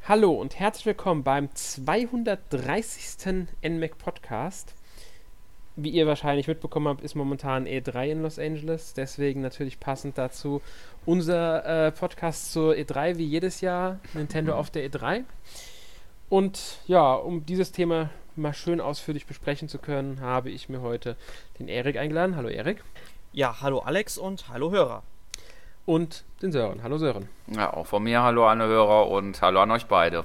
Hallo und herzlich willkommen beim 230. NMAC Podcast. Wie ihr wahrscheinlich mitbekommen habt, ist momentan E3 in Los Angeles, deswegen natürlich passend dazu unser Podcast zur E3 wie jedes Jahr, Nintendo auf der E3. Und ja, um dieses Thema mal schön ausführlich besprechen zu können, habe ich mir heute den Erik eingeladen. Hallo Erik. Ja, hallo Alex und hallo Hörer. Und den Sören. Hallo Sören. Ja, auch von mir hallo an die Hörer und hallo an euch beide.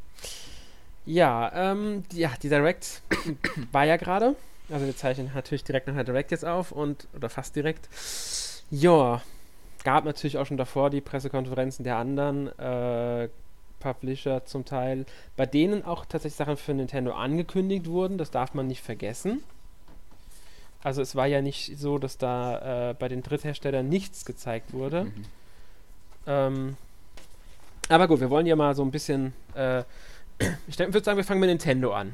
Ja, die Direct war ja gerade. Also wir zeichnen natürlich direkt nach der Direct jetzt auf oder fast direkt. Ja, gab natürlich auch schon davor die Pressekonferenzen der anderen Publisher zum Teil, bei denen auch tatsächlich Sachen für Nintendo angekündigt wurden. Das darf man nicht vergessen. Also es war ja nicht so, dass da bei den Drittherstellern nichts gezeigt wurde. Aber gut, wir wollen ja mal so ein bisschen ich würde sagen, wir fangen mit Nintendo an.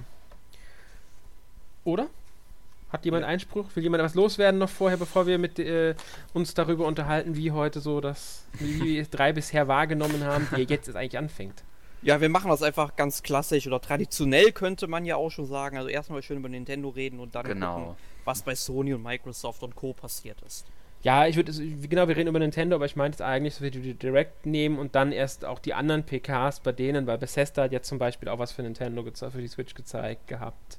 Oder? Hat jemand Einspruch? Will jemand was loswerden noch vorher, bevor wir mit uns darüber unterhalten, wie heute so wie wir E3 bisher wahrgenommen haben, wie jetzt es eigentlich anfängt? Ja, wir machen das einfach ganz klassisch oder traditionell, könnte man ja auch schon sagen. Also erstmal schön über Nintendo reden und dann gucken, was bei Sony und Microsoft und Co. passiert ist. Ja, wir reden über Nintendo, aber ich meinte jetzt eigentlich, dass wir die Direct nehmen und dann erst auch die anderen PKs bei denen, weil Bethesda hat jetzt zum Beispiel auch was für Nintendo für die Switch gezeigt gehabt.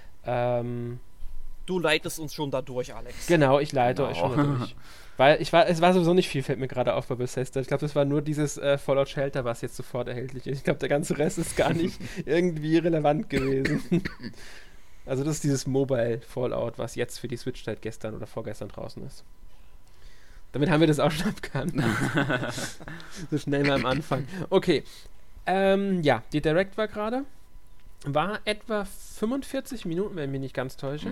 Du leitest uns schon da durch, Alex. Genau, ich leite euch schon da durch. Weil es war sowieso nicht viel, fällt mir gerade auf bei Bethesda. Ich glaube, das war nur dieses Fallout Shelter, was jetzt sofort erhältlich ist. Ich glaube, der ganze Rest ist gar nicht irgendwie relevant gewesen. Also das ist dieses Mobile Fallout, was jetzt für die Switch seit gestern oder vorgestern draußen ist. Damit haben wir das auch schon abgehandelt. So schnell mal am Anfang. Okay. Ja, die Direct war etwa 45 Minuten, wenn ich mich nicht ganz täusche.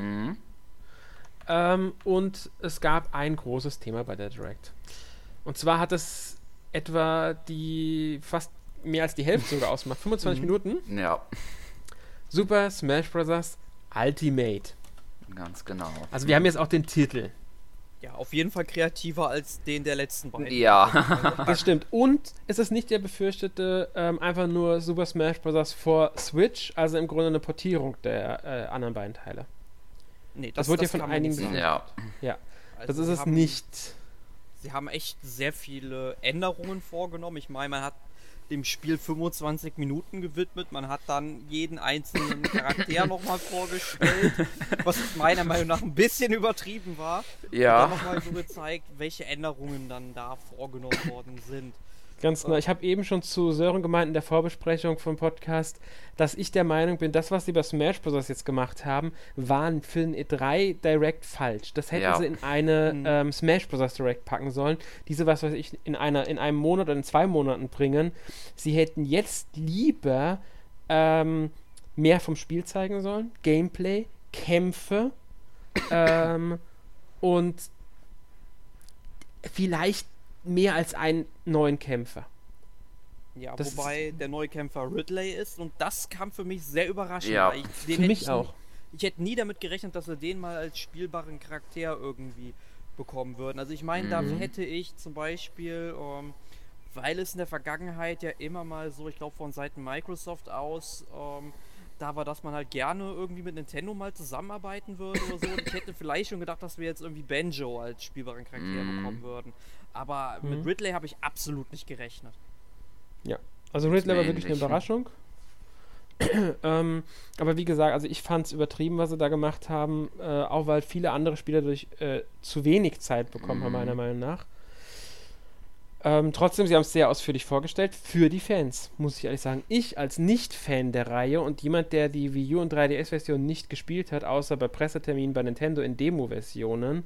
Und es gab ein großes Thema bei der Direct. Und zwar hat es etwa fast mehr als die Hälfte sogar ausgemacht. 25 Minuten. Ja. Super Smash Bros. Ultimate. Ganz genau. Also wir haben jetzt auch den Titel. Ja, auf jeden Fall kreativer als den der letzten beiden. Ja. Das stimmt. Und es ist nicht der befürchtete einfach nur Super Smash Bros. For Switch, also im Grunde eine Portierung der anderen beiden Teile. Nee, das wurde ja von einigen sagen. Ja. Also das ist es nicht. Sie haben echt sehr viele Änderungen vorgenommen. Ich meine, man hat dem Spiel 25 Minuten gewidmet. Man hat dann jeden einzelnen Charakter nochmal vorgestellt, was meiner Meinung nach ein bisschen übertrieben war. Ja. Und dann nochmal so gezeigt, welche Änderungen dann da vorgenommen worden sind. Ganz genau. Ich habe eben schon zu Sören gemeint in der Vorbesprechung vom Podcast, dass ich der Meinung bin, das, was sie bei Smash Bros. Jetzt gemacht haben, waren für ein E3 Direct falsch. Das hätten sie in eine Smash Bros. Direct packen sollen. Diese, was weiß ich, in einem Monat oder in 2 Monaten bringen. Sie hätten jetzt lieber mehr vom Spiel zeigen sollen. Gameplay, Kämpfe und vielleicht mehr als einen neuen Kämpfer. Ja, wobei der neue Kämpfer Ridley ist und das kam für mich sehr überraschend. Ja, für mich auch. Ich hätte nie damit gerechnet, dass wir den mal als spielbaren Charakter irgendwie bekommen würden. Also ich meine, da hätte ich zum Beispiel, weil es in der Vergangenheit ja immer mal so, ich glaube von Seiten Microsoft aus, da war, dass man halt gerne irgendwie mit Nintendo mal zusammenarbeiten würde oder so. Und ich hätte vielleicht schon gedacht, dass wir jetzt irgendwie Banjo als spielbaren Charakter bekommen würden. Aber mit Ridley habe ich absolut nicht gerechnet. Ja, also Ridley war wirklich eine Überraschung. Aber wie gesagt, also ich fand es übertrieben, was sie da gemacht haben, auch weil viele andere Spieler durch zu wenig Zeit bekommen haben, meiner Meinung nach. Trotzdem, sie haben es sehr ausführlich vorgestellt für die Fans, muss ich ehrlich sagen. Ich als Nicht-Fan der Reihe und jemand, der die Wii U und 3DS-Version nicht gespielt hat, außer bei Presseterminen bei Nintendo in Demo-Versionen,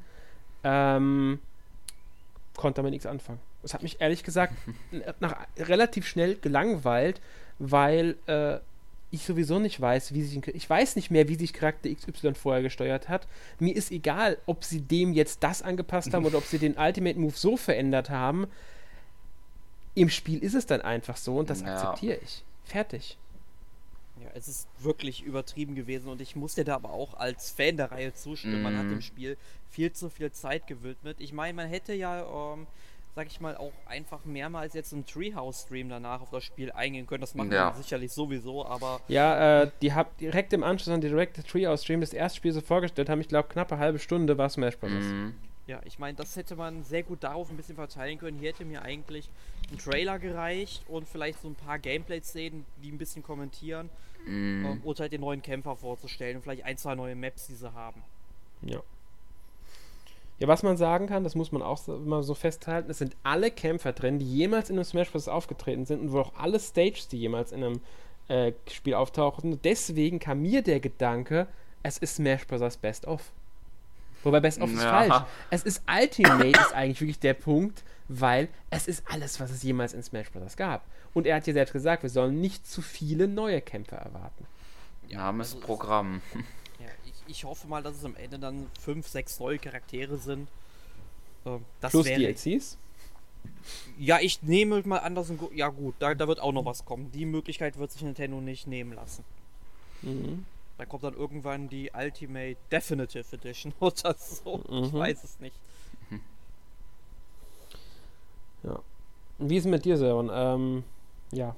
konnte damit nichts anfangen. Das hat mich ehrlich gesagt relativ schnell gelangweilt, weil ich sowieso nicht weiß, ich weiß nicht mehr, wie sich Charakter XY vorher gesteuert hat. Mir ist egal, ob sie dem jetzt das angepasst haben oder ob sie den Ultimate Move so verändert haben. Im Spiel ist es dann einfach so und das akzeptiere ich. Fertig. Ja, es ist wirklich übertrieben gewesen und ich muss dir da aber auch als Fan der Reihe zustimmen. Man hat dem Spiel viel zu viel Zeit gewidmet. Ich meine, man hätte ja sag ich mal, auch einfach mehrmals jetzt im Treehouse-Stream danach auf das Spiel eingehen können. Das machen Ja. wir sicherlich sowieso, aber Ja, die haben direkt im Anschluss an die Direct Treehouse Stream das erste Spiel so vorgestellt haben. Ich glaube, knapp eine halbe Stunde war Smash Bros. Mhm. ja, ich meine, das hätte man sehr gut darauf ein bisschen verteilen können. Hier hätte mir eigentlich ein Trailer gereicht und vielleicht so ein paar Gameplay-Szenen, die ein bisschen kommentieren und halt den neuen Kämpfer vorzustellen und vielleicht ein, zwei neue Maps, die sie haben. Ja. Ja, was man sagen kann, das muss man auch immer so festhalten, es sind alle Kämpfer drin, die jemals in einem Smash Bros. Aufgetreten sind und wohl auch alle Stages, die jemals in einem Spiel auftauchen. Und deswegen kam mir der Gedanke, es ist Smash Bros. Best of. Wobei Best of ist falsch. Es ist Ultimate ist eigentlich wirklich der Punkt, weil es ist alles, was es jemals in Smash Bros. Gab. Und er hat ja selbst gesagt, wir sollen nicht zu viele neue Kämpfer erwarten. Armes Programm. Ja, ich hoffe mal, dass es am Ende dann 5, 6 neue Charaktere sind. Das Plus wäre, DLCs. ja, ich nehme mal an, dass ja gut, da wird auch noch was kommen. Die Möglichkeit wird sich Nintendo nicht nehmen lassen. Mhm. Da kommt dann irgendwann die Ultimate Definitive Edition oder so. Ich weiß es nicht. Ja. Und wie ist es mit dir, Sören? Ja.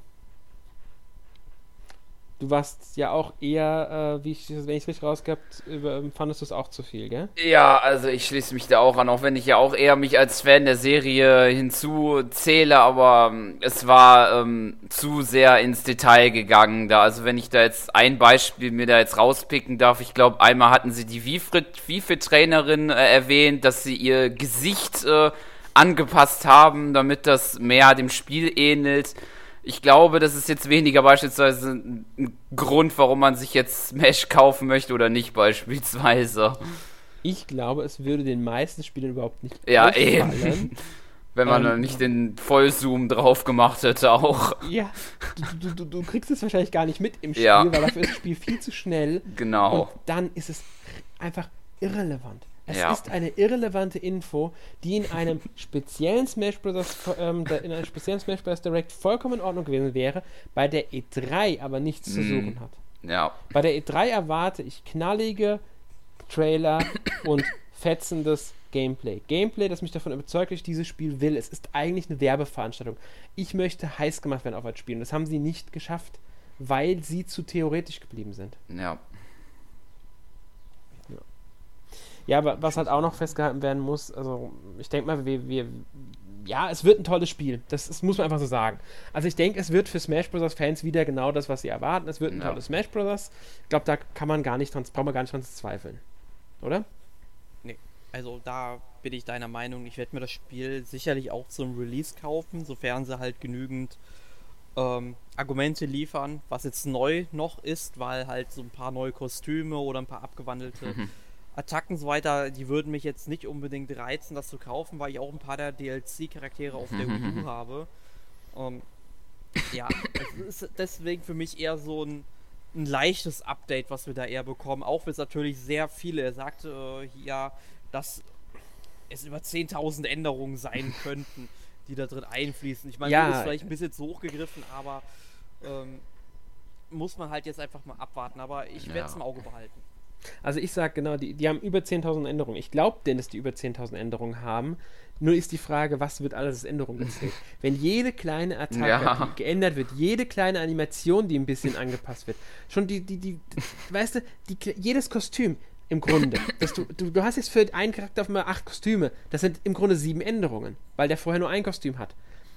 Du warst ja auch eher, wenn ich es richtig rausgehabt, fandest du es auch zu viel, gell? Ja, also ich schließe mich da auch an, auch wenn ich ja auch eher mich als Fan der Serie hinzuzähle, aber es war zu sehr ins Detail gegangen da. Also wenn ich da jetzt ein Beispiel mir da jetzt rauspicken darf, ich glaube, einmal hatten sie die Wii-Fit-Trainerin erwähnt, dass sie ihr Gesicht angepasst haben, damit das mehr dem Spiel ähnelt. Ich glaube, das ist jetzt weniger beispielsweise ein Grund, warum man sich jetzt Smash kaufen möchte oder nicht beispielsweise. Ich glaube, es würde den meisten Spielern überhaupt nicht Ja, auffallen. eben. Wenn man dann nicht den Vollzoom drauf gemacht hätte auch. Ja, du kriegst es wahrscheinlich gar nicht mit im Spiel, Ja. weil dafür ist das Spiel viel zu schnell. Genau. Und dann ist es einfach irrelevant. Es Ja. ist eine irrelevante Info, die in einem speziellen Smash Bros. Direct vollkommen in Ordnung gewesen wäre, bei der E3 aber nichts zu suchen hat. Ja. Bei der E3 erwarte ich knallige Trailer und fetzendes Gameplay. Gameplay, das mich davon überzeugt, dass ich dieses Spiel will. Es ist eigentlich eine Werbeveranstaltung. Ich möchte heiß gemacht werden auf ein Spiel. Und das haben sie nicht geschafft, weil sie zu theoretisch geblieben sind. Ja. Ja, aber was halt auch noch festgehalten werden muss, also ich denke mal, ja, es wird ein tolles Spiel. Das muss man einfach so sagen. Also ich denke, es wird für Smash Bros. Fans wieder genau das, was sie erwarten. Es wird ein tolles Smash Bros. Ich glaube, da braucht man gar nicht dran zu zweifeln. Oder? Nee, also da bin ich deiner Meinung. Ich werde mir das Spiel sicherlich auch zum Release kaufen, sofern sie halt genügend Argumente liefern, was jetzt neu noch ist, weil halt so ein paar neue Kostüme oder ein paar abgewandelte Attacken und so weiter, die würden mich jetzt nicht unbedingt reizen, das zu kaufen, weil ich auch ein paar der DLC-Charaktere auf der Wii U habe. Ja, es ist deswegen für mich eher so ein leichtes Update, was wir da eher bekommen, auch wenn es natürlich sehr viele, er sagte hier, dass es über 10.000 Änderungen sein könnten, die da drin einfließen. Ich meine, Ja. das ist vielleicht ein bisschen zu hoch gegriffen, aber muss man halt jetzt einfach mal abwarten, aber ich werde es im Auge behalten. Also ich sage genau, die haben über 10.000 Änderungen. Ich glaube denn, dass die über 10.000 Änderungen haben. Nur ist die Frage, was wird alles als Änderung gezählt? Wenn jede kleine Attacke die geändert wird, jede kleine Animation, die ein bisschen angepasst wird, schon weißt du, jedes Kostüm im Grunde, du hast jetzt für einen Charakter auf einmal 8 Kostüme, das sind im Grunde 7 Änderungen, weil der vorher nur ein Kostüm hat.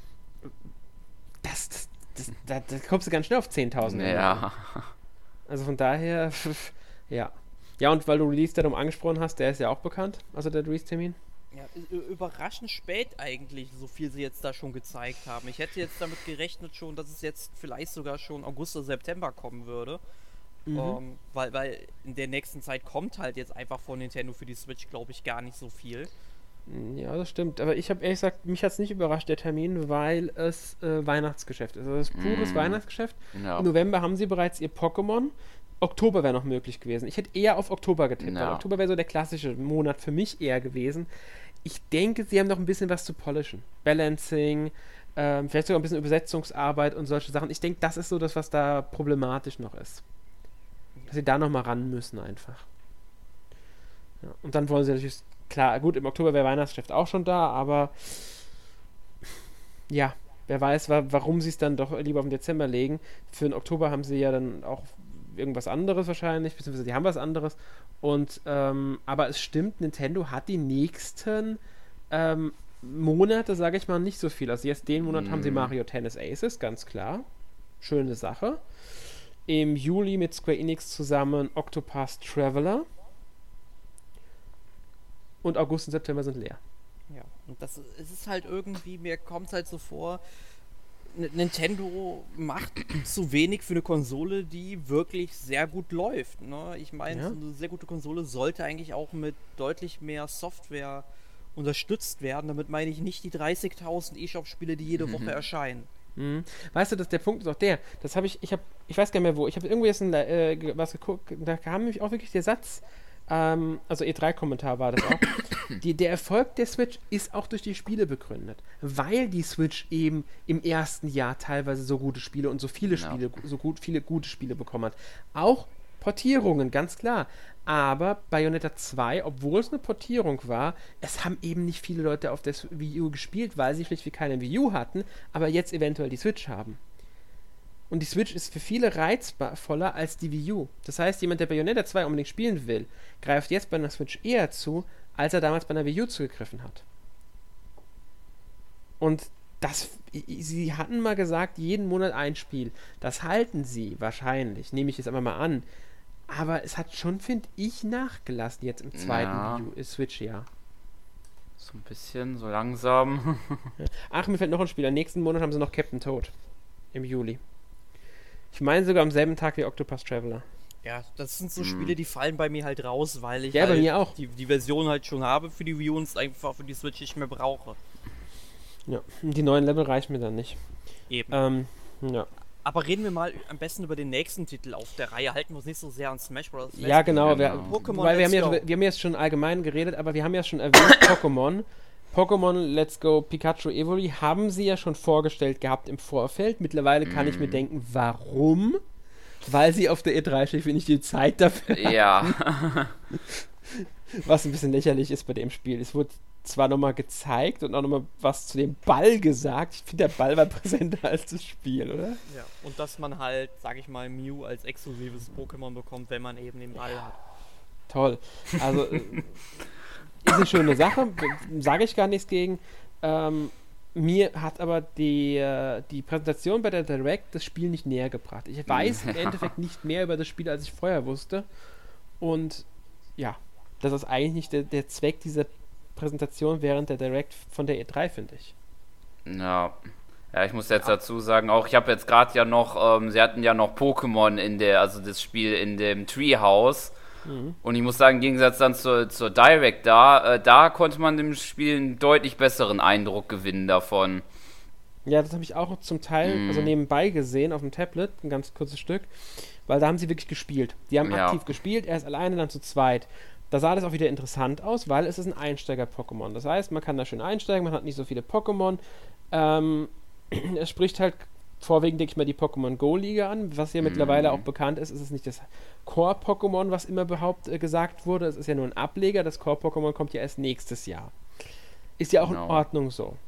Da kommst du ganz schnell auf 10.000 Änderungen. Ja. Also von daher, ja. Ja, und weil du Release-Datum angesprochen hast, der ist ja auch bekannt, also der Release-Termin. Ja, überraschend spät eigentlich, so viel sie jetzt da schon gezeigt haben. Ich hätte jetzt damit gerechnet schon, dass es jetzt vielleicht sogar schon August oder September kommen würde. Weil in der nächsten Zeit kommt halt jetzt einfach von Nintendo für die Switch, glaube ich, gar nicht so viel. Ja, das stimmt. Aber ich habe ehrlich gesagt, mich hat es nicht überrascht, der Termin, weil es Weihnachtsgeschäft ist. Also das ist pures Weihnachtsgeschäft. Ja. Im November haben sie bereits ihr Pokémon. Oktober wäre noch möglich gewesen. Ich hätte eher auf Oktober getippt, weil Oktober wäre so der klassische Monat für mich eher gewesen. Ich denke, sie haben noch ein bisschen was zu polischen. Balancing, vielleicht sogar ein bisschen Übersetzungsarbeit und solche Sachen. Ich denke, das ist so das, was da problematisch noch ist. Dass sie da nochmal ran müssen einfach. Ja, und dann wollen sie natürlich, klar, gut, im Oktober wäre Weihnachtsgeschäft auch schon da, aber ja, wer weiß, warum sie es dann doch lieber auf den Dezember legen. Für den Oktober haben sie ja dann auch irgendwas anderes wahrscheinlich, beziehungsweise die haben was anderes. Und, aber es stimmt, Nintendo hat die nächsten Monate, sage ich mal, nicht so viel. Also jetzt den Monat haben sie Mario Tennis Aces, ganz klar. Schöne Sache. Im Juli mit Square Enix zusammen Octopath Traveler. Und August und September sind leer. Ja, und es ist halt irgendwie, mir kommt es halt so vor, Nintendo macht zu wenig für eine Konsole, die wirklich sehr gut läuft. Ne? Ich meine, so eine sehr gute Konsole sollte eigentlich auch mit deutlich mehr Software unterstützt werden. Damit meine ich nicht die 30.000 eShop-Spiele, die jede Woche erscheinen. Weißt du, der Punkt ist auch der, das habe ich weiß gar nicht mehr wo, ich habe irgendwie jetzt was geguckt, da kam nämlich auch wirklich der Satz, also E3-Kommentar war das auch, der Erfolg der Switch ist auch durch die Spiele begründet, weil die Switch eben im ersten Jahr teilweise so gute Spiele und so viele Spiele, viele gute Spiele bekommen hat. Auch Portierungen, ganz klar. Aber Bayonetta 2, obwohl es eine Portierung war, es haben eben nicht viele Leute auf der Wii U gespielt, weil sie schlichtweg keine Wii U hatten, aber jetzt eventuell die Switch haben. Und die Switch ist für viele reizvoller als die Wii U. Das heißt, jemand, der Bayonetta 2 unbedingt spielen will, greift jetzt bei einer Switch eher zu, als er damals bei einer Wii U zugegriffen hat. Und sie hatten mal gesagt, jeden Monat ein Spiel. Das halten sie wahrscheinlich, nehme ich jetzt einfach mal an. Aber es hat schon, finde ich, nachgelassen jetzt im zweiten Switch-Jahr. So ein bisschen, so langsam. Ach, mir fällt noch ein Spiel. Am nächsten Monat haben sie noch Captain Toad. Im Juli. Ich meine sogar am selben Tag wie Octopath Traveler. Ja, das sind so Spiele, die fallen bei mir halt raus, weil ich bei mir auch. Die Version halt schon habe für die Wii U und es einfach für die Switch nicht mehr brauche. Ja, die neuen Level reichen mir dann nicht. Eben. Ja. Aber reden wir mal am besten über den nächsten Titel auf der Reihe. Halten wir uns nicht so sehr an Smash Bros. fest. Ja, genau. Pokémon Weil wir haben jetzt schon allgemein geredet, aber wir haben ja schon erwähnt, Pokémon Let's Go Pikachu Evoli haben sie ja schon vorgestellt gehabt im Vorfeld. Mittlerweile kann ich mir denken, warum? Weil sie auf der E3-Chefin nicht die Zeit dafür hatten. Ja. Was ein bisschen lächerlich ist bei dem Spiel. Es wurde zwar nochmal gezeigt und auch nochmal was zu dem Ball gesagt. Ich finde, der Ball war präsenter als das Spiel, oder? Ja, und dass man halt, sag ich mal, Mew als exklusives Pokémon bekommt, wenn man eben den Ball hat. Toll. Also, ist eine schöne Sache, sage ich gar nichts gegen. Mir hat aber die Präsentation bei der Direct das Spiel nicht näher gebracht. Ich weiß im Endeffekt nicht mehr über das Spiel, als ich vorher wusste. Und ja, das ist eigentlich nicht der Zweck dieser Präsentation während der Direct von der E3, finde ich. Ja, ich muss jetzt dazu sagen, auch ich habe jetzt gerade ja noch, sie hatten ja noch Pokémon also das Spiel in dem Treehouse. Und ich muss sagen, im Gegensatz dann zur Direct da konnte man dem Spiel einen deutlich besseren Eindruck gewinnen davon. Ja, das habe ich auch zum Teil, also nebenbei gesehen auf dem Tablet, ein ganz kurzes Stück, weil da haben sie wirklich gespielt. Die haben aktiv gespielt, erst alleine, dann zu zweit. Da sah das auch wieder interessant aus, weil es ist ein Einsteiger-Pokémon. Das heißt, man kann da schön einsteigen, man hat nicht so viele Pokémon. Es spricht halt vorwiegend, denke ich mal, die Pokémon Go-Liga an, was ja mittlerweile auch bekannt ist. Es ist nicht das Core-Pokémon, was immer gesagt wurde. Es ist ja nur ein Ableger. Das Core-Pokémon kommt ja erst nächstes Jahr. Ist ja auch in Ordnung so.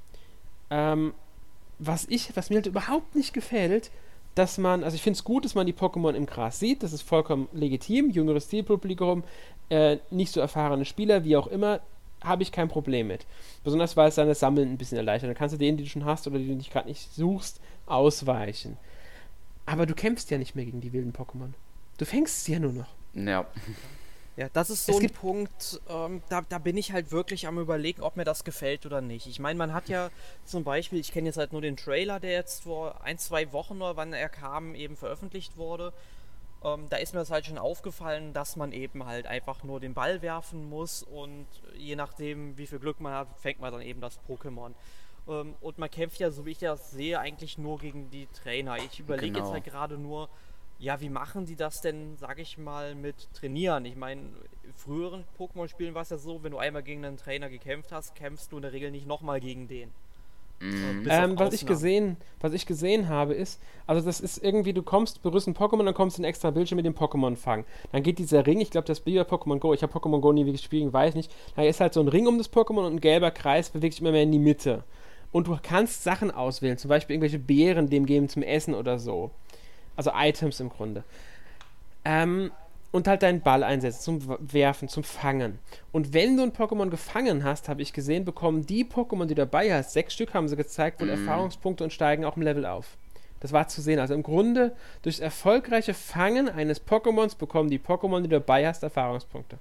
Was mir halt überhaupt nicht gefällt, also ich finde es gut, dass man die Pokémon im Gras sieht, das ist vollkommen legitim, jüngeres Zielpublikum, nicht so erfahrene Spieler, wie auch immer, habe ich kein Problem mit. Besonders, weil es dann das Sammeln ein bisschen erleichtert. Dann kannst du denen, die du schon hast oder die du gerade nicht suchst, ausweichen. Aber du kämpfst ja nicht mehr gegen die wilden Pokémon. Du fängst sie ja nur noch. Ja. Ja, das ist so ein Punkt, da bin ich halt wirklich am Überlegen, ob mir das gefällt oder nicht. Ich meine, man hat ja zum Beispiel, ich kenne jetzt halt nur den Trailer, der jetzt vor 1-2 Wochen oder wann er kam, eben veröffentlicht wurde. Da ist mir das halt schon aufgefallen, dass man eben halt einfach nur den Ball werfen muss und je nachdem, wie viel Glück man hat, fängt man dann eben das Pokémon. Und man kämpft ja, so wie ich das sehe, eigentlich nur gegen die Trainer. Ich überlege jetzt halt gerade nur, ja, wie machen die das denn, sag ich mal, mit Trainieren? Ich meine, in früheren Pokémon-Spielen war es ja so, wenn du einmal gegen einen Trainer gekämpft hast, kämpfst du in der Regel nicht nochmal gegen den. Was ich gesehen habe ist, also das ist irgendwie, berührst ein Pokémon, dann kommst du in einen extra Bildschirm mit dem Pokémon fangen. Dann geht dieser Ring, ich glaube, das ist wie bei Pokémon Go, ich habe Pokémon Go nie wirklich gespielt, weiß nicht, da ist halt so ein Ring um das Pokémon und ein gelber Kreis bewegt sich immer mehr in die Mitte. Und du kannst Sachen auswählen, zum Beispiel irgendwelche Beeren dem geben zum Essen oder so. Also Items im Grunde. Und halt deinen Ball einsetzen zum Werfen, zum Fangen. Und wenn du ein Pokémon gefangen hast, habe ich gesehen, bekommen die Pokémon, die du dabei hast, 6 Stück haben sie gezeigt, wohl Erfahrungspunkte und steigen auch im Level auf. Das war zu sehen. Also im Grunde, durch das erfolgreiche Fangen eines Pokémons bekommen die Pokémon, die du dabei hast, Erfahrungspunkte.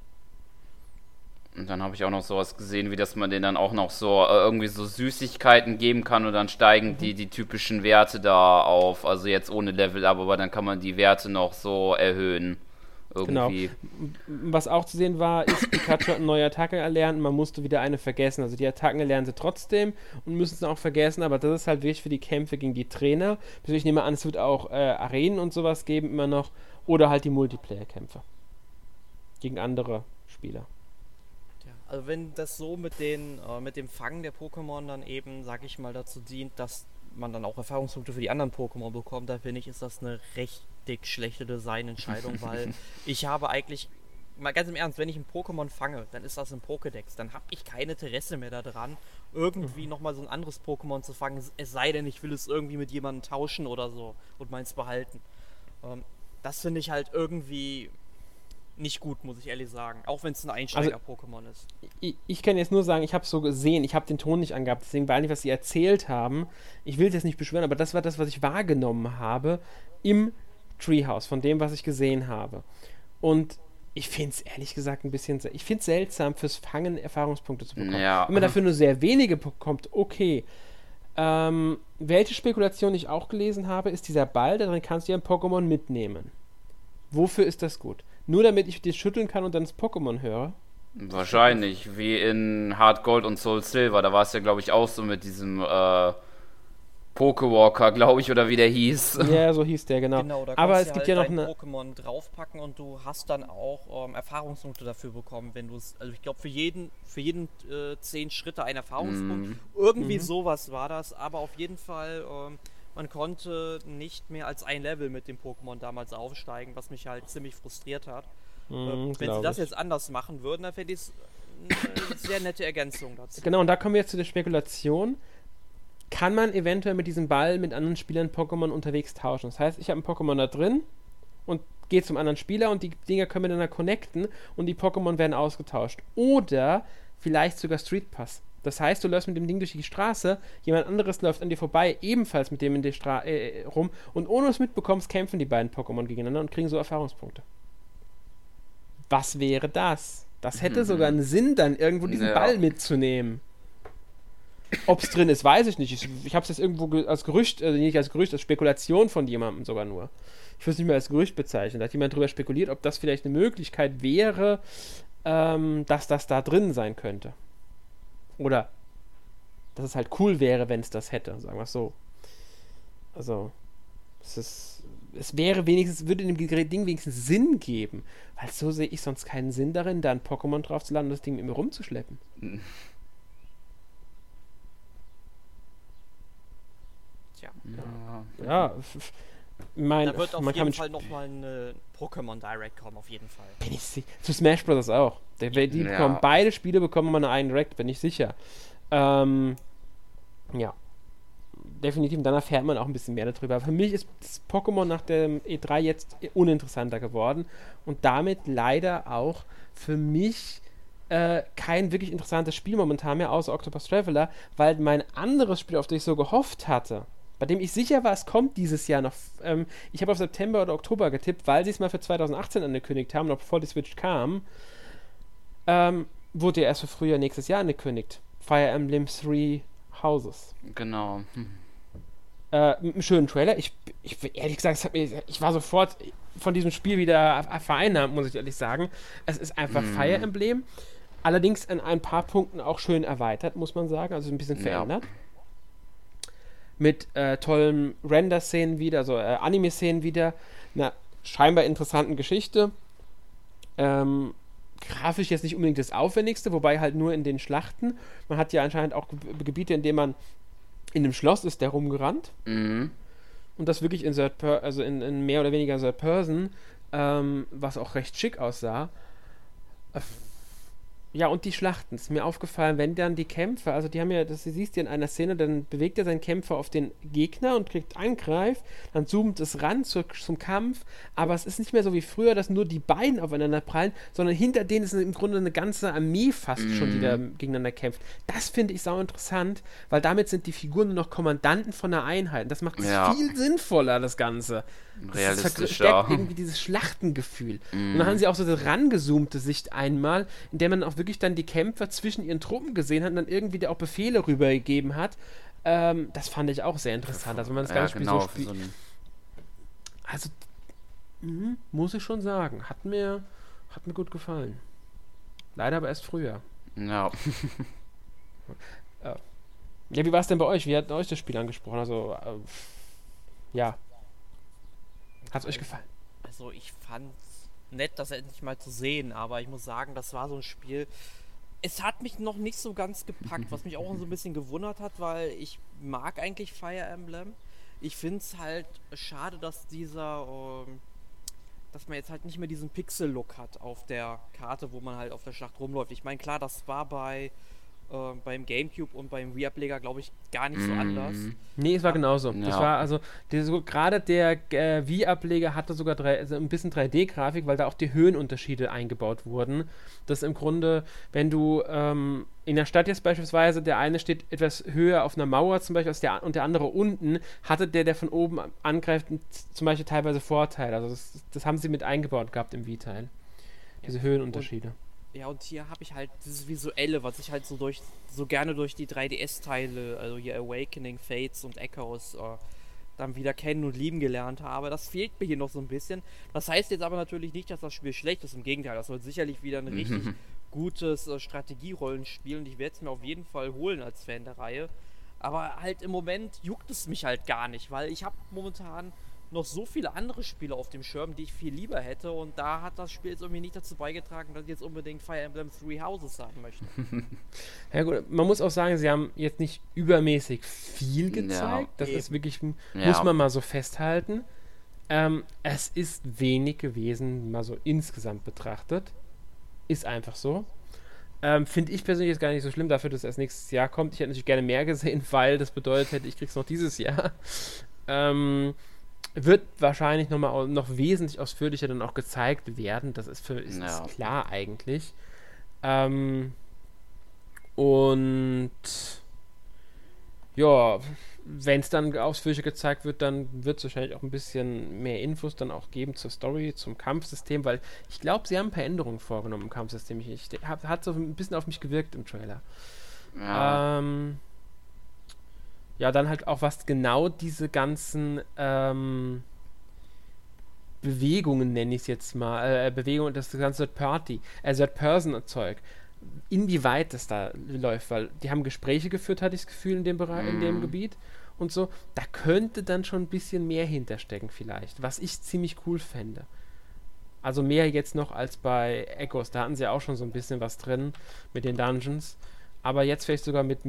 Und dann habe ich auch noch sowas gesehen, wie dass man denen dann auch noch so irgendwie so Süßigkeiten geben kann und dann steigen die typischen Werte da auf. Also jetzt ohne Level-Up, aber dann kann man die Werte noch so erhöhen. Irgendwie. Genau. Was auch zu sehen war, ist, Pikachu hat eine neue Attacke erlernt und man musste wieder eine vergessen. Also die Attacken erlernen sie trotzdem und müssen sie auch vergessen, aber das ist halt wichtig für die Kämpfe gegen die Trainer. Ich nehme an, es wird auch Arenen und sowas geben immer noch oder halt die Multiplayer-Kämpfe gegen andere Spieler. Also wenn das so mit dem Fangen der Pokémon dann eben, sag ich mal, dazu dient, dass man dann auch Erfahrungspunkte für die anderen Pokémon bekommt, da finde ich, ist das eine richtig schlechte Designentscheidung, weil ich habe eigentlich, mal ganz im Ernst, wenn ich ein Pokémon fange, dann ist das ein Pokédex, dann habe ich kein Interesse mehr daran, irgendwie nochmal so ein anderes Pokémon zu fangen, es sei denn, ich will es irgendwie mit jemandem tauschen oder so und meins behalten. Das finde ich halt irgendwie nicht gut, muss ich ehrlich sagen. Auch wenn es ein Einsteiger-Pokémon ist. Ich kann jetzt nur sagen, ich habe es so gesehen, ich habe den Ton nicht angehabt, deswegen war nicht, was sie erzählt haben. Ich will es jetzt nicht beschwören, aber das war das, was ich wahrgenommen habe im Treehouse, von dem, was ich gesehen habe. Und ich finde es ehrlich gesagt ein bisschen, ich finde es seltsam, fürs Fangen Erfahrungspunkte zu bekommen. Ja. Wenn man dafür nur sehr wenige bekommt, okay. Welche Spekulation ich auch gelesen habe, ist dieser Ball, darin kannst du ja ein Pokémon mitnehmen. Wofür ist das gut? Nur damit ich dich schütteln kann und dann das Pokémon höre? Wahrscheinlich, wie in Hard Gold und Soul Silver. Da war es ja, glaube ich, auch so mit diesem Pokewalker, glaube ich, oder wie der hieß. Ja, so hieß der, genau. Genau, da aber kannst es du gibt halt ja noch dein eine Pokémon draufpacken und du hast dann auch Erfahrungspunkte dafür bekommen, wenn du es, also ich glaube für jeden 10 Schritte ein Erfahrungspunkt. Irgendwie sowas war das, aber auf jeden Fall man konnte nicht mehr als ein Level mit dem Pokémon damals aufsteigen, was mich halt ziemlich frustriert hat. Wenn sie das jetzt anders machen würden, dann fände ich es eine sehr nette Ergänzung dazu. Genau, und da kommen wir jetzt zu der Spekulation. Kann man eventuell mit diesem Ball mit anderen Spielern Pokémon unterwegs tauschen? Das heißt, ich habe ein Pokémon da drin und gehe zum anderen Spieler und die Dinger können miteinander connecten und die Pokémon werden ausgetauscht. Oder vielleicht sogar Street Pass. Das heißt, du läufst mit dem Ding durch die Straße, jemand anderes läuft an dir vorbei, ebenfalls mit dem in der rum und ohne es mitbekommst, kämpfen die beiden Pokémon gegeneinander und kriegen so Erfahrungspunkte. Was wäre das? Das hätte sogar einen Sinn, dann irgendwo diesen Ball mitzunehmen. Ob es drin ist, weiß ich nicht. Ich habe es jetzt irgendwo als Gerücht, also nicht als Gerücht, als Spekulation von jemandem sogar nur. Ich würde es nicht mehr als Gerücht bezeichnen. Da hat jemand drüber spekuliert, ob das vielleicht eine Möglichkeit wäre, dass das da drin sein könnte. Oder dass es halt cool wäre, wenn es das hätte, sagen wir es so. Also, es wäre wenigstens, würde dem Ding wenigstens Sinn geben, weil so sehe ich sonst keinen Sinn darin, da ein Pokémon drauf zu laden und das Ding mit mir rumzuschleppen. Tja. Ja, da wird auf jeden Fall nochmal eine Pokémon Direct kommen, auf jeden Fall. Bin ich sicher. Zu Smash Bros. Auch. Beide Spiele bekommen immer einen Direct, bin ich sicher. Ja. Definitiv, und dann erfährt man auch ein bisschen mehr darüber. Für mich ist das Pokémon nach dem E3 jetzt uninteressanter geworden und damit leider auch für mich kein wirklich interessantes Spiel momentan mehr, außer Octopus Traveler, weil mein anderes Spiel, auf das ich so gehofft hatte, bei dem ich sicher war, es kommt dieses Jahr noch. Ich habe auf September oder Oktober getippt, weil sie es mal für 2018 angekündigt haben, noch bevor die Switch kam, wurde ja erst für Frühjahr nächstes Jahr angekündigt. Fire Emblem Three Houses. Genau. Einen schönen Trailer. Ich ehrlich gesagt, ich war sofort von diesem Spiel wieder vereinnahmt, muss ich ehrlich sagen. Es ist einfach Fire Emblem. Allerdings in ein paar Punkten auch schön erweitert, muss man sagen. Also ein bisschen verändert. Mit tollen Render-Szenen wieder, also Anime-Szenen wieder. Einer scheinbar interessanten Geschichte. Grafisch jetzt nicht unbedingt das Aufwendigste, wobei halt nur in den Schlachten. Man hat ja anscheinend auch Gebiete, in denen man in einem Schloss ist, der rumgerannt. Und das wirklich in mehr oder weniger Third Person, was auch recht schick aussah. Ja, und die Schlachten. Ist mir aufgefallen, wenn dann die Kämpfer, also die haben ja, das siehst du in einer Szene, dann bewegt er seinen Kämpfer auf den Gegner und kriegt Angreif, dann zoomt es ran zum Kampf, aber es ist nicht mehr so wie früher, dass nur die beiden aufeinander prallen, sondern hinter denen ist im Grunde eine ganze Armee fast schon, die da gegeneinander kämpft. Das finde ich sau interessant, weil damit sind die Figuren nur noch Kommandanten von einer Einheit. Das macht es viel sinnvoller, das Ganze. Das verstärkt irgendwie dieses Schlachtengefühl. Und dann haben sie auch so eine rangezoomte Sicht einmal, in der man auch wirklich dann die Kämpfer zwischen ihren Truppen gesehen hat und dann irgendwie der auch Befehle rübergegeben hat. Das fand ich auch sehr interessant. Also wenn man das ganze Spiel so spielt. Also, muss ich schon sagen, hat mir gut gefallen. Leider aber erst früher. Ja. Ja, wie war es denn bei euch? Wie hat euch das Spiel angesprochen? Also, ja. Hat es euch gefallen? Also ich fand's nett, das endlich mal zu sehen, aber ich muss sagen, das war so ein Spiel, es hat mich noch nicht so ganz gepackt, was mich auch so ein bisschen gewundert hat, weil ich mag eigentlich Fire Emblem. Ich find's halt schade, dass dass man jetzt halt nicht mehr diesen Pixel-Look hat auf der Karte, wo man halt auf der Schlacht rumläuft. Ich meine, klar, das war beim Gamecube und beim Wii-Ableger, glaube ich, gar nicht so anders. Nee, es war genauso. Ja. Das war also, gerade der Wii-Ableger hatte sogar ein bisschen 3D-Grafik, weil da auch die Höhenunterschiede eingebaut wurden. Das im Grunde, wenn du in der Stadt jetzt beispielsweise, der eine steht etwas höher auf einer Mauer zum Beispiel und der andere unten, hatte der von oben angreift, zum Beispiel teilweise Vorteile. Also das haben sie mit eingebaut gehabt im Wii-Teil. Diese Höhenunterschiede. Und hier habe ich halt dieses Visuelle, was ich halt so gerne durch die 3DS-Teile, also hier Awakening, Fates und Echoes, dann wieder kennen und lieben gelernt habe. Das fehlt mir hier noch so ein bisschen. Das heißt jetzt aber natürlich nicht, dass das Spiel schlecht ist. Im Gegenteil, das soll sicherlich wieder ein richtig gutes Strategierollenspiel und ich werde es mir auf jeden Fall holen als Fan der Reihe. Aber halt im Moment juckt es mich halt gar nicht, weil ich habe momentan noch so viele andere Spiele auf dem Schirm, die ich viel lieber hätte und da hat das Spiel jetzt irgendwie nicht dazu beigetragen, dass ich jetzt unbedingt Fire Emblem Three Houses haben möchte. Ja gut, man muss auch sagen, sie haben jetzt nicht übermäßig viel gezeigt, das ist wirklich, muss man mal so festhalten. Es ist wenig gewesen, mal so insgesamt betrachtet. Ist einfach so. Finde ich persönlich jetzt gar nicht so schlimm, dafür, dass es erst nächstes Jahr kommt. Ich hätte natürlich gerne mehr gesehen, weil das bedeutet hätte, ich krieg's noch dieses Jahr. Wird wahrscheinlich noch wesentlich ausführlicher dann auch gezeigt werden. Das ist klar eigentlich. Und ja, wenn es dann ausführlicher gezeigt wird, dann wird es wahrscheinlich auch ein bisschen mehr Infos dann auch geben zur Story, zum Kampfsystem, weil ich glaube, sie haben ein paar Änderungen vorgenommen im Kampfsystem. Hat so ein bisschen auf mich gewirkt im Trailer. Ja. Ja, dann halt auch, was genau diese ganzen Bewegungen, nenne ich es jetzt mal, Bewegungen, das ganze Third-Person-Zeug, inwieweit das da läuft, weil die haben Gespräche geführt, hatte ich das Gefühl, in dem Bereich, in dem Gebiet und so, da könnte dann schon ein bisschen mehr hinterstecken vielleicht, was ich ziemlich cool fände. Also mehr jetzt noch als bei Echoes, da hatten sie auch schon so ein bisschen was drin mit den Dungeons, aber jetzt vielleicht sogar mit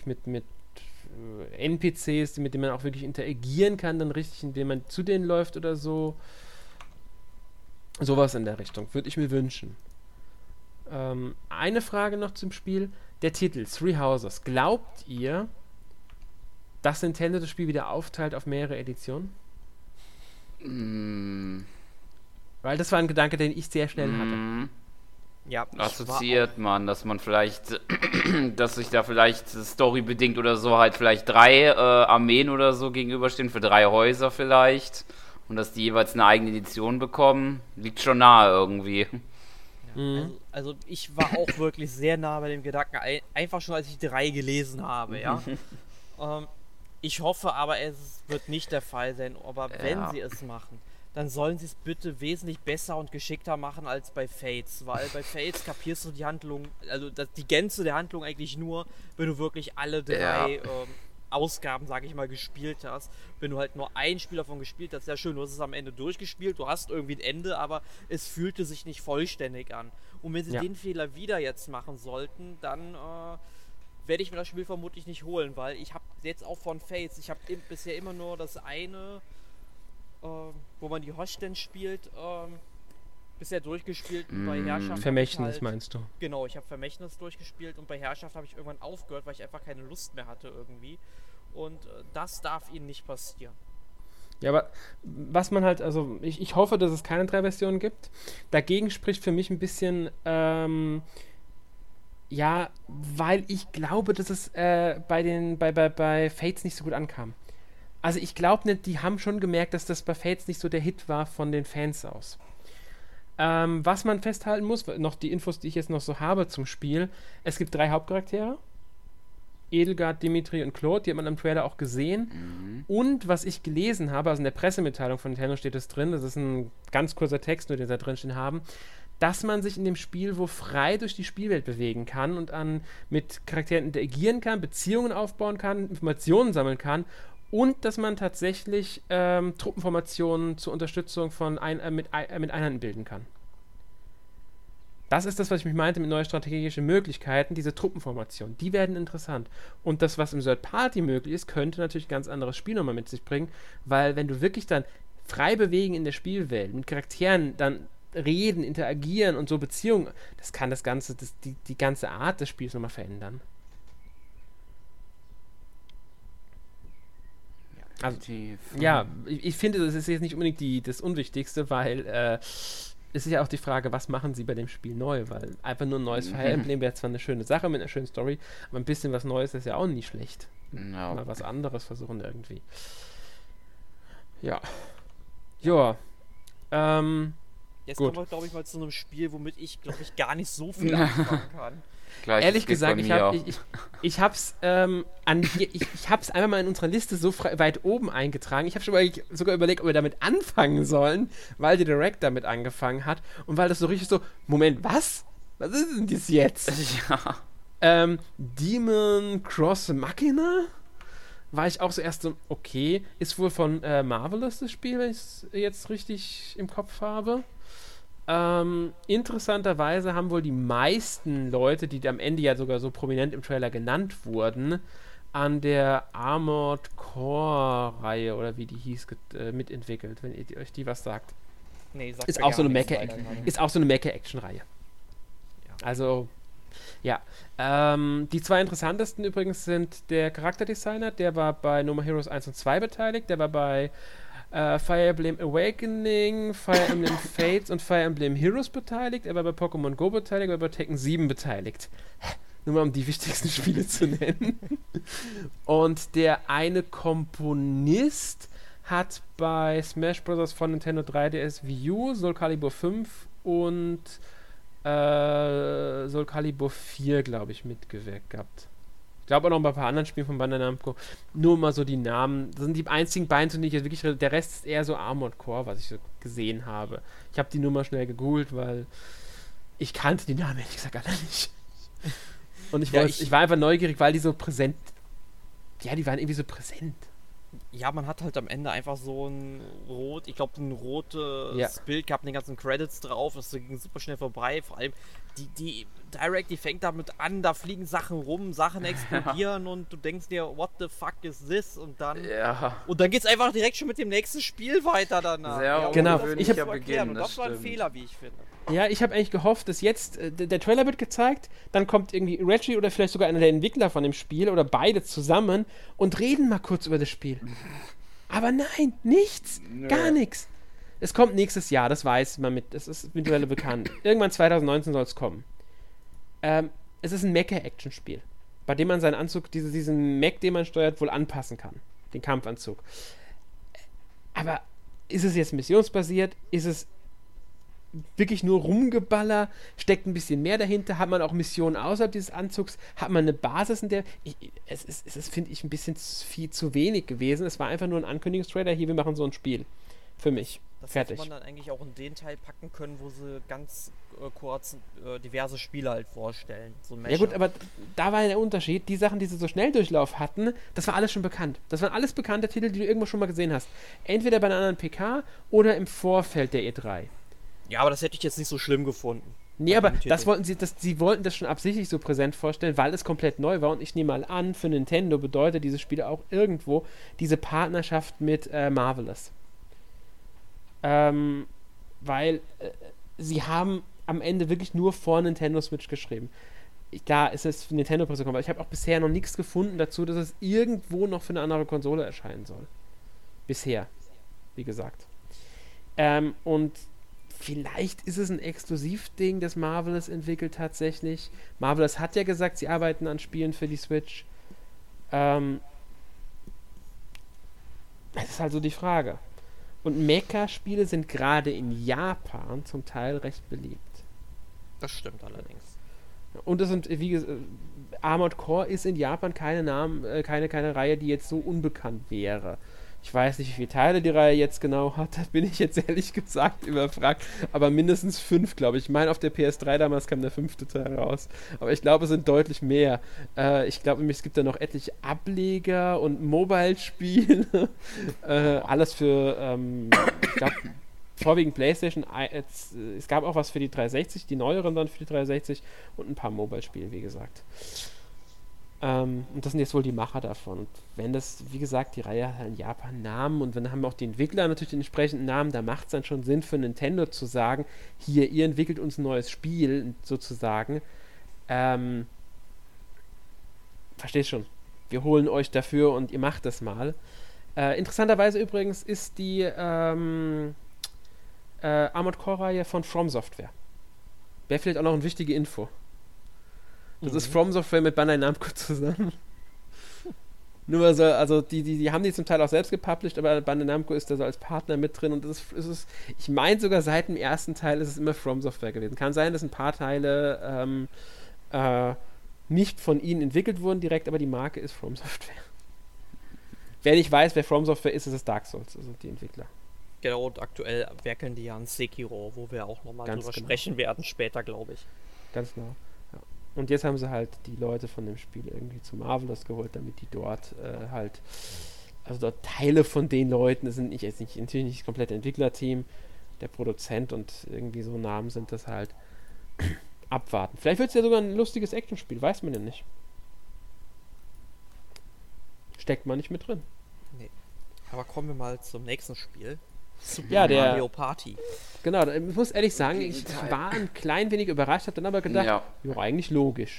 NPCs, mit denen man auch wirklich interagieren kann, dann richtig, indem man zu denen läuft oder so. Sowas in der Richtung, würde ich mir wünschen. Eine Frage noch zum Spiel. Der Titel, Three Houses. Glaubt ihr, dass Nintendo das Spiel wieder aufteilt auf mehrere Editionen? Weil das war ein Gedanke, den ich sehr schnell hatte. Ja, assoziiert man, dass man vielleicht, dass sich da vielleicht storybedingt oder so halt vielleicht 3 Armeen oder so gegenüberstehen, für 3 Häuser vielleicht und dass die jeweils eine eigene Edition bekommen, liegt schon nahe irgendwie. Ja, also ich war auch wirklich sehr nah bei dem Gedanken, einfach schon als ich 3 gelesen habe, ja. Ich hoffe aber, es wird nicht der Fall sein, aber wenn sie es machen, dann sollen sie es bitte wesentlich besser und geschickter machen als bei Fates, weil bei Fates kapierst du die Handlung, also die Gänze der Handlung eigentlich nur, wenn du wirklich alle 3 Ausgaben, sag ich mal, gespielt hast. Wenn du halt nur ein Spiel davon gespielt hast, ja schön, du hast es am Ende durchgespielt, du hast irgendwie ein Ende, aber es fühlte sich nicht vollständig an. Und wenn sie den Fehler wieder jetzt machen sollten, dann werde ich mir das Spiel vermutlich nicht holen, weil ich habe jetzt auch von Fates, ich habe bisher immer nur das eine, wo man die Hoshten spielt, bisher durchgespielt und bei Herrschaft. Vermächtnis meinst du? Genau, ich habe Vermächtnis durchgespielt und bei Herrschaft habe ich irgendwann aufgehört, weil ich einfach keine Lust mehr hatte irgendwie. Und das darf ihnen nicht passieren. Ja, aber was man halt, also ich hoffe, dass es keine 3 Versionen gibt. Dagegen spricht für mich ein bisschen, ja, weil ich glaube, dass es bei Fates nicht so gut ankam. Also ich glaube nicht, die haben schon gemerkt, dass das bei Fates nicht so der Hit war von den Fans aus. Was man festhalten muss, noch die Infos, die ich jetzt noch so habe zum Spiel, es gibt 3 Hauptcharaktere. Edelgard, Dimitri und Claude, die hat man am Trailer auch gesehen. Und was ich gelesen habe, also in der Pressemitteilung von Nintendo steht das drin, das ist ein ganz kurzer Text, nur den sie da drin stehen haben, dass man sich in dem Spiel wo frei durch die Spielwelt bewegen kann und mit Charakteren interagieren kann, Beziehungen aufbauen kann, Informationen sammeln kann und dass man tatsächlich Truppenformationen zur Unterstützung mit Einheiten bilden kann. Das ist das, was ich mich meinte mit neuen strategischen Möglichkeiten, diese Truppenformationen, die werden interessant. Und das, was im Third Party möglich ist, könnte natürlich ein ganz anderes Spiel nochmal mit sich bringen, weil wenn du wirklich dann frei bewegen in der Spielwelt, mit Charakteren dann reden, interagieren und so Beziehungen, das kann die ganze Art des Spiels nochmal verändern. Also, ja, ich finde, das ist jetzt nicht unbedingt das Unwichtigste, weil es ist ja auch die Frage, was machen sie bei dem Spiel neu, weil einfach nur ein neues Fire Emblem wäre zwar eine schöne Sache mit einer schönen Story, aber ein bisschen was Neues ist ja auch nicht schlecht. No. Mal was anderes versuchen irgendwie. Ja. Ja. Jetzt gut. kommen wir, glaube ich, mal zu einem Spiel, womit ich, glaube ich, gar nicht so viel anfangen kann. Gleiches ehrlich gesagt, ich hab's einfach mal in unserer Liste so weit oben eingetragen. Ich habe schon sogar überlegt, ob wir damit anfangen sollen, weil die Direct damit angefangen hat und weil das so richtig so, Moment, was? Was ist denn das jetzt? Ja. Demon Cross Machina? War ich auch so erst so, okay, ist wohl von Marvelous das Spiel, wenn ich es jetzt richtig im Kopf habe. Interessanterweise haben wohl die meisten Leute, die am Ende ja sogar so prominent im Trailer genannt wurden, an der Armored Core-Reihe oder wie die hieß, mitentwickelt, wenn ihr euch die was sagt. Nee, sagt ist mir auch gar so eine nichts Mecha leider gerade. ist auch so eine Mecha-Action-Reihe. Ja. Also, ja. Die 2 interessantesten übrigens sind der Charakterdesigner, der war bei No More Heroes 1 und 2 beteiligt, der war bei Fire Emblem Awakening, Fire Emblem Fates und Fire Emblem Heroes beteiligt, er war bei Pokémon Go beteiligt, er war bei Tekken 7 beteiligt. Nur mal um die wichtigsten Spiele zu nennen. Und der eine Komponist hat bei Smash Bros. Von Nintendo 3DS Wii U, Soul Calibur 5 und Soul Calibur 4, glaube ich, mitgewirkt gehabt. Ich glaube auch noch bei ein paar anderen Spielen von Bandai Namco. Nur mal so die Namen. Das sind die einzigen beiden, die ich jetzt wirklich. Der Rest ist eher so Armored Core, was ich so gesehen habe. Ich habe die nur mal schnell gegoogelt, weil ich kannte die Namen ehrlich gesagt alle nicht. Und ich war einfach neugierig, weil die so präsent. Ja, die waren irgendwie so präsent. Ja, man hat halt am Ende einfach so ein ein rotes Bild gehabt, mit den ganzen Credits drauf, das ging super schnell vorbei, vor allem die Direct, die fängt damit an, da fliegen Sachen rum, Sachen explodieren und du denkst dir, what the fuck is this? Und dann geht's einfach direkt schon mit dem nächsten Spiel weiter danach. Sehr genau. Und das war ein Fehler, wie ich finde. Ja, ich habe eigentlich gehofft, dass jetzt der Trailer wird gezeigt, dann kommt irgendwie Reggie oder vielleicht sogar einer der Entwickler von dem Spiel oder beide zusammen und reden mal kurz über das Spiel. Aber nein, nichts, gar nichts. Es kommt nächstes Jahr, das weiß man das ist mittlerweile bekannt. Irgendwann 2019 soll es kommen. Es ist ein Mecha-Action-Spiel, bei dem man seinen Anzug, diesen Mech, den man steuert, wohl anpassen kann. Den Kampfanzug. Aber ist es jetzt missionsbasiert? Ist es wirklich nur Rumgeballer? Steckt ein bisschen mehr dahinter? Hat man auch Missionen außerhalb dieses Anzugs? Hat man eine Basis, in der... Es ist, finde ich, ein bisschen viel zu wenig gewesen. Es war einfach nur ein Ankündigungstrailer. Hier, wir machen so ein Spiel. Für mich. Das fertig. hätte man dann eigentlich auch in den Teil packen können, wo sie ganz kurz diverse Spiele halt vorstellen. So ja gut, aber da war ja der Unterschied. Die Sachen, die sie so Schnelldurchlauf hatten, das war alles schon bekannt. Das waren alles bekannte Titel, die du irgendwo schon mal gesehen hast. Entweder bei einer anderen PK oder im Vorfeld der E3. Ja, aber das hätte ich jetzt nicht so schlimm gefunden. Nee, aber sie wollten das schon absichtlich so präsent vorstellen, weil es komplett neu war und ich nehme mal an, für Nintendo bedeutet dieses Spiel auch irgendwo diese Partnerschaft mit Marvelous. Weil sie haben am Ende wirklich nur vor Nintendo Switch geschrieben. Klar, ist es für Nintendo gekommen, aber ich habe auch bisher noch nichts gefunden dazu, dass es irgendwo noch für eine andere Konsole erscheinen soll. Bisher, wie gesagt. Und vielleicht ist es ein Exklusivding, das Marvelous entwickelt tatsächlich. Marvelous hat ja gesagt, sie arbeiten an Spielen für die Switch. Das ist halt so die Frage. Und Mecha-Spiele sind gerade in Japan zum Teil recht beliebt. Das stimmt allerdings. Und es sind, wie gesagt, Armored Core ist in Japan keine Reihe, die jetzt so unbekannt wäre. Ich weiß nicht, wie viele Teile die Reihe jetzt genau hat, da bin ich jetzt ehrlich gesagt überfragt, aber mindestens 5, glaube ich. Ich meine, auf der PS3 damals kam der 5. Teil raus, aber ich glaube, es sind deutlich mehr. Ich glaube nämlich, es gibt da noch etliche Ableger und Mobile-Spiele, alles für, ich glaube, vorwiegend PlayStation. Es gab auch was für die 360, die neueren dann für die 360 und ein paar Mobile-Spiele, wie gesagt. Und das sind jetzt wohl die Macher davon. Und wenn das, wie gesagt, die Reihe hat in Japan Namen und dann haben auch die Entwickler natürlich den entsprechenden Namen, da macht es dann schon Sinn für Nintendo zu sagen, hier, ihr entwickelt uns ein neues Spiel, sozusagen. Verstehst schon. Wir holen euch dafür und ihr macht das mal. Interessanterweise übrigens ist die Armored Core-Reihe von From Software. Wäre vielleicht auch noch eine wichtige Info. Das ist From Software mit Bandai Namco zusammen. Nur mal so, also die haben die zum Teil auch selbst gepublished, aber Bandai Namco ist da so als Partner mit drin und das ist, ich meine sogar seit dem ersten Teil ist es immer From Software gewesen. Kann sein, dass ein paar Teile nicht von ihnen entwickelt wurden direkt, aber die Marke ist From Software. Wer nicht weiß, wer From Software ist, ist es Dark Souls, also die Entwickler. Genau, und aktuell werkeln die ja an Sekiro, wo wir auch nochmal drüber sprechen werden später, glaube ich. Ganz genau. Ja. Und jetzt haben sie halt die Leute von dem Spiel irgendwie zu Marvelous geholt, damit die dort also dort Teile von den Leuten, das sind natürlich nicht das komplette Entwicklerteam, der Produzent und irgendwie so Namen sind das halt, abwarten. Vielleicht wird es ja sogar ein lustiges Actionspiel, weiß man ja nicht. Steckt man nicht mit drin. Nee. Aber kommen wir mal zum nächsten Spiel. Super Mario Party. Genau, ich muss ehrlich sagen, ich war ein klein wenig überrascht, habe dann aber gedacht, ja, eigentlich logisch.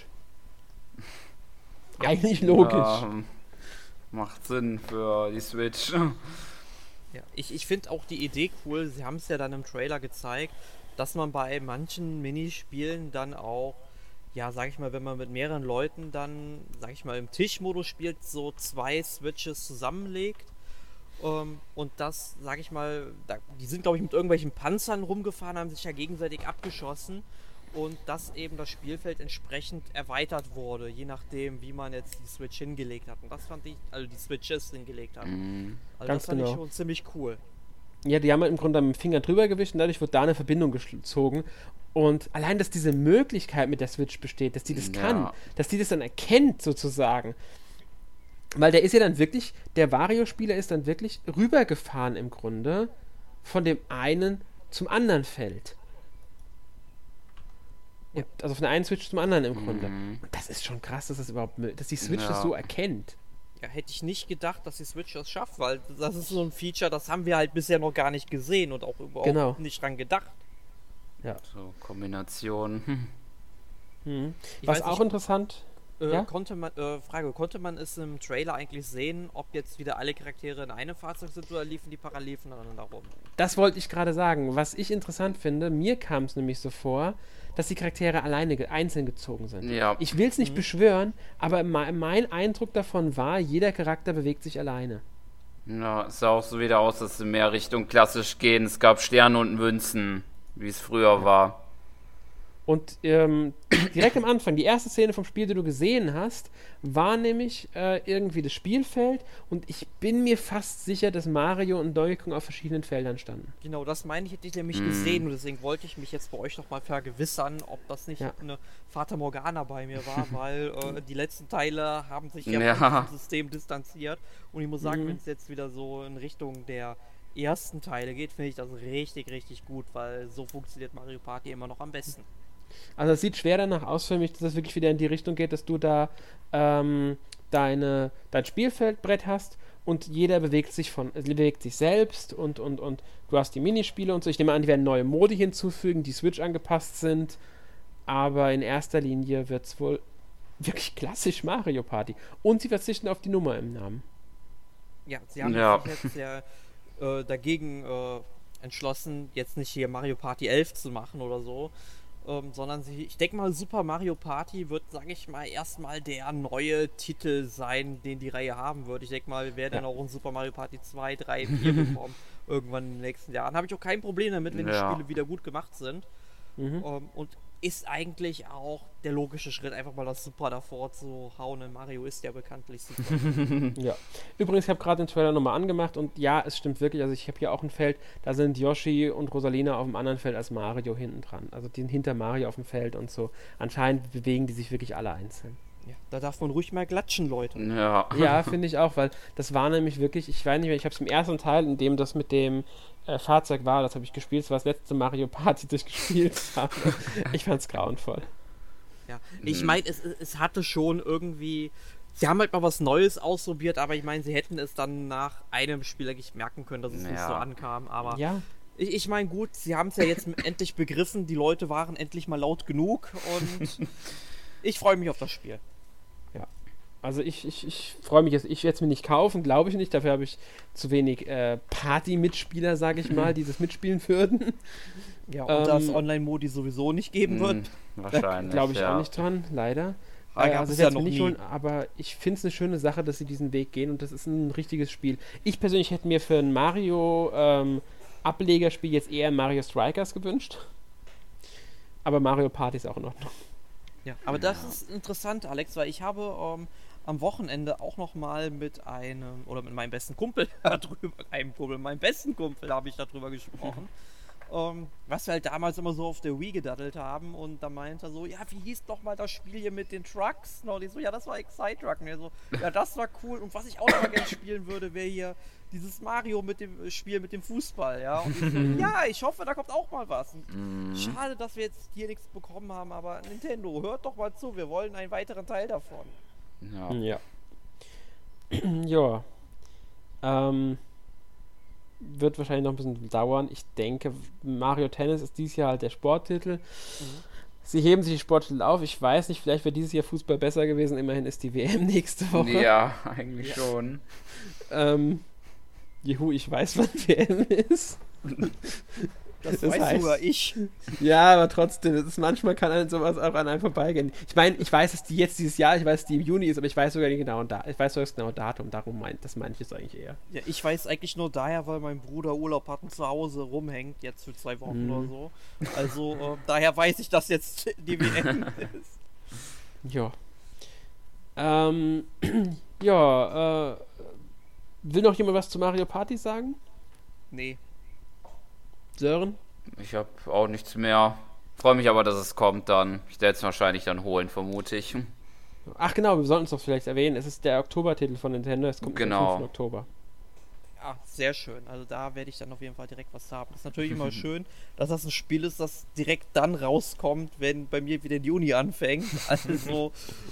Ja. Eigentlich logisch. Ja, macht Sinn für die Switch. Ja, ich finde auch die Idee cool, sie haben es ja dann im Trailer gezeigt, dass man bei manchen Minispielen dann auch, ja, sag ich mal, wenn man mit mehreren Leuten dann, sag ich mal, im Tischmodus spielt, so 2 Switches zusammenlegt. Und das, sag ich mal, die sind, glaube ich, mit irgendwelchen Panzern rumgefahren, haben sich ja gegenseitig abgeschossen und dass eben das Spielfeld entsprechend erweitert wurde, je nachdem, wie man jetzt die Switch hingelegt hat. Und das fand ich, also die Switches hingelegt hat. Also ganz das fand genau. ich schon ziemlich cool. Ja, die haben halt im Grunde mit dem Finger drüber gewischt und dadurch wird da eine Verbindung gezogen. Und allein, dass diese Möglichkeit mit der Switch besteht, dass die das kann, dass die das dann erkennt, sozusagen. Weil der ist ja dann wirklich, der Wario-Spieler ist dann wirklich rübergefahren im Grunde von dem einen zum anderen Feld. Und also von der einen Switch zum anderen im Grunde. Und das ist schon krass, dass das überhaupt, dass die Switch das so erkennt. Ja, hätte ich nicht gedacht, dass die Switch das schafft, weil das ist so ein Feature, das haben wir halt bisher noch gar nicht gesehen und auch überhaupt nicht dran gedacht. Ja. So, Kombination. Was auch interessant... Konnte man es im Trailer eigentlich sehen, ob jetzt wieder alle Charaktere in einem Fahrzeug sind oder liefen die parallel voneinander rum? Das wollte ich gerade sagen. Was ich interessant finde, mir kam es nämlich so vor, dass die Charaktere einzeln gezogen sind. Ja. Ich will es nicht beschwören, aber mein Eindruck davon war, jeder Charakter bewegt sich alleine. Ja, es sah auch so wieder aus, dass sie mehr Richtung klassisch gehen. Es gab Sterne und Münzen, wie es früher war. Und direkt am Anfang, die erste Szene vom Spiel, die du gesehen hast, war nämlich irgendwie das Spielfeld und ich bin mir fast sicher, dass Mario und Donkey Kong auf verschiedenen Feldern standen. Genau, das meine ich, hätte ich nämlich gesehen und deswegen wollte ich mich jetzt bei euch nochmal vergewissern, ob das nicht eine Fata Morgana bei mir war, weil die letzten Teile haben sich ja von diesem System distanziert und ich muss sagen, wenn es jetzt wieder so in Richtung der ersten Teile geht, finde ich das richtig, richtig gut, weil so funktioniert Mario Party immer noch am besten. Also es sieht schwer danach aus für mich, dass es wirklich wieder in die Richtung geht, dass du da dein Spielfeldbrett hast und jeder bewegt sich selbst und du hast die Minispiele und so. Ich nehme an, die werden neue Modi hinzufügen, die Switch angepasst sind, aber in erster Linie wird es wohl wirklich klassisch Mario Party. Und sie verzichten auf die Nummer im Namen. Ja, sie haben sich jetzt ja dagegen entschlossen, jetzt nicht hier Mario Party 11 zu machen oder so, sondern ich denke mal, Super Mario Party wird, sage ich mal, erstmal der neue Titel sein, den die Reihe haben wird. Ich denke mal, wir werden dann auch ein Super Mario Party 2, 3, 4 bekommen, irgendwann in den nächsten Jahren. Habe ich auch kein Problem damit, wenn die Spiele wieder gut gemacht sind. Und ist eigentlich auch der logische Schritt, einfach mal das Super davor zu hauen. Und Mario ist ja bekanntlich super. Ja. Übrigens, ich habe gerade den Trailer nochmal angemacht und ja, es stimmt wirklich. Also ich habe hier auch ein Feld, da sind Yoshi und Rosalina auf dem anderen Feld als Mario hinten dran. Also die sind hinter Mario auf dem Feld und so. Anscheinend bewegen die sich wirklich alle einzeln. Ja, da darf man ruhig mal klatschen, Leute. Ja, finde ich auch, weil das war nämlich wirklich, ich weiß nicht mehr, ich habe es im ersten Teil, in dem das mit dem Fahrzeug war, das habe ich gespielt, das war das letzte Mario Party, das ich gespielt habe. Ich fand es grauenvoll. Ja, ich meine, es hatte schon irgendwie, sie haben halt mal was Neues ausprobiert, aber ich meine, sie hätten es dann nach einem Spiel eigentlich merken können, dass es nicht so ankam, aber ich meine, gut, sie haben es ja jetzt endlich begriffen, die Leute waren endlich mal laut genug und ich freue mich auf das Spiel. Ja, also ich freue mich jetzt, ich werde es mir nicht kaufen, glaube ich nicht, dafür habe ich zu wenig Party-Mitspieler, sage ich mal, die das mitspielen würden. Ja, und da es Online-Modi sowieso nicht geben wird. Wahrscheinlich, glaube ich auch nicht dran, leider. Also ich werde es mir nicht holen, aber ich finde es eine schöne Sache, dass sie diesen Weg gehen und das ist ein richtiges Spiel. Ich persönlich hätte mir für ein Mario Ablegerspiel jetzt eher Mario Strikers gewünscht, aber Mario Party ist auch in Ordnung. Ja, aber das ist interessant, Alex, weil ich habe am Wochenende auch noch mal mit meinem besten Kumpel meinem besten Kumpel habe ich darüber gesprochen, was wir halt damals immer so auf der Wii gedaddelt haben und da meinte er so, ja, wie hieß doch mal das Spiel hier mit den Trucks? Und ich so, ja, das war Excite-Truck. Und er so, ja, das war cool und was ich auch noch mal gerne spielen würde, wäre hier dieses Mario mit dem Spiel mit dem Fußball, ja. Und ich so, ja, ich hoffe, da kommt auch mal was. Und schade, dass wir jetzt hier nichts bekommen haben, aber Nintendo, hört doch mal zu, wir wollen einen weiteren Teil davon. Ja. Ja. Wird wahrscheinlich noch ein bisschen dauern. Ich denke, Mario Tennis ist dieses Jahr halt der Sporttitel. Sie heben sich die Sporttitel auf. Ich weiß nicht, vielleicht wäre dieses Jahr Fußball besser gewesen. Immerhin ist die WM nächste Woche. Ja, eigentlich schon. Juhu, ich weiß, wann WM ist. Das weiß sogar ich. Ja, aber trotzdem, manchmal kann einem sowas auch an einem vorbeigehen. Ich meine, ich weiß, dass die jetzt dieses Jahr, ich weiß, dass die im Juni ist, aber ich weiß sogar nicht genau, ich weiß sogar das genaue Datum, das meine ich jetzt eigentlich eher. Ja, ich weiß eigentlich nur daher, weil mein Bruder Urlaub hat und zu Hause rumhängt, jetzt für 2 Wochen oder so. Also, daher weiß ich, dass jetzt die WM ist. Ja. Will noch jemand was zu Mario Party sagen? Nee. Sören? Ich habe auch nichts mehr. Freue mich aber, dass es kommt dann. Ich werde es wahrscheinlich dann holen, vermute ich. Ach genau, wir sollten es doch vielleicht erwähnen. Es ist der Oktobertitel von Nintendo. Es kommt am 5. Oktober. Ja, sehr schön. Also da werde ich dann auf jeden Fall direkt was haben. Das ist natürlich immer schön, dass das ein Spiel ist, das direkt dann rauskommt, wenn bei mir wieder der Juni anfängt. Also,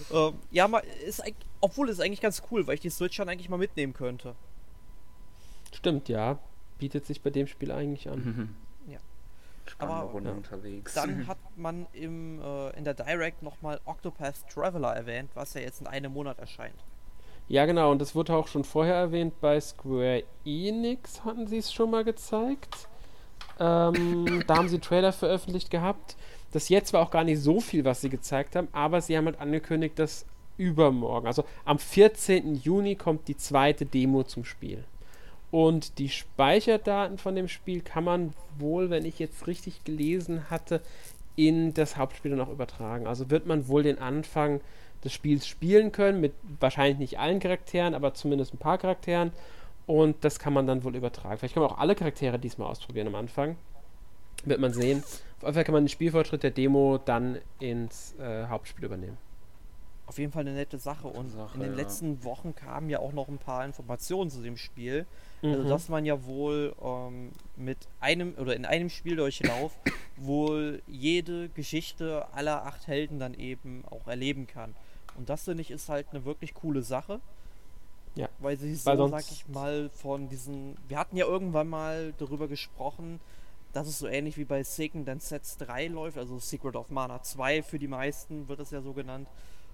obwohl es eigentlich ganz cool, weil ich die Switch dann eigentlich mal mitnehmen könnte. Stimmt, ja. Bietet sich bei dem Spiel eigentlich an. Ja. Aber unterwegs. Dann hat man in der Direct nochmal Octopath Traveler erwähnt, was ja jetzt in einem Monat erscheint. Ja, genau, und das wurde auch schon vorher erwähnt, bei Square Enix hatten sie es schon mal gezeigt. Da haben sie einen Trailer veröffentlicht gehabt. Das jetzt war auch gar nicht so viel, was sie gezeigt haben, aber sie haben halt angekündigt, dass übermorgen, also am 14. Juni kommt die zweite Demo zum Spiel. Und die Speicherdaten von dem Spiel kann man wohl, wenn ich jetzt richtig gelesen hatte, in das Hauptspiel dann auch übertragen. Also wird man wohl den Anfang des Spiels spielen können, mit wahrscheinlich nicht allen Charakteren, aber zumindest ein paar Charakteren. Und das kann man dann wohl übertragen. Vielleicht kann man auch alle Charaktere diesmal ausprobieren am Anfang. Wird man sehen. Auf jeden Fall kann man den Spielfortschritt der Demo dann ins Hauptspiel übernehmen. Auf jeden Fall eine nette Sache und in den letzten Wochen kamen ja auch noch ein paar Informationen zu dem Spiel. Also dass man ja wohl in einem Spieldurchlauf wohl jede Geschichte aller 8 Helden dann eben auch erleben kann. Und das, finde ich, ist halt eine wirklich coole Sache. Ja. Weil sie so, sag ich mal, von diesen... Wir hatten ja irgendwann mal darüber gesprochen, dass es so ähnlich wie bei Seiken Densetsu 3 läuft, also Secret of Mana 2 für die meisten wird es ja so genannt.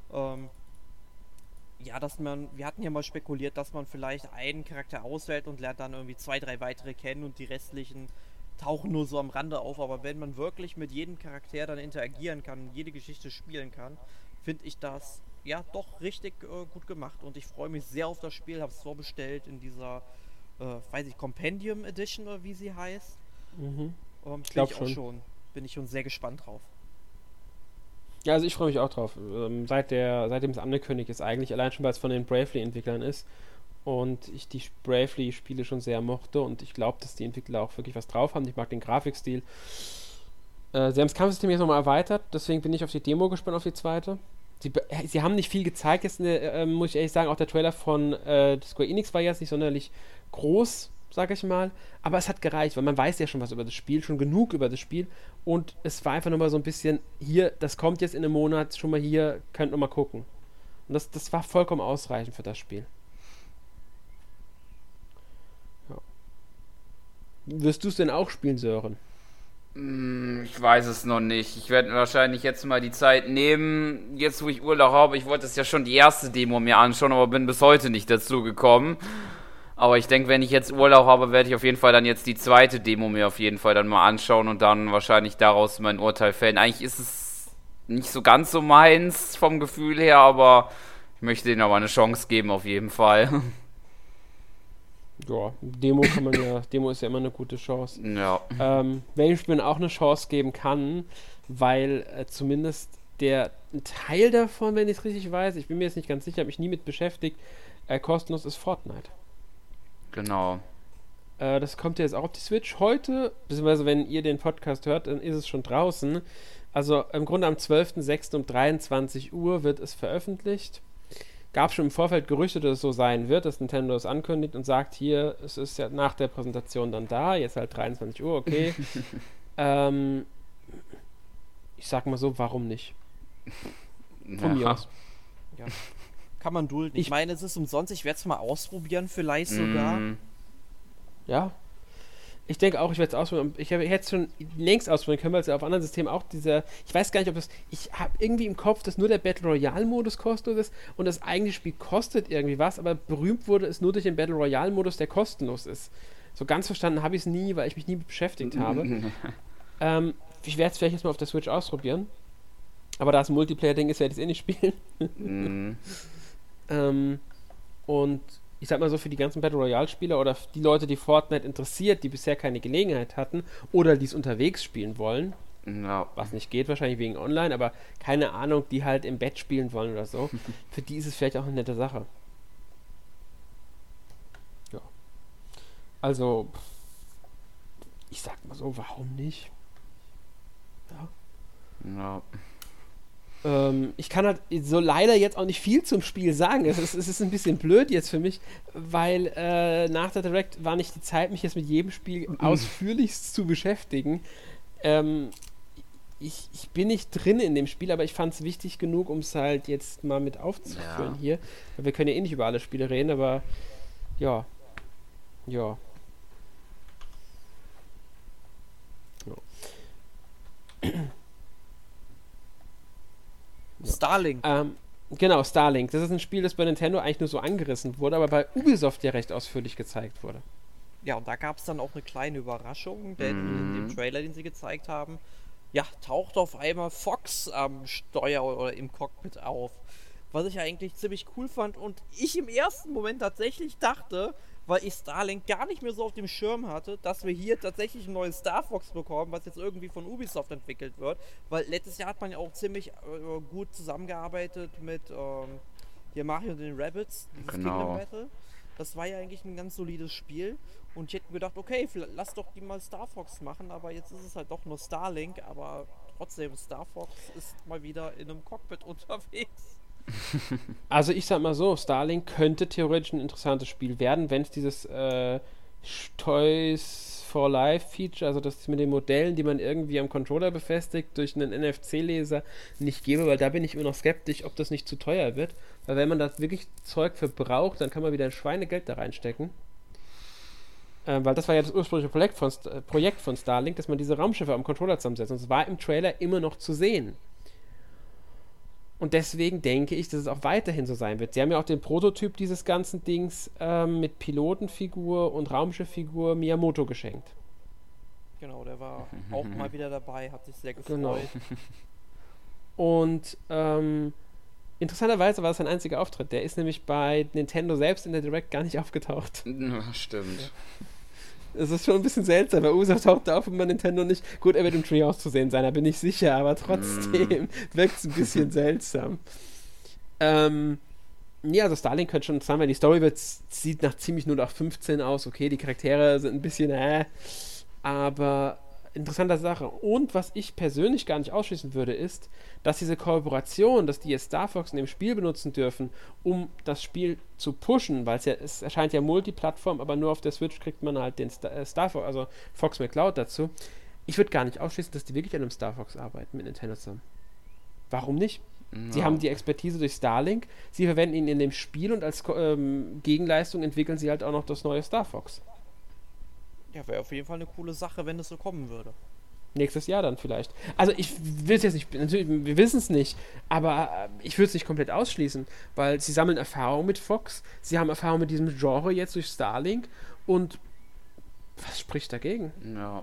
Wir hatten ja mal spekuliert, dass man vielleicht einen Charakter auswählt und lernt dann irgendwie 2, 3 weitere kennen und die restlichen tauchen nur so am Rande auf, aber wenn man wirklich mit jedem Charakter dann interagieren kann, jede Geschichte spielen kann, finde ich das ja doch richtig gut gemacht und ich freue mich sehr auf das Spiel, habe es vorbestellt in dieser, Compendium Edition oder wie sie heißt. Ich glaube schon. Bin ich schon sehr gespannt drauf. Ja, also ich freue mich auch drauf. Seitdem es angekündigt ist, eigentlich allein schon, weil es von den Bravely-Entwicklern ist und ich die Bravely-Spiele schon sehr mochte und ich glaube, dass die Entwickler auch wirklich was drauf haben. Ich mag den Grafikstil. Sie haben das Kampfsystem jetzt nochmal erweitert, deswegen bin ich auf die Demo gespannt, auf die zweite. Sie haben nicht viel gezeigt, jetzt muss ich ehrlich sagen, auch der Trailer von Square Enix war jetzt nicht sonderlich groß, sag ich mal, aber es hat gereicht, weil man weiß ja schon was über das Spiel, schon genug über das Spiel und es war einfach nochmal so ein bisschen, hier, das kommt jetzt in einem Monat, schon mal hier, könnt nochmal gucken. Und das war vollkommen ausreichend für das Spiel. Ja. Wirst du es denn auch spielen, Sören? Ich weiß es noch nicht. Ich werde wahrscheinlich jetzt mal die Zeit nehmen, jetzt wo ich Urlaub habe. Ich wollte es ja schon die erste Demo mir anschauen, aber bin bis heute nicht dazu gekommen. Aber ich denke, wenn ich jetzt Urlaub habe, werde ich auf jeden Fall dann jetzt die zweite Demo mir auf jeden Fall dann mal anschauen und dann wahrscheinlich daraus mein Urteil fällen. Eigentlich ist es nicht so ganz so meins vom Gefühl her, aber ich möchte denen aber eine Chance geben auf jeden Fall. Ja, Demo ist ja immer eine gute Chance. Ja. Welchem Spiel auch eine Chance geben kann, weil zumindest ein Teil davon, wenn ich es richtig weiß, ich bin mir jetzt nicht ganz sicher, habe mich nie mit beschäftigt, kostenlos ist Fortnite. Genau. Das kommt ja jetzt auch auf die Switch heute, beziehungsweise wenn ihr den Podcast hört, dann ist es schon draußen. Also im Grunde am 12.06. um 23 Uhr wird es veröffentlicht. Gab schon im Vorfeld Gerüchte, dass es so sein wird, dass Nintendo es ankündigt und sagt, hier, es ist ja nach der Präsentation dann da, jetzt halt 23 Uhr, okay. Ich sag mal so, warum nicht? Von mir aus. Ja. Kann man dulden. Ich meine, es ist umsonst, ich werde es mal ausprobieren, vielleicht sogar. Ja. Ich denke auch, ich werde es ausprobieren. Ich hätte es schon längst ausprobieren können, weil es ja auf anderen Systemen auch ich weiß gar nicht, ob das, ich habe irgendwie im Kopf, dass nur der Battle Royale Modus kostenlos ist und das eigentliche Spiel kostet irgendwie was, aber berühmt wurde es nur durch den Battle Royale Modus, der kostenlos ist. So ganz verstanden habe ich es nie, weil ich mich nie mit beschäftigt habe. Ich werde es vielleicht jetzt mal auf der Switch ausprobieren. Aber da es ein Multiplayer-Ding ist, werde ich es eh nicht spielen. Und ich sag mal so, für die ganzen Battle Royale-Spieler oder die Leute, die Fortnite interessiert, die bisher keine Gelegenheit hatten oder die es unterwegs spielen wollen, was nicht geht wahrscheinlich wegen Online, aber keine Ahnung, die halt im Bett spielen wollen oder so, für die ist es vielleicht auch eine nette Sache. Ja. Also, ich sag mal so, warum nicht? Ja. Ich kann halt so leider jetzt auch nicht viel zum Spiel sagen. Es ist ein bisschen blöd jetzt für mich, weil nach der Direct war nicht die Zeit, mich jetzt mit jedem Spiel ausführlichst zu beschäftigen. Ich bin nicht drin in dem Spiel, aber ich fand es wichtig genug, um es halt jetzt mal mit aufzuführen hier. Weil wir können ja eh nicht über alle Spiele reden, aber ja. Starlink. Genau, Starlink. Das ist ein Spiel, das bei Nintendo eigentlich nur so angerissen wurde, aber bei Ubisoft ja recht ausführlich gezeigt wurde. Ja, und da gab es dann auch eine kleine Überraschung, denn in dem Trailer, den sie gezeigt haben, taucht auf einmal Fox am Steuer oder im Cockpit auf. Was ich eigentlich ziemlich cool fand und ich im ersten Moment tatsächlich dachte, weil ich Starlink gar nicht mehr so auf dem Schirm hatte, dass wir hier tatsächlich ein neues Star Fox bekommen, was jetzt irgendwie von Ubisoft entwickelt wird. Weil letztes Jahr hat man ja auch ziemlich gut zusammengearbeitet mit hier Mario und den Rabbids, dieses Kingdom Battle. Das war ja eigentlich ein ganz solides Spiel. Und ich hätte mir gedacht, okay, lass doch die mal Star Fox machen, aber jetzt ist es halt doch nur Starlink, aber trotzdem, Star Fox ist mal wieder in einem Cockpit unterwegs. Also ich sag mal so, Starlink könnte theoretisch ein interessantes Spiel werden, wenn es dieses Toys for Life Feature, also das mit den Modellen, die man irgendwie am Controller befestigt, durch einen NFC-Leser nicht gebe, weil da bin ich immer noch skeptisch, ob das nicht zu teuer wird. Weil wenn man da wirklich Zeug verbraucht, dann kann man wieder ein Schweinegeld da reinstecken. Weil das war ja das ursprüngliche Projekt von Starlink, dass man diese Raumschiffe am Controller zusammensetzt. Und es war im Trailer immer noch zu sehen. Und deswegen denke ich, dass es auch weiterhin so sein wird. Sie haben ja auch den Prototyp dieses ganzen Dings mit Pilotenfigur und Raumschifffigur Miyamoto geschenkt. Genau, der war auch mal wieder dabei, hat sich sehr gefreut. Genau. Und interessanterweise war es sein einziger Auftritt. Der ist nämlich bei Nintendo selbst in der Direct gar nicht aufgetaucht. Ja, stimmt. Es ist schon ein bisschen seltsam, weil Ubisoft taucht auf und bei Nintendo nicht. Gut, er wird im Treehouse zu sehen sein, da bin ich sicher, aber trotzdem wirkt es ein bisschen seltsam. Ja, also Starlink könnte schon sein, weil die Story sieht nach ziemlich 0815 aus. Okay, die Charaktere sind ein bisschen aber interessante Sache. Und was ich persönlich gar nicht ausschließen würde, ist, dass diese Kooperation, dass die jetzt Star Fox in dem Spiel benutzen dürfen, um das Spiel zu pushen, weil es erscheint ja Multiplattform, aber nur auf der Switch kriegt man halt den Star Fox, also Fox McCloud dazu. Ich würde gar nicht ausschließen, dass die wirklich an einem Star Fox arbeiten mit Nintendo zusammen. Warum nicht? Ja. Sie haben die Expertise durch Starlink, sie verwenden ihn in dem Spiel und als Gegenleistung entwickeln sie halt auch noch das neue Star Fox. Ja, wäre auf jeden Fall eine coole Sache, wenn es so kommen würde. Nächstes Jahr dann vielleicht. Also ich will es jetzt nicht, natürlich, wir wissen es nicht, aber ich würde es nicht komplett ausschließen, weil sie sammeln Erfahrung mit Fox, sie haben Erfahrung mit diesem Genre jetzt durch Starlink und was spricht dagegen? Ja.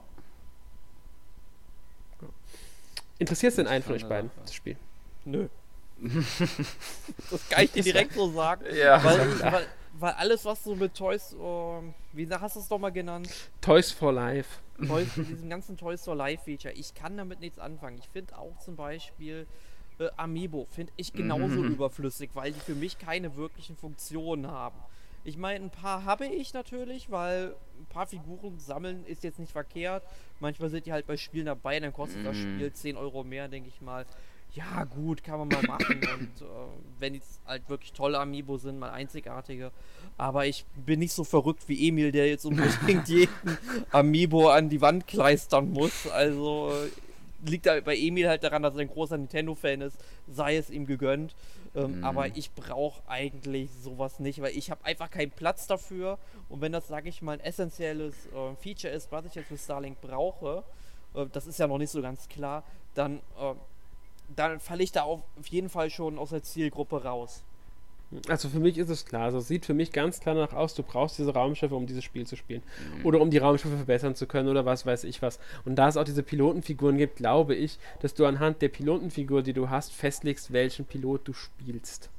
Interessiert es denn einen von euch beiden, das Spiel? Nö. Das kann ich dir direkt so sagen. Ja. Weil alles, was du mit Toys, wie hast du es doch mal genannt? Toys for Life. Toys, diesen ganzen Toys for Life Feature, ich kann damit nichts anfangen. Ich finde auch zum Beispiel Amiibo, finde ich genauso überflüssig, weil die für mich keine wirklichen Funktionen haben. Ich meine, ein paar habe ich natürlich, weil ein paar Figuren sammeln ist jetzt nicht verkehrt. Manchmal sind die halt bei Spielen dabei, dann kostet das Spiel 10 Euro mehr, denke ich mal. Ja gut, kann man mal machen und wenn die halt wirklich tolle Amiibo sind, mal einzigartige. Aber ich bin nicht so verrückt wie Emil, der jetzt unbedingt jeden Amiibo an die Wand kleistern muss. Also liegt da bei Emil halt daran, dass er ein großer Nintendo-Fan ist, sei es ihm gegönnt. Aber ich brauche eigentlich sowas nicht, weil ich habe einfach keinen Platz dafür. Und wenn das, sage ich mal, ein essentielles Feature ist, was ich jetzt für Starlink brauche, das ist ja noch nicht so ganz klar, dann falle ich da auf jeden Fall schon aus der Zielgruppe raus. Also für mich ist es klar, also es sieht für mich ganz klar danach aus, du brauchst diese Raumschiffe, um dieses Spiel zu spielen. Oder um die Raumschiffe verbessern zu können oder was weiß ich was. Und da es auch diese Pilotenfiguren gibt, glaube ich, dass du anhand der Pilotenfigur, die du hast, festlegst, welchen Pilot du spielst.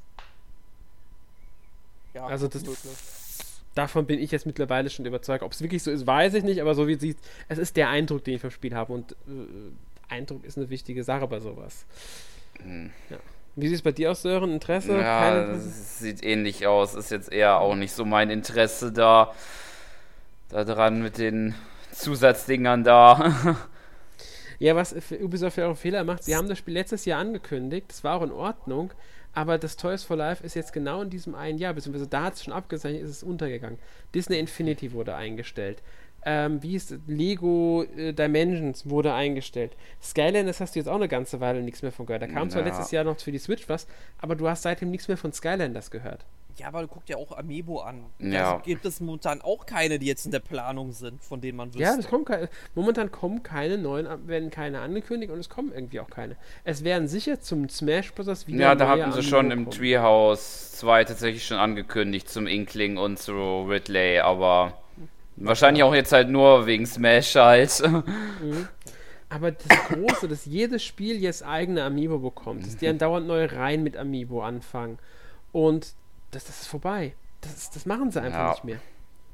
Ja, also davon bin ich jetzt mittlerweile schon überzeugt. Ob es wirklich so ist, weiß ich nicht, aber so wie es ist der Eindruck, den ich vom Spiel habe und Eindruck ist eine wichtige Sache bei sowas. Ja. Wie sieht es bei dir aus, Sören? Interesse? Ja, es sieht ähnlich aus. Ist jetzt eher auch nicht so mein Interesse da dran mit den Zusatzdingern da. Ja, was Ubisoft für einen Fehler macht, sie haben das Spiel letztes Jahr angekündigt, das war auch in Ordnung, aber das Toys for Life ist jetzt genau in diesem einen Jahr, beziehungsweise da hat es schon abgezeichnet, ist es untergegangen. Disney Infinity wurde eingestellt. Wie hieß es? Lego Dimensions wurde eingestellt. Skylanders hast du jetzt auch eine ganze Weile nichts mehr von gehört. Da kam zwar letztes Jahr noch für die Switch was, aber du hast seitdem nichts mehr von Skylanders gehört. Ja, aber du guckst ja auch Amiibo an. Ja. Also gibt es momentan auch keine, die jetzt in der Planung sind, von denen man wüsste. Ja, momentan kommen keine neuen, werden keine angekündigt und es kommen irgendwie auch keine. Es werden sicher zum Smash Bros. Wieder da hatten sie schon im Treehouse 2 tatsächlich schon angekündigt, zum Inkling und zu Ridley, aber wahrscheinlich auch jetzt halt nur wegen Smash halt. Aber das Große, dass jedes Spiel jetzt eigene Amiibo bekommt, dass die andauernd neue Reihen mit Amiibo anfangen und das ist vorbei. Das machen sie einfach nicht mehr.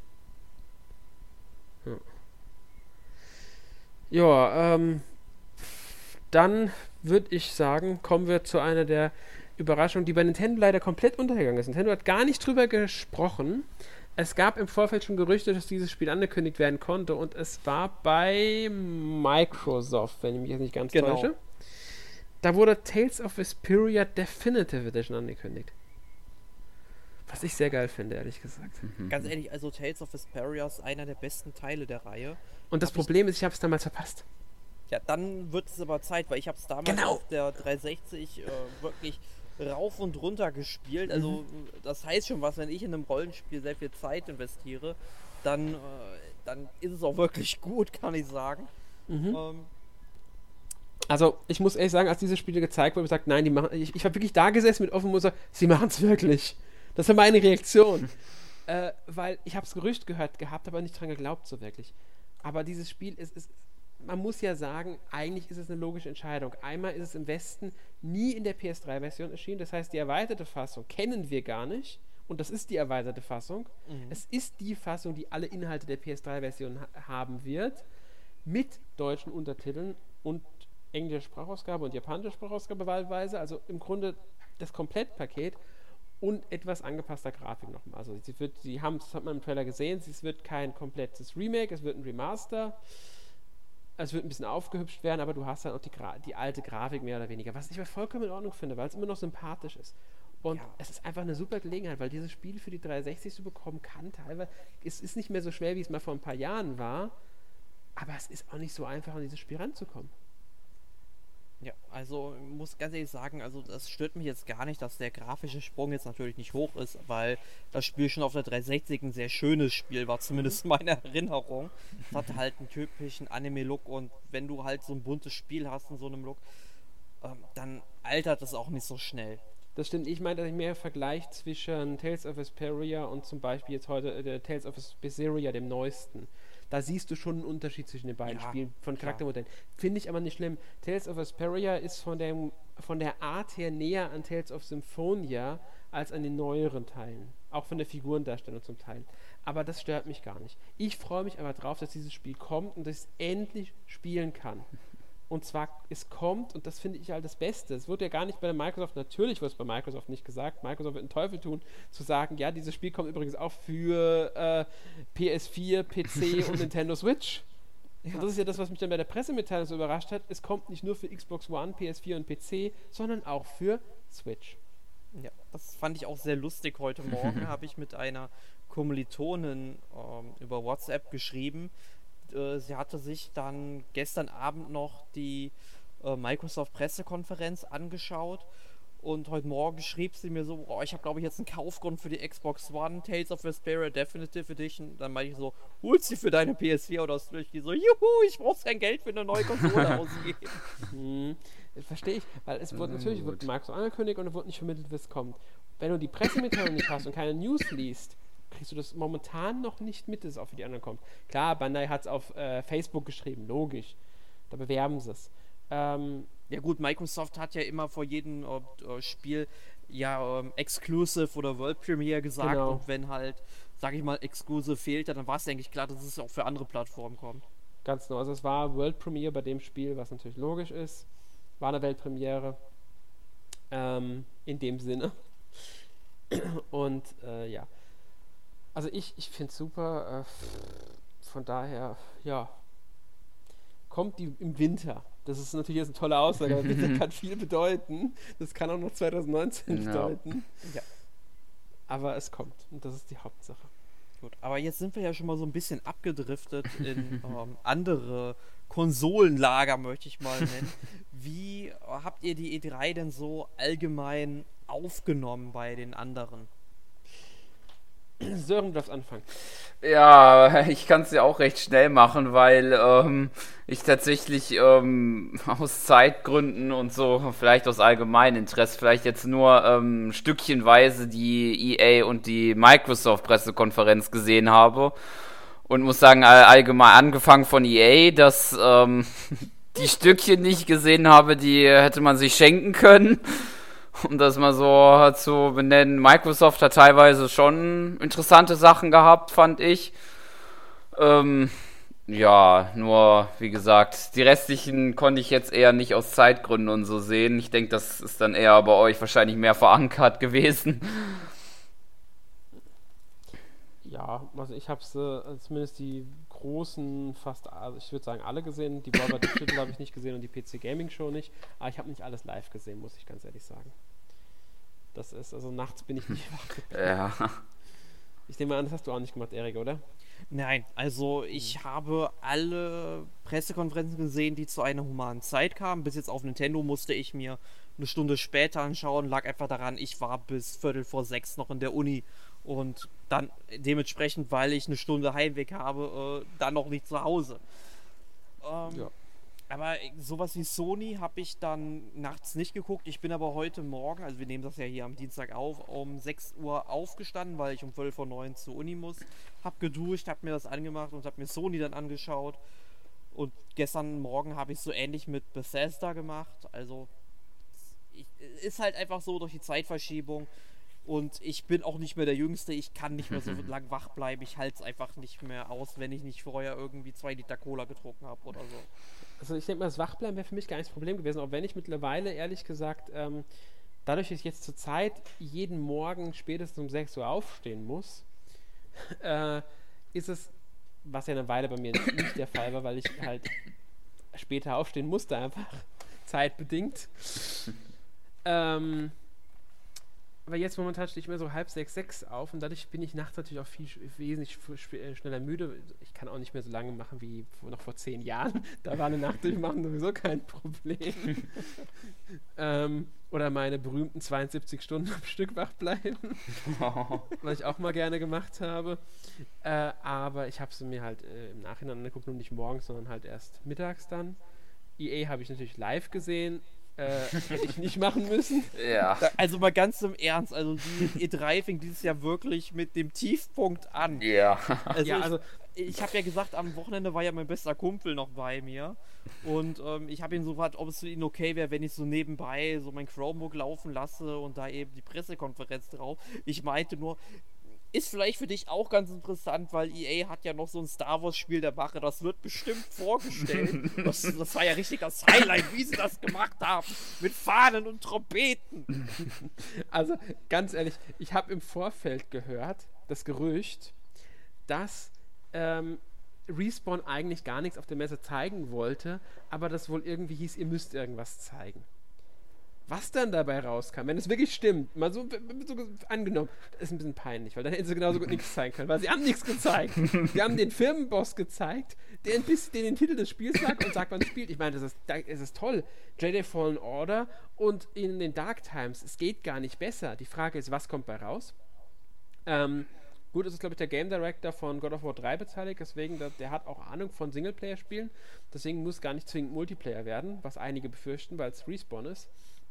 Ja, dann würde ich sagen, kommen wir zu einer der Überraschungen, die bei Nintendo leider komplett untergegangen ist. Nintendo hat gar nicht drüber gesprochen. Es gab im Vorfeld schon Gerüchte, dass dieses Spiel angekündigt werden konnte und es war bei Microsoft, wenn ich mich jetzt nicht ganz täusche. Da wurde Tales of Vesperia Definitive Edition angekündigt. Was ich sehr geil finde, ehrlich gesagt. Ganz ehrlich, also Tales of Vesperia ist einer der besten Teile der Reihe. Und das Problem ist, ich habe es damals verpasst. Ja, dann wird es aber Zeit, weil ich habe es damals auf der 360 wirklich rauf und runter gespielt. Also das heißt schon was, wenn ich in einem Rollenspiel sehr viel Zeit investiere, dann ist es auch wirklich gut, kann ich sagen. Also, ich muss ehrlich sagen, als diese Spiele gezeigt wurden, gesagt, nein, die machen. Ich habe wirklich da gesessen mit offenem Mund und gesagt, sie machen es wirklich. Das war meine Reaktion. Weil ich habe das Gerücht gehört gehabt, aber nicht dran geglaubt, so wirklich. Aber dieses Spiel man muss ja sagen, eigentlich ist es eine logische Entscheidung. Einmal ist es im Westen nie in der PS3-Version erschienen, das heißt, die erweiterte Fassung kennen wir gar nicht. Und das ist die erweiterte Fassung. Es ist die Fassung, die alle Inhalte der PS3-Version haben wird, mit deutschen Untertiteln und englischer Sprachausgabe und japanischer Sprachausgabe wahlweise, also im Grunde das Komplettpaket und etwas angepasster Grafik nochmal. Also das hat man im Trailer gesehen, es wird kein komplettes Remake, es wird ein Remaster, es wird ein bisschen aufgehübscht werden, aber du hast dann auch die alte Grafik mehr oder weniger, was ich aber vollkommen in Ordnung finde, weil es immer noch sympathisch ist. Und es ist einfach eine super Gelegenheit, weil dieses Spiel für die 360 zu bekommen kann teilweise, es ist nicht mehr so schwer, wie es mal vor ein paar Jahren war, aber es ist auch nicht so einfach, an dieses Spiel ranzukommen. Ja, also ich muss ganz ehrlich sagen, also das stört mich jetzt gar nicht, dass der grafische Sprung jetzt natürlich nicht hoch ist, weil das Spiel schon auf der 360 ein sehr schönes Spiel war, zumindest meine Erinnerung. Es hatte halt einen typischen Anime-Look und wenn du halt so ein buntes Spiel hast in so einem Look, dann altert es auch nicht so schnell. Das stimmt, ich meine, dass ich mehr Vergleich zwischen Tales of Vesperia und zum Beispiel jetzt heute Tales of Vesperia, dem neuesten. Da siehst du schon einen Unterschied zwischen den beiden Spielen von Charaktermodellen. Finde ich aber nicht schlimm. Tales of Vesperia ist von der Art her näher an Tales of Symphonia als an den neueren Teilen. Auch von der Figurendarstellung zum Teil. Aber das stört mich gar nicht. Ich freue mich aber drauf, dass dieses Spiel kommt und dass ich es endlich spielen kann. Und zwar, es kommt, und das finde ich halt das Beste. Es wird ja gar nicht bei der Microsoft, natürlich wird es bei Microsoft nicht gesagt, Microsoft wird einen Teufel tun, zu sagen, ja, dieses Spiel kommt übrigens auch für PS4, PC und Nintendo Switch. Ja. Und das ist ja das, was mich dann bei der Pressemitteilung so überrascht hat. Es kommt nicht nur für Xbox One, PS4 und PC, sondern auch für Switch. Ja, das fand ich auch sehr lustig. Heute Morgen habe ich mit einer Kommilitonin über WhatsApp geschrieben. Sie hatte sich dann gestern Abend noch die Microsoft-Pressekonferenz angeschaut und heute Morgen schrieb sie mir so, ich habe glaube ich jetzt einen Kaufgrund für die Xbox One, Tales of Vesperia Definitive Edition. Dann meinte ich so, holst du für deine PS4 oder Switch? Die so, juhu, ich brauch kein Geld für eine neue Konsole ausgeben. Verstehe ich, weil es wurde natürlich wird Microsoft angekündigt und es wurde nicht vermittelt, wie es kommt. Wenn du die Pressemitteilung nicht hast und keine News liest, kriegst du das momentan noch nicht mit, dass es auch für die anderen kommt. Klar, Bandai hat es auf Facebook geschrieben, logisch. Da bewerben sie es. Ja gut, Microsoft hat ja immer vor jedem Spiel Exclusive oder World Premiere gesagt. Genau. Und wenn halt, sag ich mal, Exclusive fehlt, dann war es eigentlich klar, dass es auch für andere Plattformen kommt. Ganz genau, also es war World Premiere bei dem Spiel, was natürlich logisch ist. War eine Weltpremiere. In dem Sinne. Und ja. Also ich finde es super, von daher, ja, kommt die im Winter. Das ist natürlich jetzt eine tolle Aussage, aber Winter kann viel bedeuten. Das kann auch noch 2019 bedeuten. Ja. Aber es kommt und das ist die Hauptsache. Gut, aber jetzt sind wir ja schon mal so ein bisschen abgedriftet in andere Konsolenlager, möchte ich mal nennen. Wie habt ihr die E3 denn so allgemein aufgenommen bei den anderen? Sören, du darfst anfangen. Ja, ich kann es ja auch recht schnell machen, weil ich tatsächlich aus Zeitgründen und so, vielleicht aus allgemeinem Interesse, vielleicht jetzt nur stückchenweise die EA und die Microsoft-Pressekonferenz gesehen habe. Und muss sagen, allgemein angefangen von EA, dass die Stückchen, die ich gesehen habe, die hätte man sich schenken können. Um das mal so zu benennen, Microsoft hat teilweise schon interessante Sachen gehabt, fand ich. Ja, nur, wie gesagt, die restlichen konnte ich jetzt eher nicht aus Zeitgründen und so sehen. Ich denke, das ist dann eher bei euch wahrscheinlich mehr verankert gewesen. Ja, also ich habe zumindest die großen also ich würde sagen alle gesehen. Die Barbara Digital habe ich nicht gesehen und die PC Gaming Show nicht. Aber ich habe nicht alles live gesehen, muss ich ganz ehrlich sagen. das ist. Also nachts bin ich nicht wach. Ja. Ich nehme an, das hast du auch nicht gemacht, Erik, oder? Nein, also ich habe alle Pressekonferenzen gesehen, die zu einer humanen Zeit kamen. Bis jetzt auf Nintendo musste ich mir eine Stunde später anschauen. Lag einfach daran, ich war bis 5:45 noch in der Uni. Und dann dementsprechend, weil ich eine Stunde Heimweg habe, dann noch nicht zu Hause. Ja. Aber sowas wie Sony habe ich dann nachts nicht geguckt. Ich bin aber heute Morgen, also wir nehmen das ja hier am Dienstag auf, um 6 Uhr aufgestanden, weil ich um 12:09 zur Uni muss. Hab geduscht, hab mir das angemacht und hab mir Sony dann angeschaut. Und gestern Morgen habe ich so ähnlich mit Bethesda gemacht. Also ist halt einfach so durch die Zeitverschiebung. Und ich bin auch nicht mehr der Jüngste. Ich kann nicht mehr so lang wach bleiben. Ich halte es einfach nicht mehr aus, wenn ich nicht vorher irgendwie 2 Liter Cola getrunken habe oder so. Also ich denke mal, das Wachbleiben wäre für mich gar nicht das Problem gewesen, auch wenn ich mittlerweile, ehrlich gesagt, dadurch, dass ich jetzt zur Zeit jeden Morgen spätestens um 6 Uhr aufstehen muss, ist es, was ja eine Weile bei mir nicht der Fall war, weil ich halt später aufstehen musste, einfach zeitbedingt. Aber jetzt momentan stehe ich immer so 5:30, 6 auf und dadurch bin ich nachts natürlich auch wesentlich schneller müde. Ich kann auch nicht mehr so lange machen wie noch vor 10 Jahren. Da war eine Nacht durchmachen sowieso kein Problem. Oder meine berühmten 72 Stunden am Stück wach bleiben. Was ich auch mal gerne gemacht habe. Aber ich habe es mir halt im Nachhinein angeguckt, nur nicht morgens, sondern halt erst mittags dann. EA habe ich natürlich live gesehen. Hätte ich nicht machen müssen. Ja. Also mal ganz im Ernst, also die E3 fing dieses Jahr wirklich mit dem Tiefpunkt an. Ja. Also ich habe ja gesagt, am Wochenende war ja mein bester Kumpel noch bei mir und ich habe ihn so gefragt, ob es für ihn okay wäre, wenn ich so nebenbei so mein Chromebook laufen lasse und da eben die Pressekonferenz drauf. Ich meinte nur, ist vielleicht für dich auch ganz interessant, weil EA hat ja noch so ein Star Wars Spiel der Wache, das wird bestimmt vorgestellt. Das war ja richtig das Highlight, wie sie das gemacht haben, mit Fahnen und Trompeten. Also ganz ehrlich, ich habe im Vorfeld gehört, das Gerücht, dass Respawn eigentlich gar nichts auf der Messe zeigen wollte, aber das wohl irgendwie hieß, ihr müsst irgendwas zeigen. Was dann dabei rauskam, wenn es wirklich stimmt, mal so angenommen, das ist ein bisschen peinlich, weil dann hätten sie genauso gut nichts zeigen können, weil sie haben nichts gezeigt. Sie haben den Firmenboss gezeigt, der den Titel des Spiels sagt und sagt, wann es spielt. Ich meine, es ist toll. Jedi Fallen Order und in den Dark Times, es geht gar nicht besser. Die Frage ist, was kommt bei raus? Gut, es ist, glaube ich, der Game Director von God of War 3 beteiligt, deswegen, der hat auch Ahnung von Singleplayer-Spielen, deswegen muss gar nicht zwingend Multiplayer werden, was einige befürchten, weil es Respawn ist.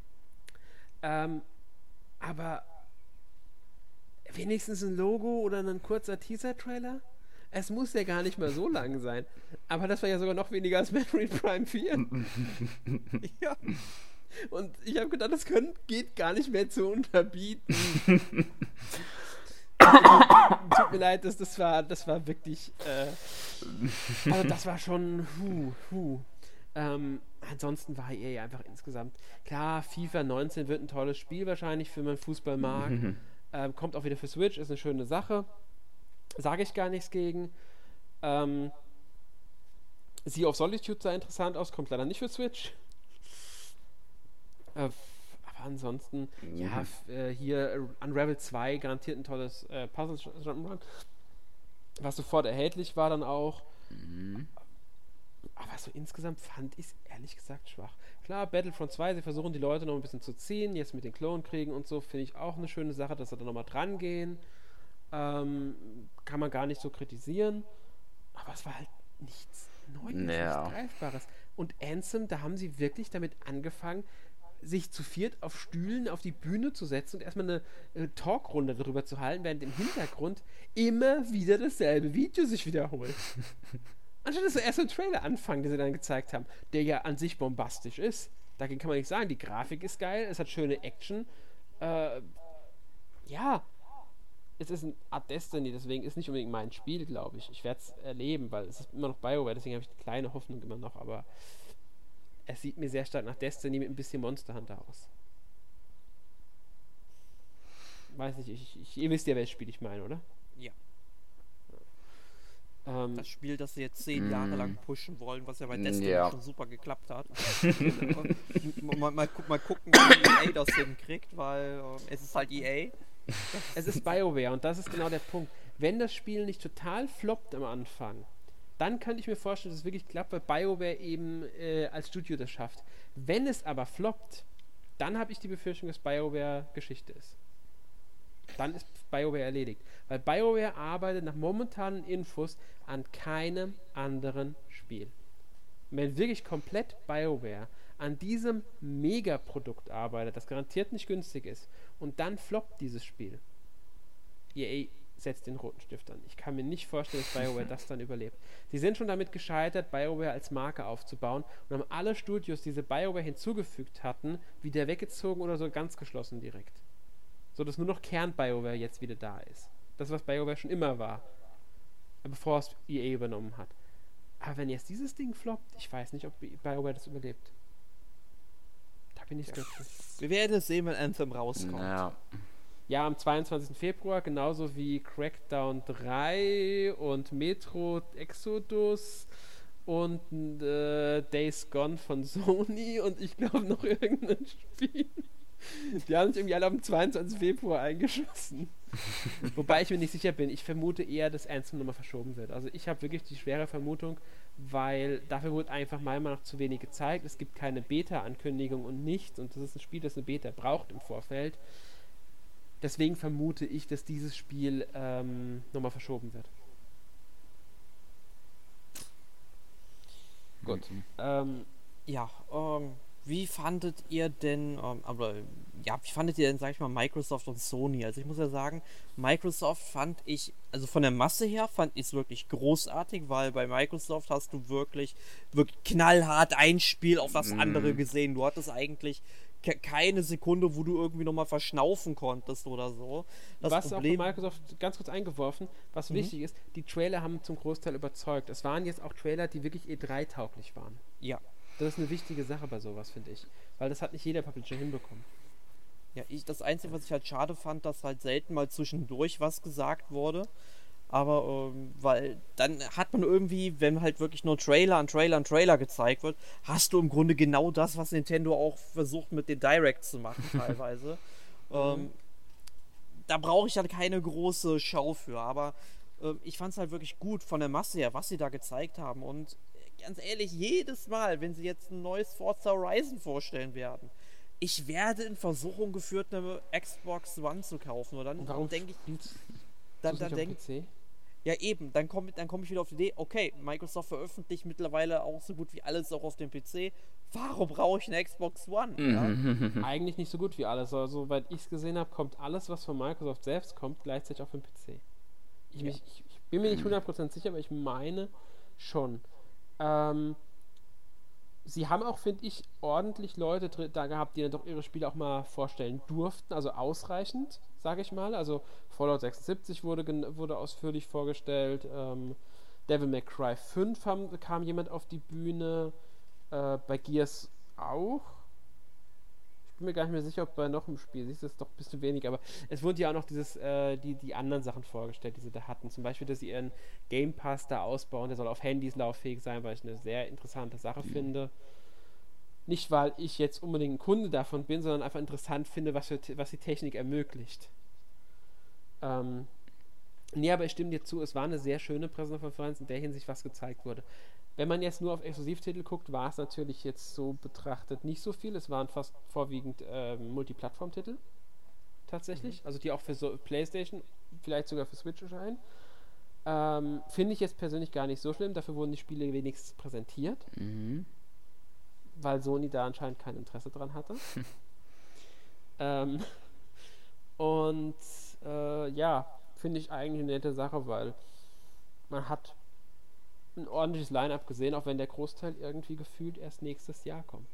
Aber wenigstens ein Logo oder ein kurzer Teaser-Trailer? Es muss ja gar nicht mehr so lang sein. Aber das war ja sogar noch weniger als Metroid Prime 4. Ja. Und ich habe gedacht, das geht gar nicht mehr zu unterbieten. Tut mir leid, das war wirklich also das war schon ansonsten war EA einfach insgesamt klar, FIFA 19 wird ein tolles Spiel wahrscheinlich, für meinen Fußball mag. Kommt auch wieder für Switch, ist eine schöne Sache. Sage ich gar nichts gegen. Sea of Solitude sah interessant aus, kommt leider nicht für Switch. Aber ansonsten, hier Unravel 2, garantiert ein tolles Puzzle-Jump'n'Run, was sofort erhältlich war dann auch. Aber so insgesamt fand ich es ehrlich gesagt schwach. Klar, Battlefront 2, sie versuchen die Leute noch ein bisschen zu ziehen, jetzt mit den Klonkriegen und so, finde ich auch eine schöne Sache, dass sie da nochmal dran gehen. Kann man gar nicht so kritisieren. Aber es war halt nichts Neues, nichts Greifbares. Und Anthem, da haben sie wirklich damit angefangen, sich zu viert auf Stühlen auf die Bühne zu setzen und erstmal eine Talkrunde darüber zu halten, während im Hintergrund immer wieder dasselbe Video sich wiederholt. Anstatt dass sie erst einen Trailer anfangen, den sie dann gezeigt haben, der ja an sich bombastisch ist. Dagegen kann man nichts sagen. Die Grafik ist geil, es hat schöne Action. Es ist eine Art Destiny, deswegen ist nicht unbedingt mein Spiel, glaube ich. Ich werde es erleben, weil es ist immer noch BioWare, deswegen habe ich eine kleine Hoffnung immer noch, aber es sieht mir sehr stark nach Destiny mit ein bisschen Monster Hunter aus. Weiß nicht, ihr wisst ja, welches Spiel ich meine, oder? Ja. Das Spiel, das sie jetzt 10 Jahre lang pushen wollen, was ja bei Destiny schon super geklappt hat. mal gucken, wie EA das hinkriegt, weil es ist halt EA. Es ist BioWare und das ist genau der Punkt. Wenn das Spiel nicht total floppt am Anfang, dann könnte ich mir vorstellen, dass es wirklich klappt, weil BioWare eben als Studio das schafft. Wenn es aber floppt, dann habe ich die Befürchtung, dass BioWare Geschichte ist. Dann ist BioWare erledigt. Weil BioWare arbeitet nach momentanen Infos an keinem anderen Spiel. Und wenn wirklich komplett BioWare an diesem Megaprodukt arbeitet, das garantiert nicht günstig ist, und dann floppt dieses Spiel, EA setzt den roten Stift an. Ich kann mir nicht vorstellen, dass BioWare das dann überlebt. Sie sind schon damit gescheitert, BioWare als Marke aufzubauen und haben alle Studios, die sie BioWare hinzugefügt hatten, wieder weggezogen oder so ganz geschlossen direkt. So dass nur noch Kern-BioWare jetzt wieder da ist. Das, was BioWare schon immer war. Bevor es EA übernommen hat. Aber wenn jetzt dieses Ding floppt, ich weiß nicht, ob BioWare das überlebt. Da bin ich skeptisch. Wir werden es sehen, wenn Anthem rauskommt. Ja, am 22. Februar, genauso wie Crackdown 3 und Metro Exodus und Days Gone von Sony und ich glaube noch irgendein Spiel. Die haben sich irgendwie alle am 22. Februar eingeschossen. Wobei ich mir nicht sicher bin. Ich vermute eher, dass Anthem nochmal verschoben wird. Also ich habe wirklich die schwere Vermutung, weil dafür wurde einfach meiner Meinung nach zu wenig gezeigt. Es gibt keine Beta-Ankündigung und nichts. Und das ist ein Spiel, das eine Beta braucht im Vorfeld. Deswegen vermute ich, dass dieses Spiel nochmal verschoben wird. Gut. Wie fandet ihr denn, sag ich mal, Microsoft und Sony? Also ich muss ja sagen, Microsoft fand ich, also von der Masse her fand ich es wirklich großartig, weil bei Microsoft hast du wirklich knallhart ein Spiel auf das andere gesehen. Du hattest eigentlich keine Sekunde, wo du irgendwie nochmal verschnaufen konntest oder so. Was Problem, auch bei Microsoft, ganz kurz eingeworfen, was wichtig ist, die Trailer haben zum Großteil überzeugt. Es waren jetzt auch Trailer, die wirklich E3-tauglich waren. Ja. Das ist eine wichtige Sache bei sowas, finde ich. Weil das hat nicht jeder Publisher hinbekommen. Ja, das Einzige, was ich halt schade fand, dass halt selten mal zwischendurch was gesagt wurde. Aber, weil dann hat man irgendwie, wenn halt wirklich nur Trailer gezeigt wird, hast du im Grunde genau das, was Nintendo auch versucht mit den Directs zu machen teilweise. Da brauche ich halt keine große Show für, aber ich fand es halt wirklich gut von der Masse her, was sie da gezeigt haben. Und ganz ehrlich, jedes Mal, wenn sie jetzt ein neues Forza Horizon vorstellen werden, ich werde in Versuchung geführt, eine Xbox One zu kaufen. Und dann warum denke ich, dann denke ich, ja eben, dann komm ich wieder auf die Idee, okay, Microsoft veröffentlicht mittlerweile auch so gut wie alles auch auf dem PC. Warum brauche ich eine Xbox One? Ja? Eigentlich nicht so gut wie alles, aber soweit ich es gesehen habe, kommt alles, was von Microsoft selbst kommt, gleichzeitig auf dem PC. Ich bin mir nicht 100% sicher, aber ich meine schon. Sie haben auch, finde ich, ordentlich Leute da gehabt, die dann doch ihre Spiele auch mal vorstellen durften, also ausreichend, sage ich mal. Also Fallout 76 wurde ausführlich vorgestellt, Devil May Cry 5 kam jemand auf die Bühne, bei Gears auch. Ich bin mir gar nicht mehr sicher, ob bei noch im Spiel, siehst du, das ist doch ein bisschen wenig, aber es wurden ja auch noch die anderen Sachen vorgestellt, die sie da hatten. Zum Beispiel, dass sie ihren Game Pass da ausbauen, der soll auf Handys lauffähig sein, weil ich eine sehr interessante Sache finde. Nicht, weil ich jetzt unbedingt ein Kunde davon bin, sondern einfach interessant finde, was die Technik ermöglicht. Aber ich stimme dir zu, es war eine sehr schöne Pressekonferenz, in der Hinsicht was gezeigt wurde. Wenn man jetzt nur auf Exklusivtitel guckt, war es natürlich jetzt so betrachtet nicht so viel. Es waren fast vorwiegend Multiplattform-Titel. Tatsächlich. Also die auch für PlayStation, vielleicht sogar für Switch erscheinen. Finde ich jetzt persönlich gar nicht so schlimm. Dafür wurden die Spiele wenigstens präsentiert. Weil Sony da anscheinend kein Interesse dran hatte. Finde ich eigentlich eine nette Sache, weil man hat ein ordentliches Line-Up gesehen, auch wenn der Großteil irgendwie gefühlt erst nächstes Jahr kommt.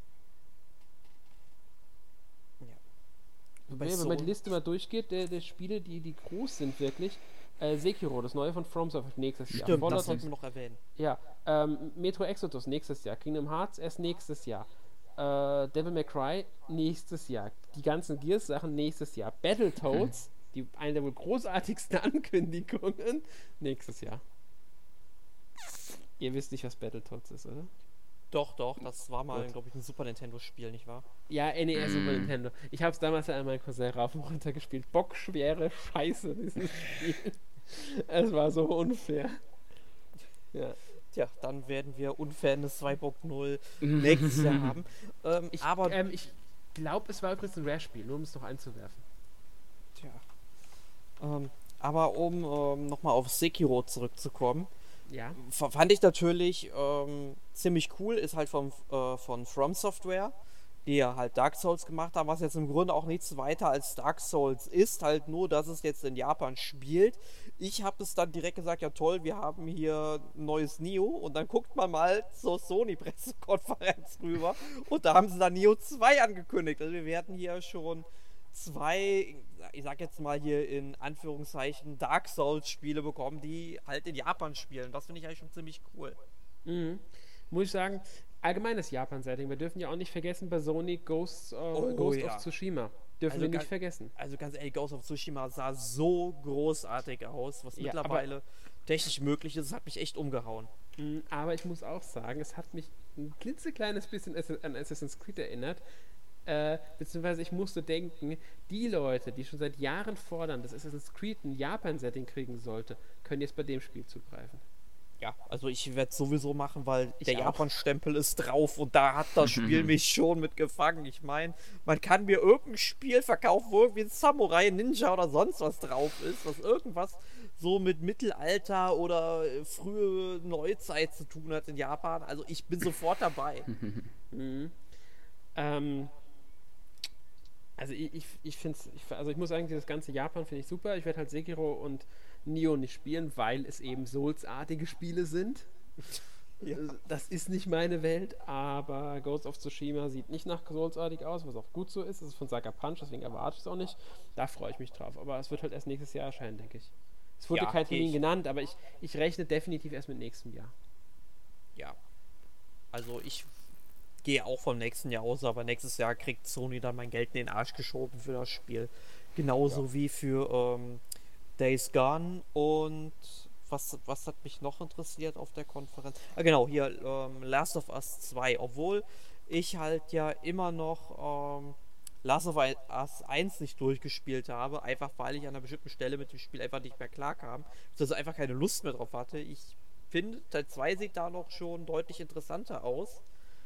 Ja. Wenn man die Liste mal durchgeht, der Spiele, die groß sind wirklich, Sekiro, das neue von FromSoftware nächstes Jahr. Stimmt, das sollten wir noch erwähnen. Ja, Metro Exodus nächstes Jahr, Kingdom Hearts erst nächstes Jahr, Devil May Cry nächstes Jahr, die ganzen Gears-Sachen nächstes Jahr, Battletoads, eine der wohl großartigsten Ankündigungen, nächstes Jahr. Ihr wisst nicht, was Battletoads ist, oder? Doch, das war mal, glaube ich, ein Super Nintendo-Spiel, nicht wahr? Ja, NES Super Nintendo. Ich habe es damals an meinen Cousin rauf und runter gespielt. Bockschwere Scheiße, dieses Spiel. Es war so unfair. Ja. Tja, dann werden wir Unfairness 2.0 nächstes Jahr haben. Ich glaube, es war übrigens ein Rare-Spiel, nur um es noch einzuwerfen. Tja. Aber um nochmal auf Sekiro zurückzukommen, Ja. fand ich natürlich ziemlich cool, ist halt von From Software, die ja halt Dark Souls gemacht haben, was jetzt im Grunde auch nichts weiter als Dark Souls ist, halt nur, dass es jetzt in Japan spielt. Ich habe es dann direkt gesagt, ja toll, wir haben hier ein neues Nioh und dann guckt man mal zur Sony-Pressekonferenz rüber und da haben sie dann Nioh 2 angekündigt. Also wir werden hier schon 2, ich sag jetzt mal hier in Anführungszeichen, Dark Souls-Spiele bekommen, die halt in Japan spielen. Das finde ich eigentlich schon ziemlich cool. Mhm. Muss ich sagen, allgemeines Japan-Setting. Wir dürfen ja auch nicht vergessen, bei Sony Ghost of Tsushima. Dürfen wir nicht vergessen. Also ganz ehrlich, Ghost of Tsushima sah so großartig aus, was mittlerweile technisch möglich ist. Es hat mich echt umgehauen. Aber ich muss auch sagen, es hat mich ein klitzekleines bisschen an Assassin's Creed erinnert. Beziehungsweise ich musste denken, die Leute, die schon seit Jahren fordern, dass Assassin's Creed ein Japan-Setting kriegen sollte, können jetzt bei dem Spiel zugreifen. Ja, also ich werde es sowieso machen, weil Ich der auch. Japan-Stempel ist drauf und da hat das Spiel mich schon mit gefangen. Ich meine, man kann mir irgendein Spiel verkaufen, wo irgendwie ein Samurai, Ninja oder sonst was drauf ist, was irgendwas so mit Mittelalter oder frühe Neuzeit zu tun hat in Japan. Also ich bin sofort dabei. Also ich finde also ich muss sagen, dieses ganze Japan finde ich super. Ich werde halt Sekiro und Nioh nicht spielen, weil es eben Souls-artige Spiele sind. Ja. Das ist nicht meine Welt, aber Ghost of Tsushima sieht nicht nach Souls-artig aus, was auch gut so ist. Es ist von Sucker Punch, deswegen erwarte ich es auch nicht. Da freue ich mich drauf. Aber es wird halt erst nächstes Jahr erscheinen, denke ich. Es wurde Ja, kein Termin ich- genannt, aber ich rechne definitiv erst mit nächstem Jahr. Ja. Also ich gehe auch vom nächsten Jahr aus, aber nächstes Jahr kriegt Sony dann mein Geld in den Arsch geschoben für das Spiel. Genauso wie für Days Gone und was hat mich noch interessiert auf der Konferenz? Genau, hier Last of Us 2, obwohl ich halt ja immer noch Last of Us 1 nicht durchgespielt habe, einfach weil ich an einer bestimmten Stelle mit dem Spiel einfach nicht mehr klarkam, also einfach keine Lust mehr drauf hatte. Ich finde, Teil 2 sieht da noch schon deutlich interessanter aus.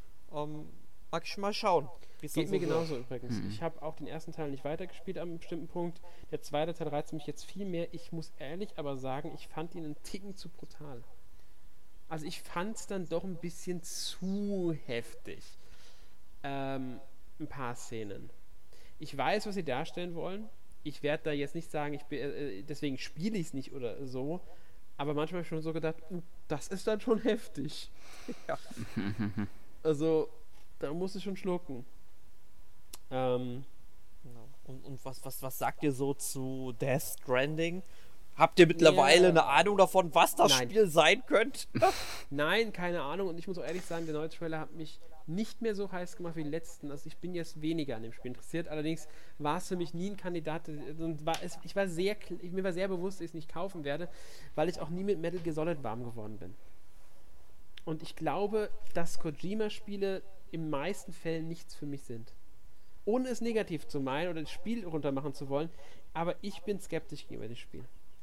Mag ich mal schauen. Wie's Geht dann mir so genauso wird. übrigens. Ich habe auch den ersten Teil nicht weitergespielt an einem bestimmten Punkt. Der zweite Teil reizt mich jetzt viel mehr. Ich muss ehrlich aber sagen, ich fand ihn einen Ticken zu brutal. Also ich fand es dann doch ein bisschen zu heftig. Ein paar Szenen. Ich weiß, was sie darstellen wollen. Ich werde da jetzt nicht sagen, deswegen spiele ich es nicht oder so. Aber manchmal habe ich schon so gedacht, das ist dann schon heftig. Ja. Also, da muss ich schon schlucken. Genau. Und was sagt ihr so zu Death Stranding? Habt ihr mittlerweile eine Ahnung davon, was das Nein. Spiel sein könnte? Nein, keine Ahnung. Und ich muss auch ehrlich sagen, der neue Trailer hat mich nicht mehr so heiß gemacht wie den letzten. Also ich bin jetzt weniger an dem Spiel interessiert. Allerdings war es für mich nie ein Kandidat. Und mir war sehr bewusst, dass ich es nicht kaufen werde, weil ich auch nie mit Metal Gear Solid warm geworden bin. Und ich glaube, dass Kojima-Spiele in meisten Fällen nichts für mich sind. Ohne es negativ zu meinen oder das Spiel runtermachen zu wollen, aber ich bin skeptisch gegenüber dem Spiel.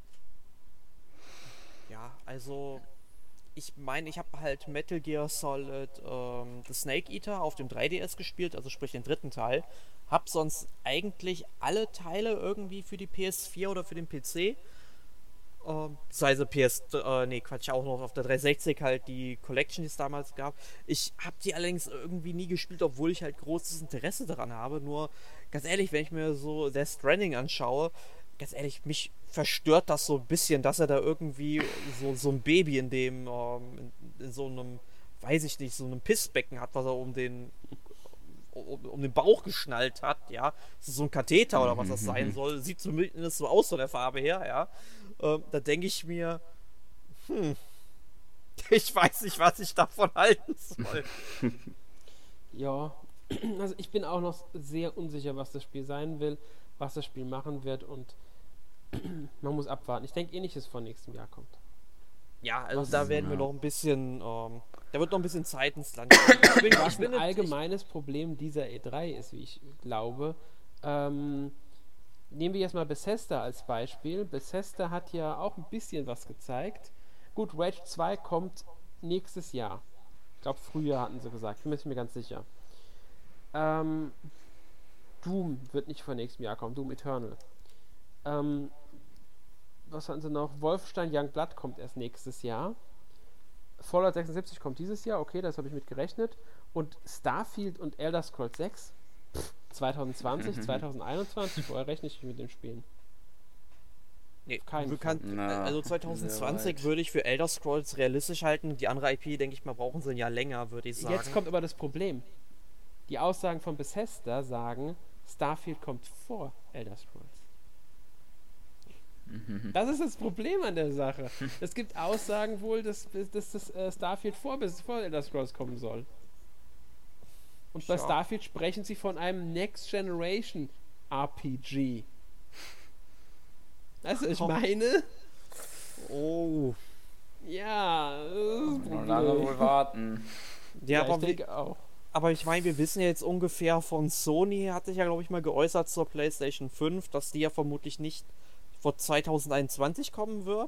Ja, also ich meine, ich habe halt Metal Gear Solid The Snake Eater auf dem 3DS gespielt, also sprich den dritten Teil. Hab sonst eigentlich alle Teile irgendwie für die PS4 oder für den PC. Sei es auch noch auf der 360 halt die Collection, die es damals gab. Ich habe die allerdings irgendwie nie gespielt, obwohl ich halt großes Interesse daran habe. Nur, ganz ehrlich, wenn ich mir so Death Stranding anschaue, ganz ehrlich, mich verstört das so ein bisschen, dass er da irgendwie so ein Baby in dem, in so einem, weiß ich nicht, so einem Pissbecken hat, was er um den Bauch geschnallt hat, ja. Das ist so ein Katheter oder was das sein soll. Sieht zumindest so aus von der Farbe her, ja. Da denke ich mir, ich weiß nicht, was ich davon halten soll. Ja, also ich bin auch noch sehr unsicher, was das Spiel sein will, was das Spiel machen wird und man muss abwarten. Ich denke eh nicht, dass es vor nächstem Jahr kommt. Ja, also da werden wir noch ein bisschen, da wird noch ein bisschen Zeit ins Land gehen. Was ein allgemeines Problem dieser E3 ist, wie ich glaube. Nehmen wir jetzt mal Bethesda als Beispiel. Bethesda hat ja auch ein bisschen was gezeigt. Gut, Rage 2 kommt nächstes Jahr. Ich glaube, Frühjahr hatten sie gesagt. Bin mir ganz sicher. Doom wird nicht vor nächstem Jahr kommen. Doom Eternal. Was hatten sie noch? Wolfenstein Youngblood kommt erst nächstes Jahr. Fallout 76 kommt dieses Jahr. Okay, das habe ich mit gerechnet. Und Starfield und Elder Scrolls 6 2020, 2021. Vorher rechne ich mit den Spielen. Nee, also 2020 würde ich für Elder Scrolls realistisch halten. Die andere IP, denke ich mal, brauchen sie ein Jahr länger, würde ich sagen. Jetzt kommt aber das Problem. Die Aussagen von Bethesda sagen, Starfield kommt vor Elder Scrolls. Das ist das Problem an der Sache. Es gibt Aussagen wohl, dass das Starfield vor Elder Scrolls kommen soll. Und bei Starfield sprechen sie von einem Next Generation RPG. Weißt du, ich meine? Oh. Ja, noch lange wohl warten. Ja, aber ich denke auch. Aber ich meine, wir wissen ja jetzt ungefähr von Sony, hat sich ja, glaube ich, mal geäußert zur PlayStation 5, dass die ja vermutlich nicht vor 2021 kommen wird.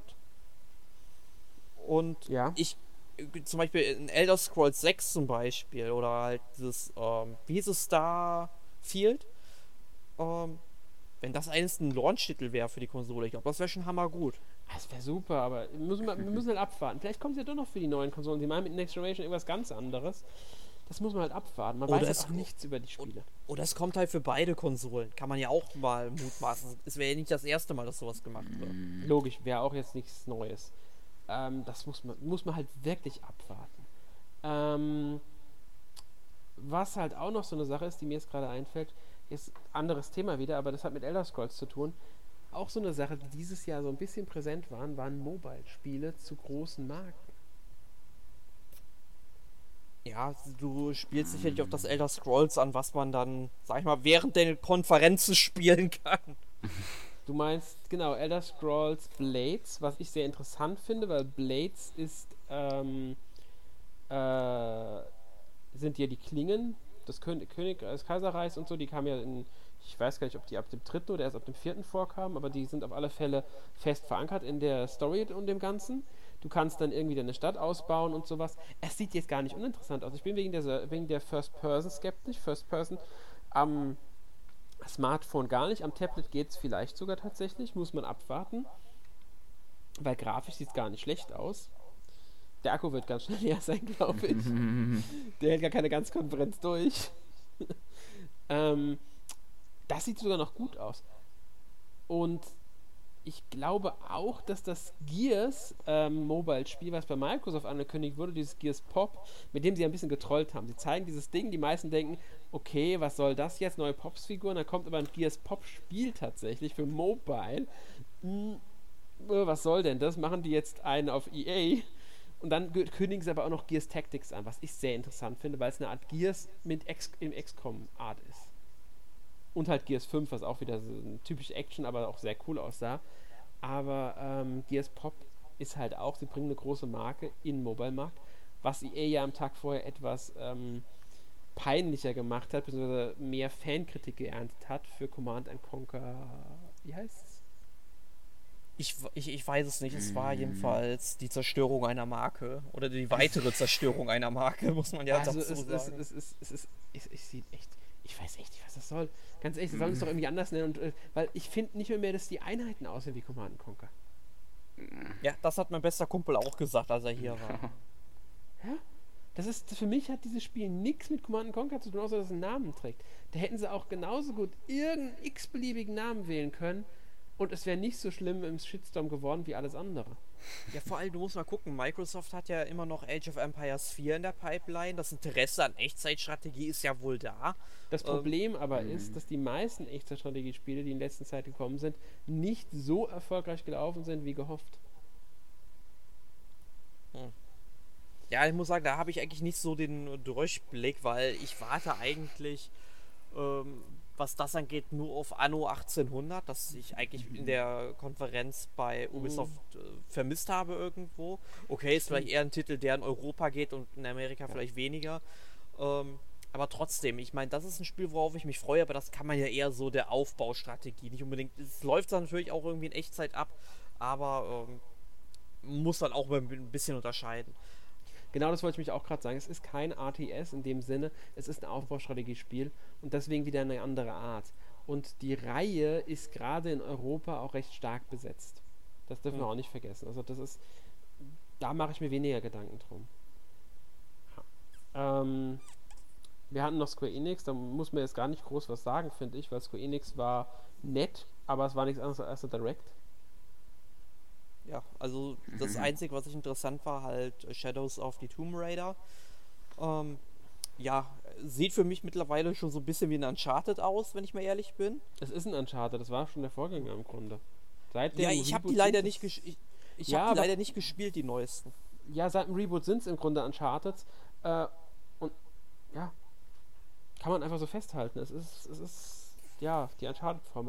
Und ich, zum Beispiel in Elder Scrolls 6 zum Beispiel, oder halt dieses, wie hieß es, Starfield, wenn das eines ein Launch-Titel wäre für die Konsole, ich glaube, das wäre schon hammergut. Das wäre super, aber wir müssen halt abwarten. Vielleicht kommt es ja doch noch für die neuen Konsolen. Sie meinen mit Next Generation irgendwas ganz anderes. Das muss man halt abwarten. Man weiß halt auch nichts über die Spiele. Oder es kommt halt für beide Konsolen. Kann man ja auch mal mutmaßen. Es wäre ja nicht das erste Mal, dass sowas gemacht wird. Logisch, wäre auch jetzt nichts Neues. Das muss man halt wirklich abwarten. Was halt auch noch so eine Sache ist, die mir jetzt gerade einfällt, ist ein anderes Thema wieder, aber das hat mit Elder Scrolls zu tun. Auch so eine Sache, die dieses Jahr so ein bisschen präsent waren Mobile-Spiele zu großen Marken. Ja, du spielst sicherlich auf das Elder Scrolls an, was man dann, sag ich mal, während der Konferenzen spielen kann. Du meinst, genau, Elder Scrolls Blades, was ich sehr interessant finde, weil Blades ist, sind ja die Klingen des Kaiserreichs und so, die kamen ja ich weiß gar nicht, ob die ab dem 3. oder erst ab dem 4. vorkamen, aber die sind auf alle Fälle fest verankert in der Story und dem Ganzen. Du kannst dann irgendwie deine Stadt ausbauen und sowas. Es sieht jetzt gar nicht uninteressant aus. Ich bin wegen der First-Person skeptisch. First-Person am Smartphone gar nicht. Am Tablet geht es vielleicht sogar tatsächlich. Muss man abwarten. Weil grafisch sieht es gar nicht schlecht aus. Der Akku wird ganz schnell leer sein, glaube ich. Der hält gar keine ganze Konferenz durch. Das sieht sogar noch gut aus. Und ich glaube auch, dass das Gears Mobile-Spiel, was bei Microsoft angekündigt wurde, dieses Gears Pop, mit dem sie ein bisschen getrollt haben. Sie zeigen dieses Ding, die meisten denken, okay, was soll das jetzt? Neue Pops-Figuren, dann kommt aber ein Gears Pop-Spiel tatsächlich für Mobile. Was soll denn das? Machen die jetzt einen auf EA? Und dann kündigen sie aber auch noch Gears Tactics an, was ich sehr interessant finde, weil es eine Art Gears im XCOM-Art ist. Und halt Gears 5, was auch wieder so ein typisch Action, aber auch sehr cool aussah. Aber Gears Pop ist halt auch, sie bringen eine große Marke in den Mobile-Markt, was EA ja am Tag vorher etwas peinlicher gemacht hat, beziehungsweise mehr Fankritik geerntet hat für Command & Conquer. Wie heißt's? Ich weiß es nicht, es war jedenfalls die Zerstörung einer Marke oder die weitere Zerstörung einer Marke, muss man ja dazu sagen. Ich weiß echt nicht, was das soll. Ganz ehrlich, sie sollen es doch irgendwie anders nennen. Weil ich finde nicht mehr, dass die Einheiten aussehen wie Command & Conquer. Ja, das hat mein bester Kumpel auch gesagt, als er hier war. Ja? Für mich hat dieses Spiel nichts mit Command & Conquer zu tun, außer dass es einen Namen trägt. Da hätten sie auch genauso gut irgendeinen x-beliebigen Namen wählen können und es wäre nicht so schlimm im Shitstorm geworden wie alles andere. Ja, vor allem, du musst mal gucken, Microsoft hat ja immer noch Age of Empires 4 in der Pipeline. Das Interesse an Echtzeitstrategie ist ja wohl da. Das Problem aber ist, dass die meisten Echtzeitstrategiespiele, die in letzter Zeit gekommen sind, nicht so erfolgreich gelaufen sind, wie gehofft. Ja, ich muss sagen, da habe ich eigentlich nicht so den Durchblick, weil ich warte eigentlich was das angeht, nur auf Anno 1800, das ich eigentlich in der Konferenz bei Ubisoft vermisst habe irgendwo. Okay, ist vielleicht eher ein Titel, der in Europa geht und in Amerika vielleicht weniger. Aber trotzdem, ich meine, das ist ein Spiel, worauf ich mich freue, aber das kann man ja eher so der Aufbaustrategie, nicht unbedingt. Es läuft dann natürlich auch irgendwie in Echtzeit ab, aber muss dann auch ein bisschen unterscheiden. Genau, das wollte ich mich auch gerade sagen. Es ist kein RTS in dem Sinne, es ist ein Aufbaustrategiespiel und deswegen wieder eine andere Art. Und die Reihe ist gerade in Europa auch recht stark besetzt. Das dürfen wir auch nicht vergessen. Also das ist, da mache ich mir weniger Gedanken drum. Wir hatten noch Square Enix, da muss man jetzt gar nicht groß was sagen, finde ich, weil Square Enix war nett, aber es war nichts anderes als ein Direct. Ja, also das Einzige, was ich interessant war, halt Shadows of the Tomb Raider. Ja, sieht für mich mittlerweile schon so ein bisschen wie ein Uncharted aus, wenn ich mal ehrlich bin. Es ist ein Uncharted, das war schon der Vorgänger im Grunde. Seit Ja, ich habe die leider nicht leider nicht gespielt, die neuesten. Ja, seit dem Reboot sind es im Grunde Uncharted. Und ja, kann man einfach so festhalten. Es ist ja, die Uncharted-Formel.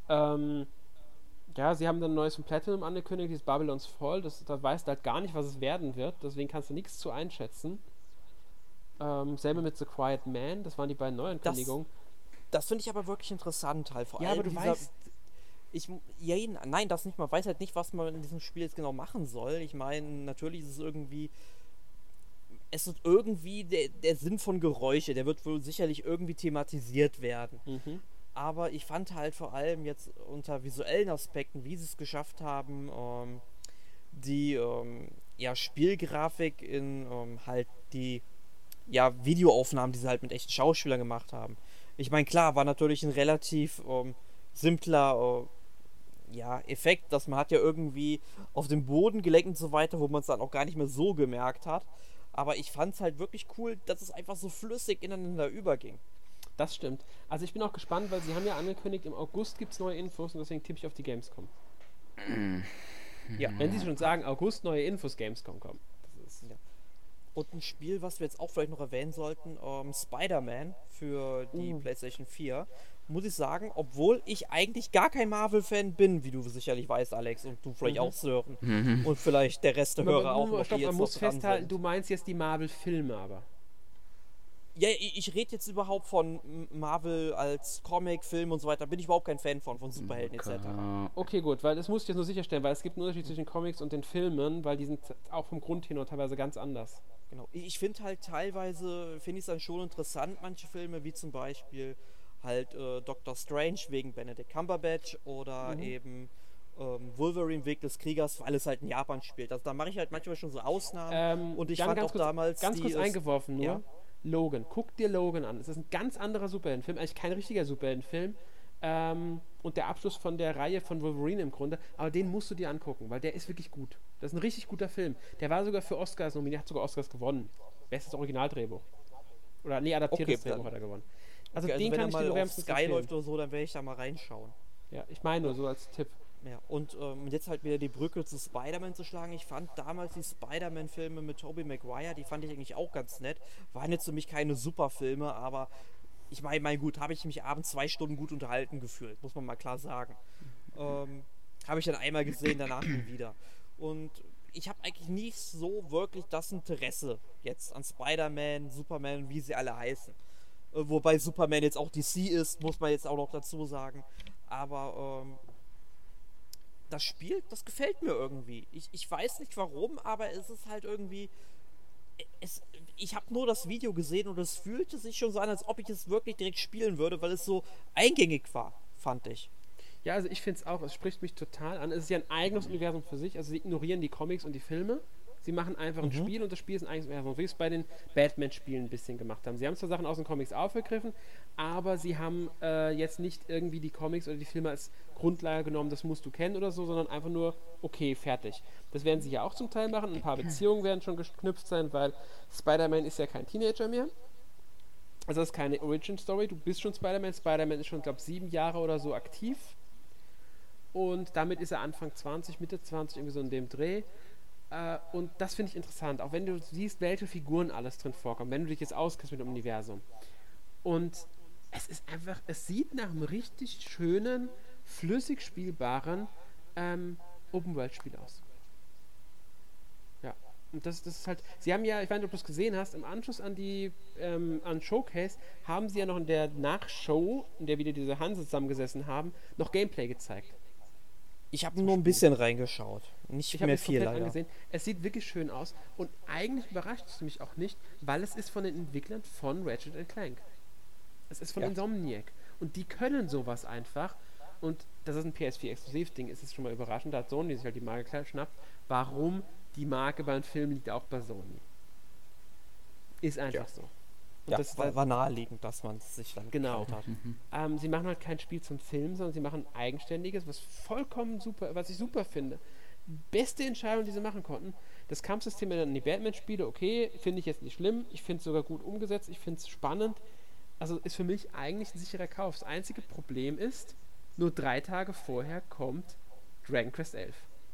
Ja, sie haben dann ein neues von Platinum angekündigt, dieses Babylon's Fall. Da weißt du halt gar nicht, was es werden wird. Deswegen kannst du nichts zu einschätzen. Selber mit The Quiet Man, das waren die beiden Neuankündigungen. Das finde ich aber wirklich interessant halt. Vor allem aber du weißt... nein, das nicht. Man weiß halt nicht, was man in diesem Spiel jetzt genau machen soll. Ich meine, natürlich ist es irgendwie... Es ist irgendwie der Sinn von Geräusche, der wird wohl sicherlich irgendwie thematisiert werden. Aber ich fand halt vor allem jetzt unter visuellen Aspekten, wie sie es geschafft haben, die Spielgrafik in halt die Videoaufnahmen, die sie halt mit echten Schauspielern gemacht haben. Ich meine, klar, war natürlich ein relativ simpler Effekt, dass man hat ja irgendwie auf dem Boden gelenkt und so weiter, wo man es dann auch gar nicht mehr so gemerkt hat. Aber ich fand es halt wirklich cool, dass es einfach so flüssig ineinander überging. Das stimmt. Also ich bin auch gespannt, weil sie haben ja angekündigt, im August gibt es neue Infos und deswegen tippe ich auf die Gamescom. Ja, wenn sie schon sagen, August neue Infos, Gamescom kommen. Das ist, Und ein Spiel, was wir jetzt auch vielleicht noch erwähnen sollten, Spider-Man für die PlayStation 4. Muss ich sagen, obwohl ich eigentlich gar kein Marvel-Fan bin, wie du sicherlich weißt, Alex, und du vielleicht auch, Sören. Und vielleicht der Rest der Hörer auch noch. Man muss festhalten, du meinst jetzt die Marvel-Filme aber. Ja, ich rede jetzt überhaupt von Marvel als Comic, Film und so weiter. Bin ich überhaupt kein Fan von Superhelden etc. Okay, gut, weil das muss ich jetzt nur sicherstellen, weil es gibt einen Unterschied zwischen Comics und den Filmen, weil die sind auch vom Grundtenor teilweise ganz anders. Genau. Ich finde halt teilweise, finde ich es dann schon interessant, manche Filme, wie zum Beispiel halt Doctor Strange wegen Benedict Cumberbatch oder eben Wolverine Weg des Kriegers, weil es halt in Japan spielt. Also da mache ich halt manchmal schon so Ausnahmen und ich fand auch damals ganz kurz eingeworfen nur. Ja? Logan, guck dir Logan an. Es ist ein ganz anderer Superheldenfilm, eigentlich kein richtiger Superheldenfilm. Und der Abschluss von der Reihe von Wolverine im Grunde, aber den musst du dir angucken, weil der ist wirklich gut. Das ist ein richtig guter Film. Der war sogar für Oscars nominiert, hat sogar Oscars gewonnen. Bestes Originaldrehbuch. Oder nee, adaptiertes Drehbuch hat er gewonnen. Also den wenn kann ich dir wärmstens Sky läuft oder so, dann werde ich da mal reinschauen. Ja, ich meine nur so als Tipp. Ja, und jetzt halt wieder die Brücke zu Spider-Man zu schlagen. Ich fand damals die Spider-Man-Filme mit Tobey Maguire, die fand ich eigentlich auch ganz nett. Waren jetzt für mich keine super Filme, aber ich meine, gut, habe ich mich abends 2 Stunden gut unterhalten gefühlt, muss man mal klar sagen. Habe ich dann einmal gesehen, danach nie wieder. Und ich habe eigentlich nicht so wirklich das Interesse jetzt an Spider-Man, Superman, wie sie alle heißen. Wobei Superman jetzt auch DC ist, muss man jetzt auch noch dazu sagen. Aber das Spiel, das gefällt mir irgendwie. Ich weiß nicht warum, aber es ist halt irgendwie... Ich habe nur das Video gesehen und es fühlte sich schon so an, als ob ich es wirklich direkt spielen würde, weil es so eingängig war, fand ich. Ja, also ich finde es auch, es spricht mich total an. Es ist ja ein eigenes Universum für sich, also sie ignorieren die Comics und die Filme. Sie machen einfach ein Spiel und das Spiel ist ein eigenes Universum, wie sie es bei den Batman-Spielen ein bisschen gemacht haben. Sie haben zwar Sachen aus den Comics aufgegriffen, aber sie haben jetzt nicht irgendwie die Comics oder die Filme als Grundlage genommen, das musst du kennen oder so, sondern einfach nur, okay, fertig. Das werden sie ja auch zum Teil machen, ein paar Beziehungen werden schon geknüpft sein, weil Spider-Man ist ja kein Teenager mehr. Also das ist keine Origin-Story, du bist schon Spider-Man. Spider-Man ist schon, glaube ich, 7 Jahre oder so aktiv. Und damit ist er Anfang 20, Mitte 20, irgendwie so in dem Dreh. Und das finde ich interessant, auch wenn du siehst, welche Figuren alles drin vorkommen, wenn du dich jetzt auskennst mit dem Universum. Und es sieht nach einem richtig schönen, flüssig spielbaren Open-World-Spiel aus. Ja. Und das ist halt, sie haben ja, ich weiß nicht, ob du es gesehen hast, im Anschluss an an Showcase haben sie ja noch in der Nachshow, in der wieder diese Hanse zusammengesessen haben, noch Gameplay gezeigt. Ich habe nur ein bisschen reingeschaut. Nicht mehr viel leider. Angesehen. Es sieht wirklich schön aus und eigentlich überrascht es mich auch nicht, weil es ist von den Entwicklern von Ratchet & Clank. Es ist von Insomniac. Und die können sowas einfach. Und das ist ein PS4-Exklusiv-Ding, ist es schon mal überraschend. Da hat Sony sich halt die Marke klar schnappt. Warum die Marke beim Film liegt auch bei Sony. Ist einfach so. Und Ja, das war naheliegend, dass man es sich dann geklaut hat. Sie machen halt kein Spiel zum Film, sondern sie machen ein eigenständiges, was vollkommen super, was ich super finde. Beste Entscheidung, die sie machen konnten. Das Kampfsystem in die Batman-Spiele, okay, finde ich jetzt nicht schlimm. Ich finde es sogar gut umgesetzt. Ich finde es spannend. Also ist für mich eigentlich ein sicherer Kauf. Das einzige Problem ist, nur 3 Tage vorher kommt Dragon Quest 11.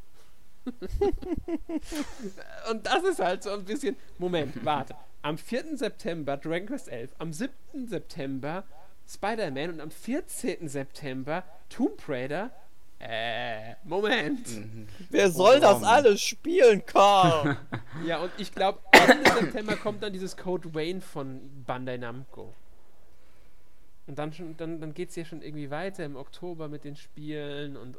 Und das ist halt so ein bisschen, Moment, warte. Am 4. September Dragon Quest 11, am 7. September Spider-Man und am 14. September Tomb Raider. Moment. Wer soll das alles spielen, Karl? Ja, und ich glaube, Ende September kommt dann dieses Code Vein von Bandai Namco. Und dann geht es ja schon irgendwie weiter im Oktober mit den Spielen und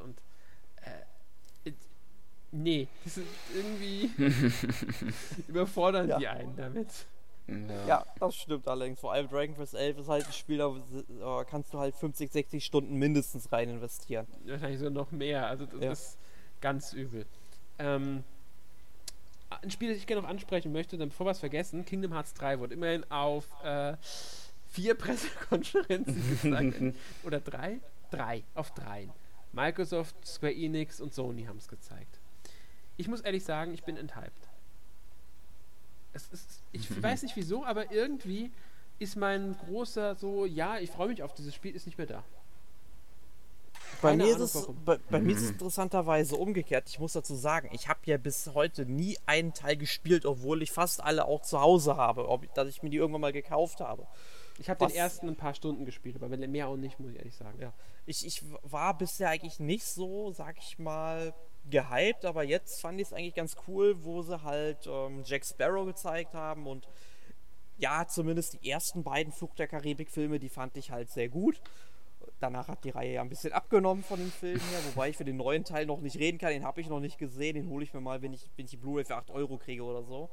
nee, das ist irgendwie überfordern die einen damit. Ja, das stimmt allerdings. Vor allem Dragon Quest 11 ist halt ein Spiel, da kannst du halt 50, 60 Stunden mindestens rein investieren. Wahrscheinlich sogar noch mehr, also das ist ganz übel. Ein Spiel, das ich gerne noch ansprechen möchte, dann bevor wir es vergessen, Kingdom Hearts 3 wurde immerhin auf 4 Pressekonferenzen gezeigt. Oder 3? 3, auf 3. Microsoft, Square Enix und Sony haben es gezeigt. Ich muss ehrlich sagen, ich bin enthyped. Ich weiß nicht wieso, aber irgendwie ist mein großer ich freue mich auf dieses Spiel, ist nicht mehr da. Bei mir ist es interessanterweise umgekehrt. Ich muss dazu sagen, ich habe ja bis heute nie einen Teil gespielt, obwohl ich fast alle auch zu Hause habe, dass ich mir die irgendwann mal gekauft habe. Ich habe den ersten ein paar Stunden gespielt, aber mehr auch nicht, muss ich ehrlich sagen. Ja. Ich war bisher eigentlich nicht so, sag ich mal, gehypt, aber jetzt fand ich es eigentlich ganz cool, wo sie halt Jack Sparrow gezeigt haben und ja, zumindest die ersten beiden Fluch der Karibik-Filme, die fand ich halt sehr gut. Danach hat die Reihe ja ein bisschen abgenommen von den Filmen her, wobei ich für den neuen Teil noch nicht reden kann, den habe ich noch nicht gesehen, den hole ich mir mal, wenn ich die Blu-ray für 8 Euro kriege oder so.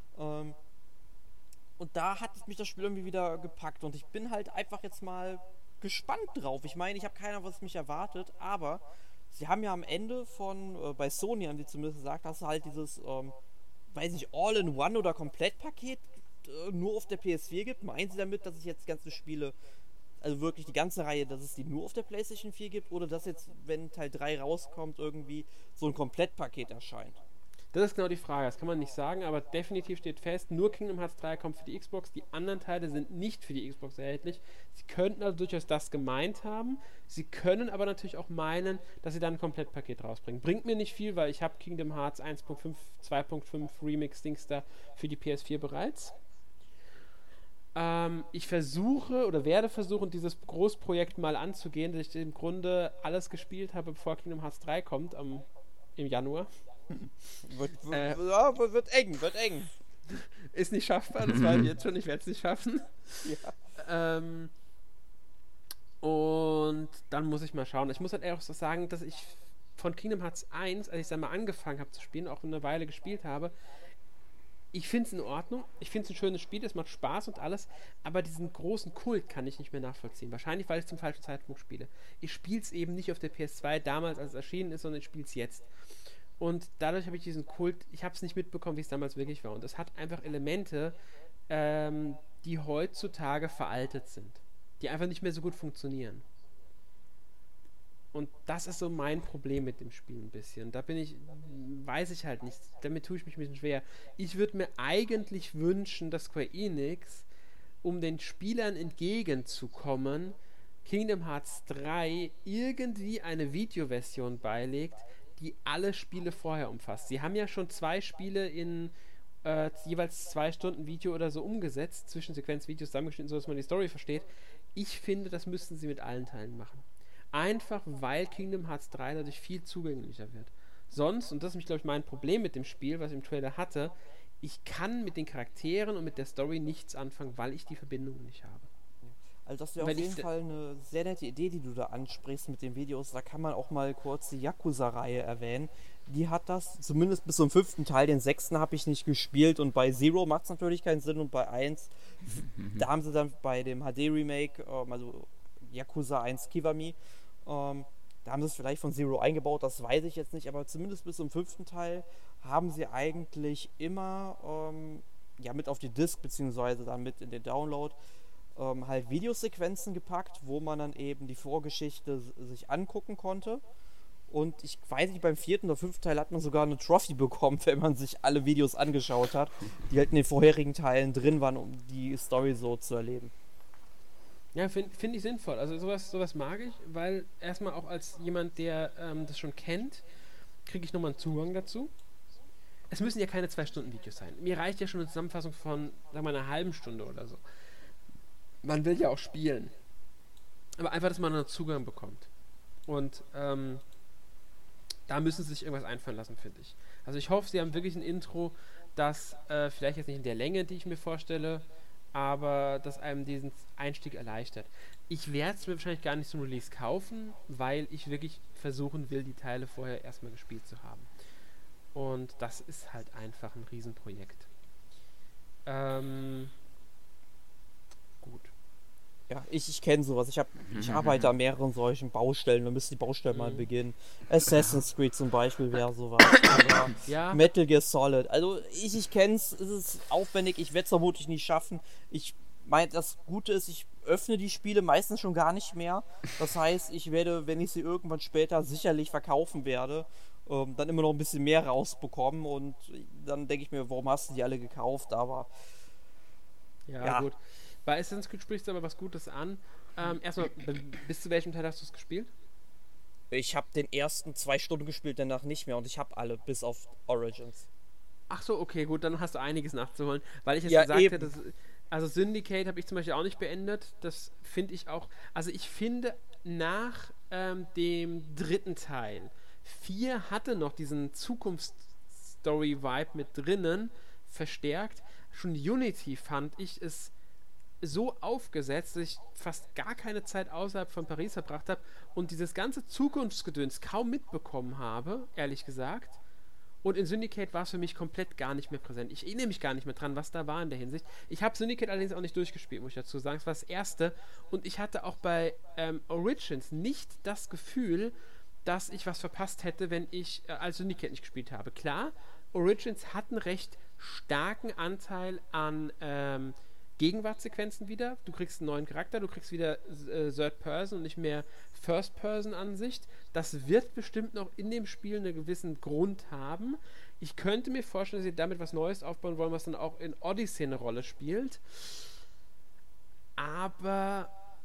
Und da hat mich das Spiel irgendwie wieder gepackt und ich bin halt einfach jetzt mal gespannt drauf. Ich meine, ich habe keine Ahnung, was mich erwartet, aber sie haben ja am Ende bei Sony haben sie zumindest gesagt, dass es halt dieses, weiß nicht, All-in-One oder Komplettpaket nur auf der PS4 gibt. Meinen sie damit, dass es jetzt ganze Spiele, also wirklich die ganze Reihe, dass es die nur auf der PlayStation 4 gibt oder dass jetzt, wenn Teil 3 rauskommt, irgendwie so ein Komplettpaket erscheint? Das ist genau die Frage, das kann man nicht sagen, aber definitiv steht fest, nur Kingdom Hearts 3 kommt für die Xbox, die anderen Teile sind nicht für die Xbox erhältlich. Sie könnten also durchaus das gemeint haben, sie können aber natürlich auch meinen, dass sie dann ein Komplettpaket rausbringen. Bringt mir nicht viel, weil ich habe Kingdom Hearts 1.5, 2.5 Remix-Dings da für die PS4 bereits. Ich versuche oder werde versuchen, dieses Großprojekt mal anzugehen, dass ich im Grunde alles gespielt habe, bevor Kingdom Hearts 3 kommt im Januar. Wird eng. Ist nicht schaffbar, das weiß ich jetzt schon, ich werde es nicht schaffen. Ja. Und dann muss ich mal schauen. Ich muss halt eher auch so sagen, dass ich von Kingdom Hearts 1, als ich dann mal angefangen habe zu spielen, auch eine Weile gespielt habe, ich finde es in Ordnung, ich finde es ein schönes Spiel, es macht Spaß und alles, aber diesen großen Kult kann ich nicht mehr nachvollziehen. Wahrscheinlich, weil ich zum falschen Zeitpunkt spiele. Ich spiele es eben nicht auf der PS2 damals, als es erschienen ist, sondern ich spiele es jetzt. Und dadurch habe ich diesen Kult, ich habe es nicht mitbekommen, wie es damals wirklich war. Und es hat einfach Elemente, die heutzutage veraltet sind. Die einfach nicht mehr so gut funktionieren. Und das ist so mein Problem mit dem Spiel ein bisschen. Da weiß ich halt nicht. Damit tue ich mich ein bisschen schwer. Ich würde mir eigentlich wünschen, dass Square Enix, um den Spielern entgegenzukommen, Kingdom Hearts 3 irgendwie eine Videoversion beilegt, die alle Spiele vorher umfasst. Sie haben ja schon 2 Spiele in jeweils 2 Stunden Video oder so umgesetzt, Zwischensequenzvideos zusammengeschnitten, sodass man die Story versteht. Ich finde, das müssten sie mit allen Teilen machen. Einfach, weil Kingdom Hearts 3 dadurch viel zugänglicher wird. Sonst, und das ist nämlich, glaube ich, mein Problem mit dem Spiel, was ich im Trailer hatte, ich kann mit den Charakteren und mit der Story nichts anfangen, weil ich die Verbindung nicht habe. Also das wäre auf jeden Fall eine sehr nette Idee, die du da ansprichst mit den Videos. Da kann man auch mal kurz die Yakuza-Reihe erwähnen. Die hat das, zumindest bis zum 5. Teil, den 6. habe ich nicht gespielt. Und bei Zero macht es natürlich keinen Sinn. Und bei 1, da haben sie dann bei dem HD-Remake, also Yakuza 1 Kiwami, da haben sie es vielleicht von Zero eingebaut, das weiß ich jetzt nicht. Aber zumindest bis zum 5. Teil haben sie eigentlich immer mit auf die Disc, beziehungsweise dann mit in den Download, halt Videosequenzen gepackt, wo man dann eben die Vorgeschichte sich angucken konnte. Und ich weiß nicht, beim 4. oder 5. Teil hat man sogar eine Trophy bekommen, wenn man sich alle Videos angeschaut hat, die halt in den vorherigen Teilen drin waren, um die Story so zu erleben. Ja, find ich sinnvoll. Also sowas mag ich, weil erstmal auch als jemand, der das schon kennt, kriege ich nochmal einen Zugang dazu. Es müssen ja keine 2-Stunden-Videos sein. Mir reicht ja schon eine Zusammenfassung von, sagen wir mal, einer halben Stunde oder so. Man will ja auch spielen. Aber einfach, dass man einen Zugang bekommt. Und da müssen sie sich irgendwas einfallen lassen, finde ich. Also ich hoffe, sie haben wirklich ein Intro, das vielleicht jetzt nicht in der Länge, die ich mir vorstelle, aber das einem diesen Einstieg erleichtert. Ich werde es mir wahrscheinlich gar nicht zum Release kaufen, weil ich wirklich versuchen will, die Teile vorher erstmal gespielt zu haben. Und das ist halt einfach ein Riesenprojekt. Gut. Ja, ich kenne sowas. Ich arbeite an mehreren solchen Baustellen. Wir müssen die Baustellen mal beginnen. Assassin's Creed zum Beispiel wäre sowas. Oder Ja. Metal Gear Solid. Also ich kenne es. Es ist aufwendig. Ich werde es vermutlich nicht schaffen. Ich meine, das Gute ist, ich öffne die Spiele meistens schon gar nicht mehr. Das heißt, ich werde, wenn ich sie irgendwann später sicherlich verkaufen werde, dann immer noch ein bisschen mehr rausbekommen. Und dann denke ich mir, warum hast du die alle gekauft? Aber ja, gut. Bei Assassin's Creed sprichst du aber was Gutes an. Erstmal, bis zu welchem Teil hast du es gespielt? Ich habe den ersten 2 Stunden gespielt, danach nicht mehr. Und ich habe alle, bis auf Origins. Ach so, okay, gut, dann hast du einiges nachzuholen. Weil ich jetzt Ja, gesagt eben. hätte, also Syndicate habe ich zum Beispiel auch nicht beendet. Das finde ich auch. Also ich finde, nach dem 3. Teil, 4 hatte noch diesen Zukunftsstory-Vibe mit drinnen, verstärkt. Schon Unity fand ich es so aufgesetzt, dass ich fast gar keine Zeit außerhalb von Paris verbracht habe und dieses ganze Zukunftsgedöns kaum mitbekommen habe, ehrlich gesagt. Und in Syndicate war es für mich komplett gar nicht mehr präsent. Ich erinnere mich gar nicht mehr dran, was da war in der Hinsicht. Ich habe Syndicate allerdings auch nicht durchgespielt, muss ich dazu sagen. Es war das erste. Und ich hatte auch bei Origins nicht das Gefühl, dass ich was verpasst hätte, wenn ich als Syndicate nicht gespielt habe. Klar, Origins hat einen recht starken Anteil an Gegenwartssequenzen wieder. Du kriegst einen neuen Charakter, du kriegst wieder Third Person und nicht mehr First Person Ansicht. Das wird bestimmt noch in dem Spiel einen gewissen Grund haben. Ich könnte mir vorstellen, dass sie damit was Neues aufbauen wollen, was dann auch in Odyssey eine Rolle spielt. Aber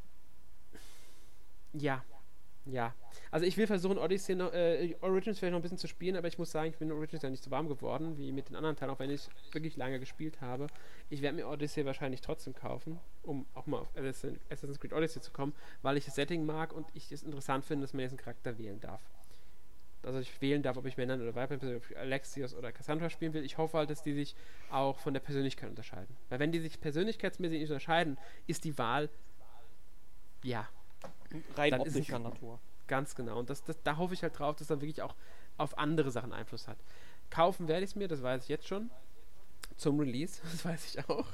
ja. Also ich will versuchen, Odyssey Origins vielleicht noch ein bisschen zu spielen, aber ich muss sagen, ich bin Origins ja nicht so warm geworden, wie mit den anderen Teilen, auch wenn ich wirklich lange gespielt habe. Ich werde mir Odyssey wahrscheinlich trotzdem kaufen, um auch mal auf Assassin's Creed Odyssey zu kommen, weil ich das Setting mag und ich es interessant finde, dass man jetzt einen Charakter wählen darf. Also ich wählen darf, ob ich Männern oder Weibern, Alexios oder Cassandra spielen will. Ich hoffe halt, dass die sich auch von der Persönlichkeit unterscheiden. Weil wenn die sich persönlichkeitsmäßig nicht unterscheiden, ist die Wahl, ja, rein optischer Natur. Ganz genau. Und da hoffe ich halt drauf, dass er wirklich auch auf andere Sachen Einfluss hat. Kaufen werde ich es mir, das weiß ich jetzt schon. Zum Release, das weiß ich auch.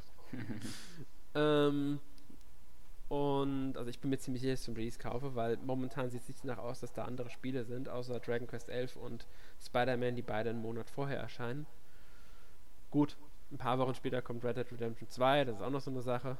Und also ich bin mir ziemlich sicher, dass ich zum Release kaufe, weil momentan sieht es nicht danach aus, dass da andere Spiele sind, außer Dragon Quest 11 und Spider-Man, die beide einen Monat vorher erscheinen. Gut, ein paar Wochen später kommt Red Dead Redemption 2, das ist auch noch so eine Sache.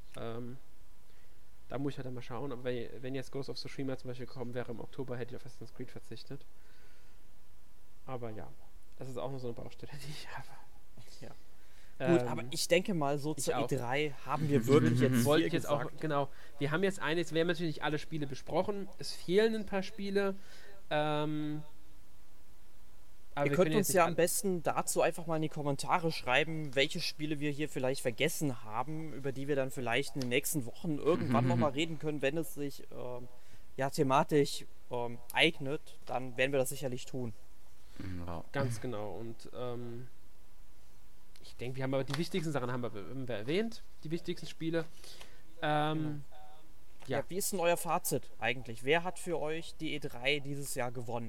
Da muss ich halt mal schauen, aber wenn jetzt Ghost of Tsushima zum Beispiel gekommen wäre im Oktober, hätte ich auf Assassin's Creed verzichtet. Aber ja, das ist auch noch so eine Baustelle, die ich habe. Ja. Gut, aber ich denke mal, so zur E3 haben wir wirklich jetzt wollte ich jetzt auch, genau. Wir haben jetzt wir haben natürlich nicht alle Spiele besprochen. Es fehlen ein paar Spiele. Aber Ihr könnt uns ja am besten dazu einfach mal in die Kommentare schreiben, welche Spiele wir hier vielleicht vergessen haben, über die wir dann vielleicht in den nächsten Wochen irgendwann nochmal reden können, wenn es sich thematisch eignet, dann werden wir das sicherlich tun. Ja. Ganz genau. Und ich denke, wir haben aber die wichtigsten Sachen haben wir erwähnt, die wichtigsten Spiele. Genau. Ja, wie ist denn euer Fazit eigentlich? Wer hat für euch die E3 dieses Jahr gewonnen?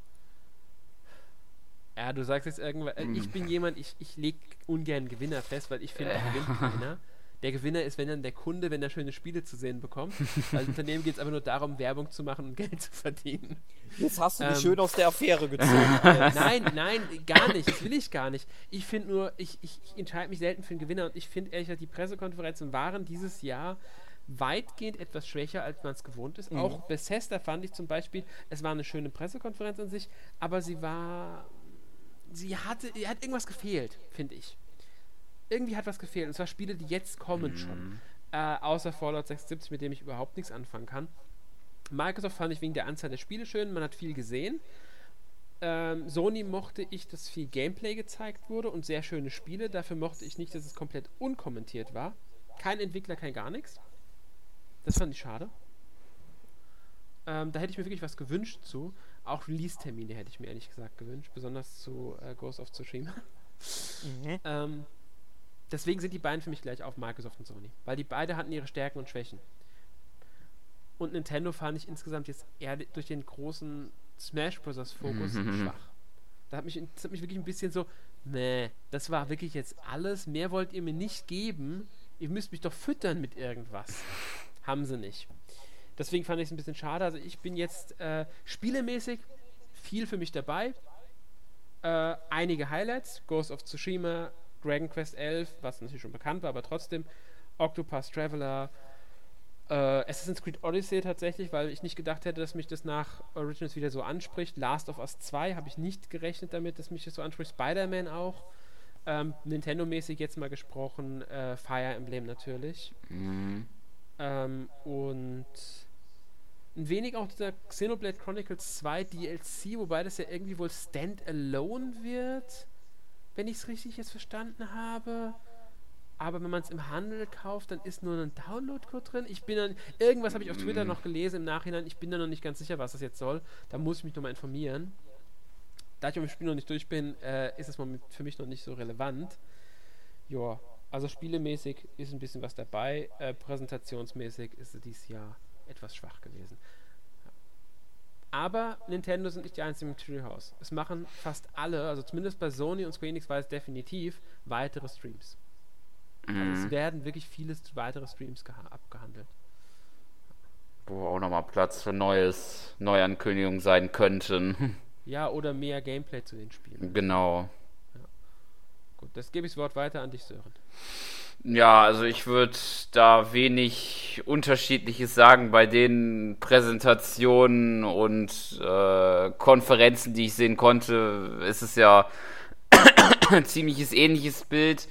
Ja, du sagst jetzt irgendwann, ich bin jemand, ich lege ungern Gewinner fest, weil ich finde, der Gewinner ist, wenn dann der Kunde, wenn er schöne Spiele zu sehen bekommt. Als Unternehmen geht es einfach nur darum, Werbung zu machen und Geld zu verdienen. Jetzt hast du dich schön aus der Affäre gezogen. Nein, gar nicht. Das will ich gar nicht. Ich finde nur, ich entscheide mich selten für einen Gewinner und ich finde ehrlich gesagt, die Pressekonferenzen waren dieses Jahr weitgehend etwas schwächer, als man es gewohnt ist. Auch Bethesda fand ich zum Beispiel, es war eine schöne Pressekonferenz an sich, aber sie hat irgendwas gefehlt, finde ich. Irgendwie hat was gefehlt. Und zwar Spiele, die jetzt kommen schon. Außer Fallout 76, mit dem ich überhaupt nichts anfangen kann. Microsoft fand ich wegen der Anzahl der Spiele schön. Man hat viel gesehen. Sony mochte ich, dass viel Gameplay gezeigt wurde und sehr schöne Spiele. Dafür mochte ich nicht, dass es komplett unkommentiert war. Kein Entwickler, kein gar nichts. Das fand ich schade. Da hätte ich mir wirklich was gewünscht zu. Auch Release-Termine hätte ich mir ehrlich gesagt gewünscht. Besonders zu Ghost of Tsushima. Deswegen sind die beiden für mich gleich auf, Microsoft und Sony. Weil die beide hatten ihre Stärken und Schwächen. Und Nintendo fand ich insgesamt jetzt eher durch den großen Smash Bros. Fokus schwach. Das hat mich wirklich ein bisschen so, das war wirklich jetzt alles. Mehr wollt ihr mir nicht geben. Ihr müsst mich doch füttern mit irgendwas. Haben sie nicht. Deswegen fand ich es ein bisschen schade. Also ich bin jetzt spielemäßig viel für mich dabei. Einige Highlights. Ghost of Tsushima, Dragon Quest 11, was natürlich schon bekannt war, aber trotzdem. Octopath Traveler, Assassin's Creed Odyssey tatsächlich, weil ich nicht gedacht hätte, dass mich das nach Originals wieder so anspricht. Last of Us 2 habe ich nicht gerechnet damit, dass mich das so anspricht. Spider-Man auch. Nintendo-mäßig jetzt mal gesprochen. Fire Emblem natürlich. Und ein wenig auch dieser Xenoblade Chronicles 2 DLC, wobei das ja irgendwie wohl Standalone wird, wenn ich es richtig jetzt verstanden habe. Aber wenn man es im Handel kauft, dann ist nur ein Download-Code drin. Irgendwas habe ich auf Twitter noch gelesen im Nachhinein. Ich bin da noch nicht ganz sicher, was das jetzt soll. Da muss ich mich nochmal informieren. Da ich mit dem Spiel noch nicht durch bin, ist es für mich noch nicht so relevant. Ja, also spielemäßig ist ein bisschen was dabei. Präsentationsmäßig ist es dieses Jahr etwas schwach gewesen. Ja. Aber Nintendo sind nicht die einzigen im Treehouse. Es machen fast alle, also zumindest bei Sony und Square Enix war es definitiv, weitere Streams. Also es werden wirklich viele weitere Streams abgehandelt. Wo auch nochmal Platz für Neuankündigungen sein könnten. Ja, oder mehr Gameplay zu den Spielen. Genau. Ja. Gut, das gebe ich das Wort weiter an dich, Sören. Ja, also ich würde da wenig Unterschiedliches sagen bei den Präsentationen und Konferenzen, die ich sehen konnte. Ist es ja ein ziemliches ähnliches Bild.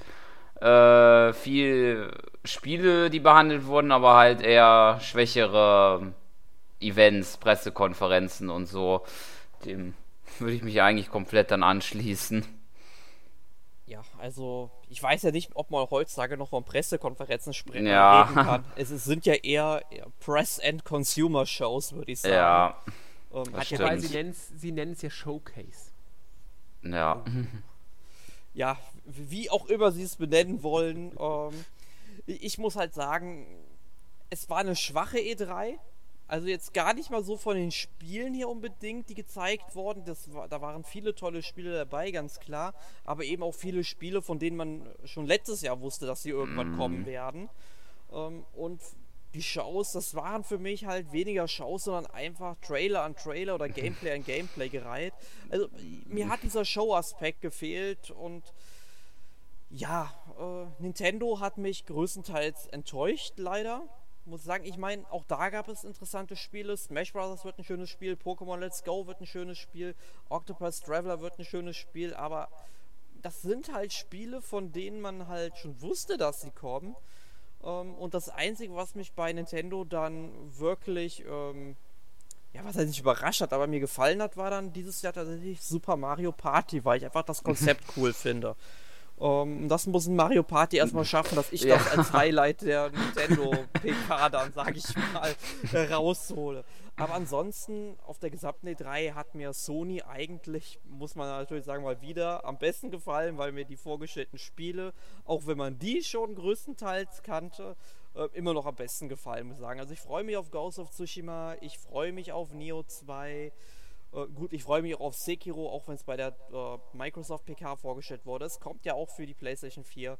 Viel Spiele, die behandelt wurden, aber halt eher schwächere Events, Pressekonferenzen und so. Dem würde ich mich eigentlich komplett dann anschließen. Ja, also ich weiß ja nicht, ob man heutzutage noch von Pressekonferenzen reden kann. Es sind ja eher Press- and Consumer-Shows, würde ich sagen. Ja, sie nennen es ja Showcase. Ja. Ja, wie auch immer sie es benennen wollen. Ich muss halt sagen, es war eine schwache E3. Also jetzt gar nicht mal so von den Spielen hier unbedingt, die gezeigt wurden. Da waren viele tolle Spiele dabei, ganz klar. Aber eben auch viele Spiele, von denen man schon letztes Jahr wusste, dass sie irgendwann kommen werden. Und die Shows, das waren für mich halt weniger Shows, sondern einfach Trailer an Trailer oder Gameplay an Gameplay gereiht. Also mir hat dieser Show-Aspekt gefehlt und ja, Nintendo hat mich größtenteils enttäuscht, leider. Muss sagen, ich meine, auch da gab es interessante Spiele. Smash Bros. Wird ein schönes Spiel, Pokémon Let's Go wird ein schönes Spiel, Octopath Traveler wird ein schönes Spiel, aber das sind halt Spiele, von denen man halt schon wusste, dass sie kommen. Und das Einzige, was mich bei Nintendo dann wirklich ja, was halt nicht überrascht hat, aber mir gefallen hat, war dann dieses Jahr tatsächlich Super Mario Party, weil ich einfach das Konzept cool finde. Das muss ein Mario Party erstmal schaffen, dass ich das als Highlight der Nintendo PK dann, sage ich mal, raushole. Aber ansonsten, auf der gesamten E3 hat mir Sony eigentlich, muss man natürlich sagen, mal wieder am besten gefallen, weil mir die vorgestellten Spiele, auch wenn man die schon größtenteils kannte, immer noch am besten gefallen, muss ich sagen. Also ich freue mich auf Ghost of Tsushima, ich freue mich auf Nioh 2, gut, ich freue mich auch auf Sekiro, auch wenn es bei der Microsoft PK vorgestellt wurde. Es kommt ja auch für die PlayStation 4.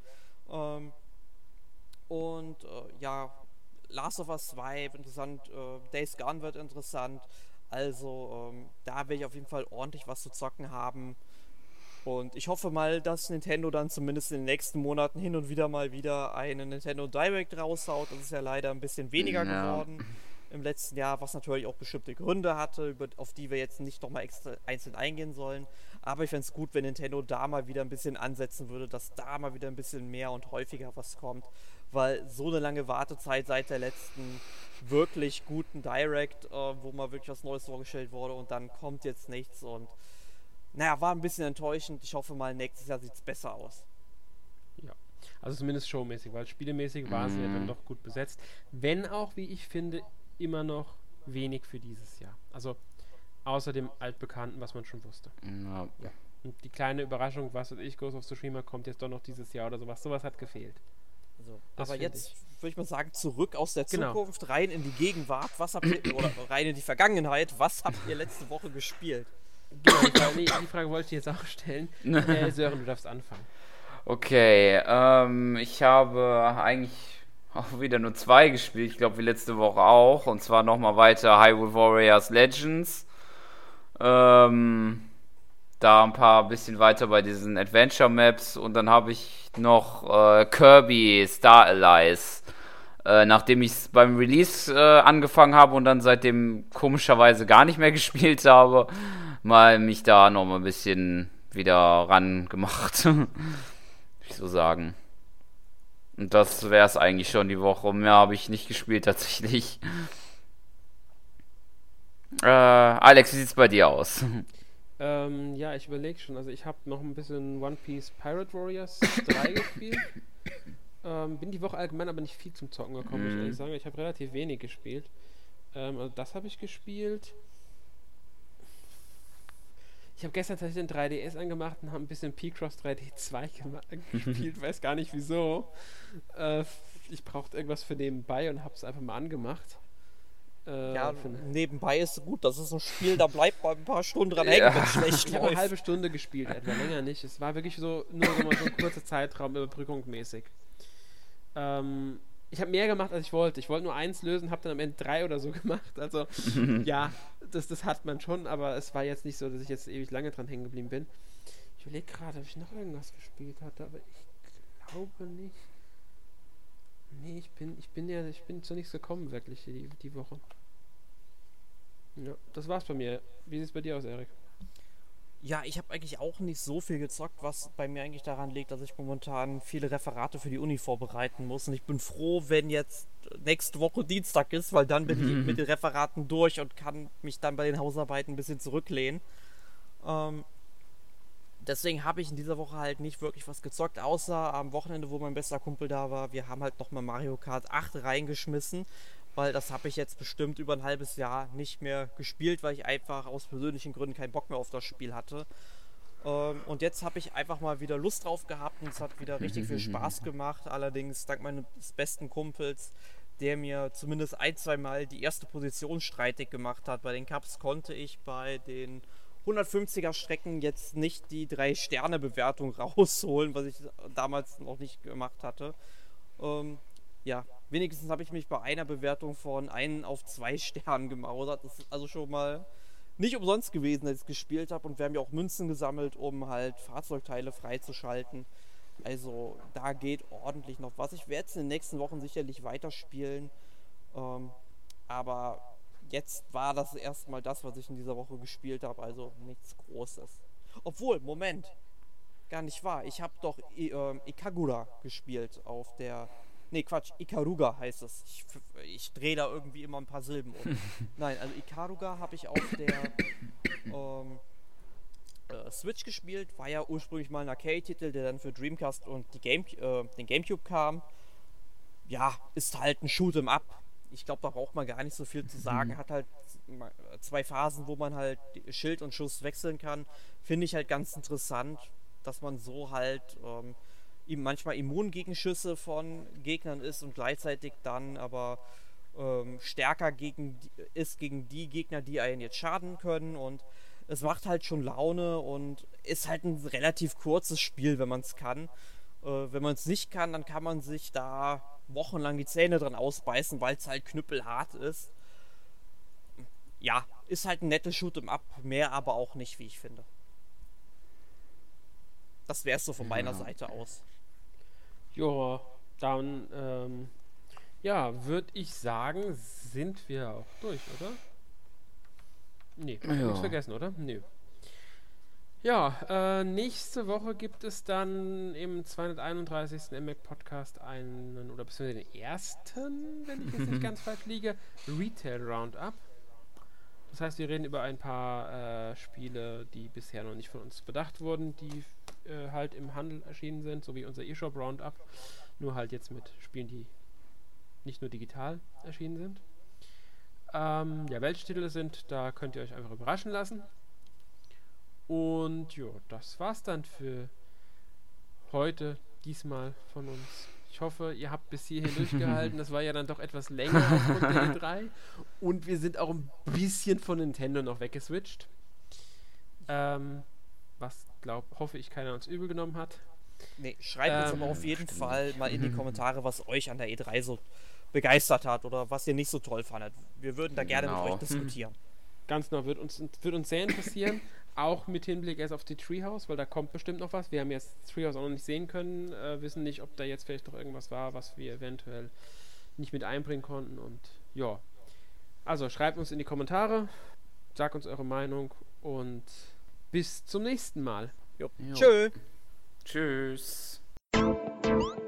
Ja, Last of Us 2 wird interessant, Days Gone wird interessant. Also da werde ich auf jeden Fall ordentlich was zu zocken haben. Und ich hoffe mal, dass Nintendo dann zumindest in den nächsten Monaten hin und wieder mal wieder einen Nintendo Direct raushaut. Das ist ja leider ein bisschen weniger geworden im letzten Jahr, was natürlich auch bestimmte Gründe hatte, auf die wir jetzt nicht nochmal einzeln eingehen sollen. Aber ich fände es gut, wenn Nintendo da mal wieder ein bisschen ansetzen würde, dass da mal wieder ein bisschen mehr und häufiger was kommt. Weil so eine lange Wartezeit seit der letzten wirklich guten Direct, wo mal wirklich was Neues vorgestellt wurde und dann kommt jetzt nichts und naja, war ein bisschen enttäuschend. Ich hoffe mal, nächstes Jahr sieht es besser aus. Ja, also zumindest showmäßig, weil spielemäßig war sie ja dann doch gut besetzt. Wenn auch, wie ich finde, immer noch wenig für dieses Jahr. Also außer dem Altbekannten, was man schon wusste. Ja. Und die kleine Überraschung, was weiß ich, Ghost of Tsushima kommt jetzt doch noch dieses Jahr oder sowas. Sowas hat gefehlt. Also, aber jetzt würde ich mal sagen, zurück aus der Zukunft, rein in die Gegenwart. Was habt ihr, oder rein in die Vergangenheit, was habt ihr letzte Woche gespielt? Genau, die Frage wollte ich jetzt auch stellen. Sören, du darfst anfangen. Okay, ich habe eigentlich auch wieder nur 2 gespielt, ich glaube wie letzte Woche auch. Und zwar nochmal weiter Hyrule Warriors Legends. Da ein bisschen weiter bei diesen Adventure Maps. Und dann habe ich noch Kirby Star Allies. Nachdem ich es beim Release angefangen habe und dann seitdem komischerweise gar nicht mehr gespielt habe, mal mich da noch mal ein bisschen wieder ran gemacht. Würde ich so sagen. Und das wäre es eigentlich schon die Woche. Mehr habe ich nicht gespielt tatsächlich. Alex, wie sieht's bei dir aus? Ja, ich überlege schon. Also ich habe noch ein bisschen One Piece Pirate Warriors 3 gespielt. Bin die Woche allgemein aber nicht viel zum Zocken gekommen, muss ich ehrlich sagen. Ich habe relativ wenig gespielt. Also das habe ich gespielt. Ich habe gestern tatsächlich den 3DS angemacht und habe ein bisschen Picross 3D 2 gespielt, weiß gar nicht wieso. Ich brauchte irgendwas für nebenbei und habe es einfach mal angemacht. Ja, nebenbei ist gut, das ist ein Spiel, da bleibt man ein paar Stunden dran hängen, wenn es schlecht läuft. Ich habe eine halbe Stunde gespielt, etwa länger nicht. Es war wirklich so nur so ein kurzer Zeitraum, überbrückungsmäßig. Ich habe mehr gemacht, als ich wollte. Ich wollte nur 1 lösen, habe dann am Ende 3 oder so gemacht. Also, ja, das hat man schon, aber es war jetzt nicht so, dass ich jetzt ewig lange dran hängen geblieben bin. Ich überlege gerade, ob ich noch irgendwas gespielt hatte, aber ich glaube nicht. Nee, ich bin zu nichts gekommen, wirklich, die Woche. Ja, das war's bei mir. Wie sieht's bei dir aus, Erik? Ja, ich habe eigentlich auch nicht so viel gezockt, was bei mir eigentlich daran liegt, dass ich momentan viele Referate für die Uni vorbereiten muss. Und ich bin froh, wenn jetzt nächste Woche Dienstag ist, weil dann bin ich mit den Referaten durch und kann mich dann bei den Hausarbeiten ein bisschen zurücklehnen. Deswegen habe ich in dieser Woche halt nicht wirklich was gezockt, außer am Wochenende, wo mein bester Kumpel da war. Wir haben halt nochmal Mario Kart 8 reingeschmissen, weil das habe ich jetzt bestimmt über ein halbes Jahr nicht mehr gespielt, weil ich einfach aus persönlichen Gründen keinen Bock mehr auf das Spiel hatte. Und jetzt habe ich einfach mal wieder Lust drauf gehabt und es hat wieder richtig viel Spaß gemacht. Allerdings dank meines besten Kumpels, der mir zumindest 1-2 Mal die erste Position streitig gemacht hat. Bei den Cups konnte ich bei den 150er Strecken jetzt nicht die 3-Sterne-Bewertung rausholen, was ich damals noch nicht gemacht hatte. Ja, wenigstens habe ich mich bei einer Bewertung von 1 auf 2 Sternen gemausert. Das ist also schon mal nicht umsonst gewesen, als ich gespielt habe. Und wir haben ja auch Münzen gesammelt, um halt Fahrzeugteile freizuschalten. Also da geht ordentlich noch was. Ich werde es in den nächsten Wochen sicherlich weiterspielen. Aber jetzt war das erstmal das, was ich in dieser Woche gespielt habe. Also nichts Großes. Obwohl, Moment. Gar nicht wahr. Ich habe doch Ikagura gespielt auf der Nee, Quatsch, Ikaruga heißt es. Ich drehe da irgendwie immer ein paar Silben um. Nein, also Ikaruga habe ich auf der Switch gespielt. War ja ursprünglich mal ein Arcade-Titel, der dann für Dreamcast und den Gamecube kam. Ja, ist halt ein Shoot'em Up. Ich glaube, da braucht man gar nicht so viel zu sagen. Hat halt 2 Phasen, wo man halt Schild und Schuss wechseln kann. Finde ich halt ganz interessant, dass man so halt manchmal immun gegen Schüsse von Gegnern ist und gleichzeitig dann aber stärker gegen die Gegner, die einen jetzt schaden können. Und es macht halt schon Laune und ist halt ein relativ kurzes Spiel, wenn man es kann. Wenn man es nicht kann, dann kann man sich da wochenlang die Zähne dran ausbeißen, weil es halt knüppelhart ist. Ja, ist halt ein nettes Shoot'em Up, mehr aber auch nicht, wie ich finde. Das wäre es so von meiner Seite aus. Ja, dann, würde ich sagen, sind wir auch durch, oder? Nee, nichts vergessen, oder? Nee. Ja, nächste Woche gibt es dann im 231. MMAC Podcast einen, oder beziehungsweise den ersten, wenn ich jetzt nicht ganz falsch liege, Retail Roundup. Das heißt, wir reden über ein paar Spiele, die bisher noch nicht von uns bedacht wurden, die halt im Handel erschienen sind, so wie unser eShop Roundup, nur halt jetzt mit Spielen, die nicht nur digital erschienen sind. Welche Titel es sind, da könnt ihr euch einfach überraschen lassen. Und ja, das war's dann für heute, diesmal von uns. Ich hoffe, ihr habt bis hierhin durchgehalten. Das war ja dann doch etwas länger aufgrund der E3. Und wir sind auch ein bisschen von Nintendo noch weggeswitcht. Was, hoffe ich, keiner uns übel genommen hat. Nee, schreibt uns aber auf jeden Fall mal in die Kommentare, was euch an der E3 so begeistert hat oder was ihr nicht so toll fandet. Wir würden da gerne mit euch diskutieren. Ganz genau, wird uns sehr interessieren, auch mit Hinblick erst auf die Treehouse, weil da kommt bestimmt noch was. Wir haben jetzt Treehouse auch noch nicht sehen können, wissen nicht, ob da jetzt vielleicht noch irgendwas war, was wir eventuell nicht mit einbringen konnten. Und ja, also schreibt uns in die Kommentare, sagt uns eure Meinung und bis zum nächsten Mal. Tschö. Tschüss.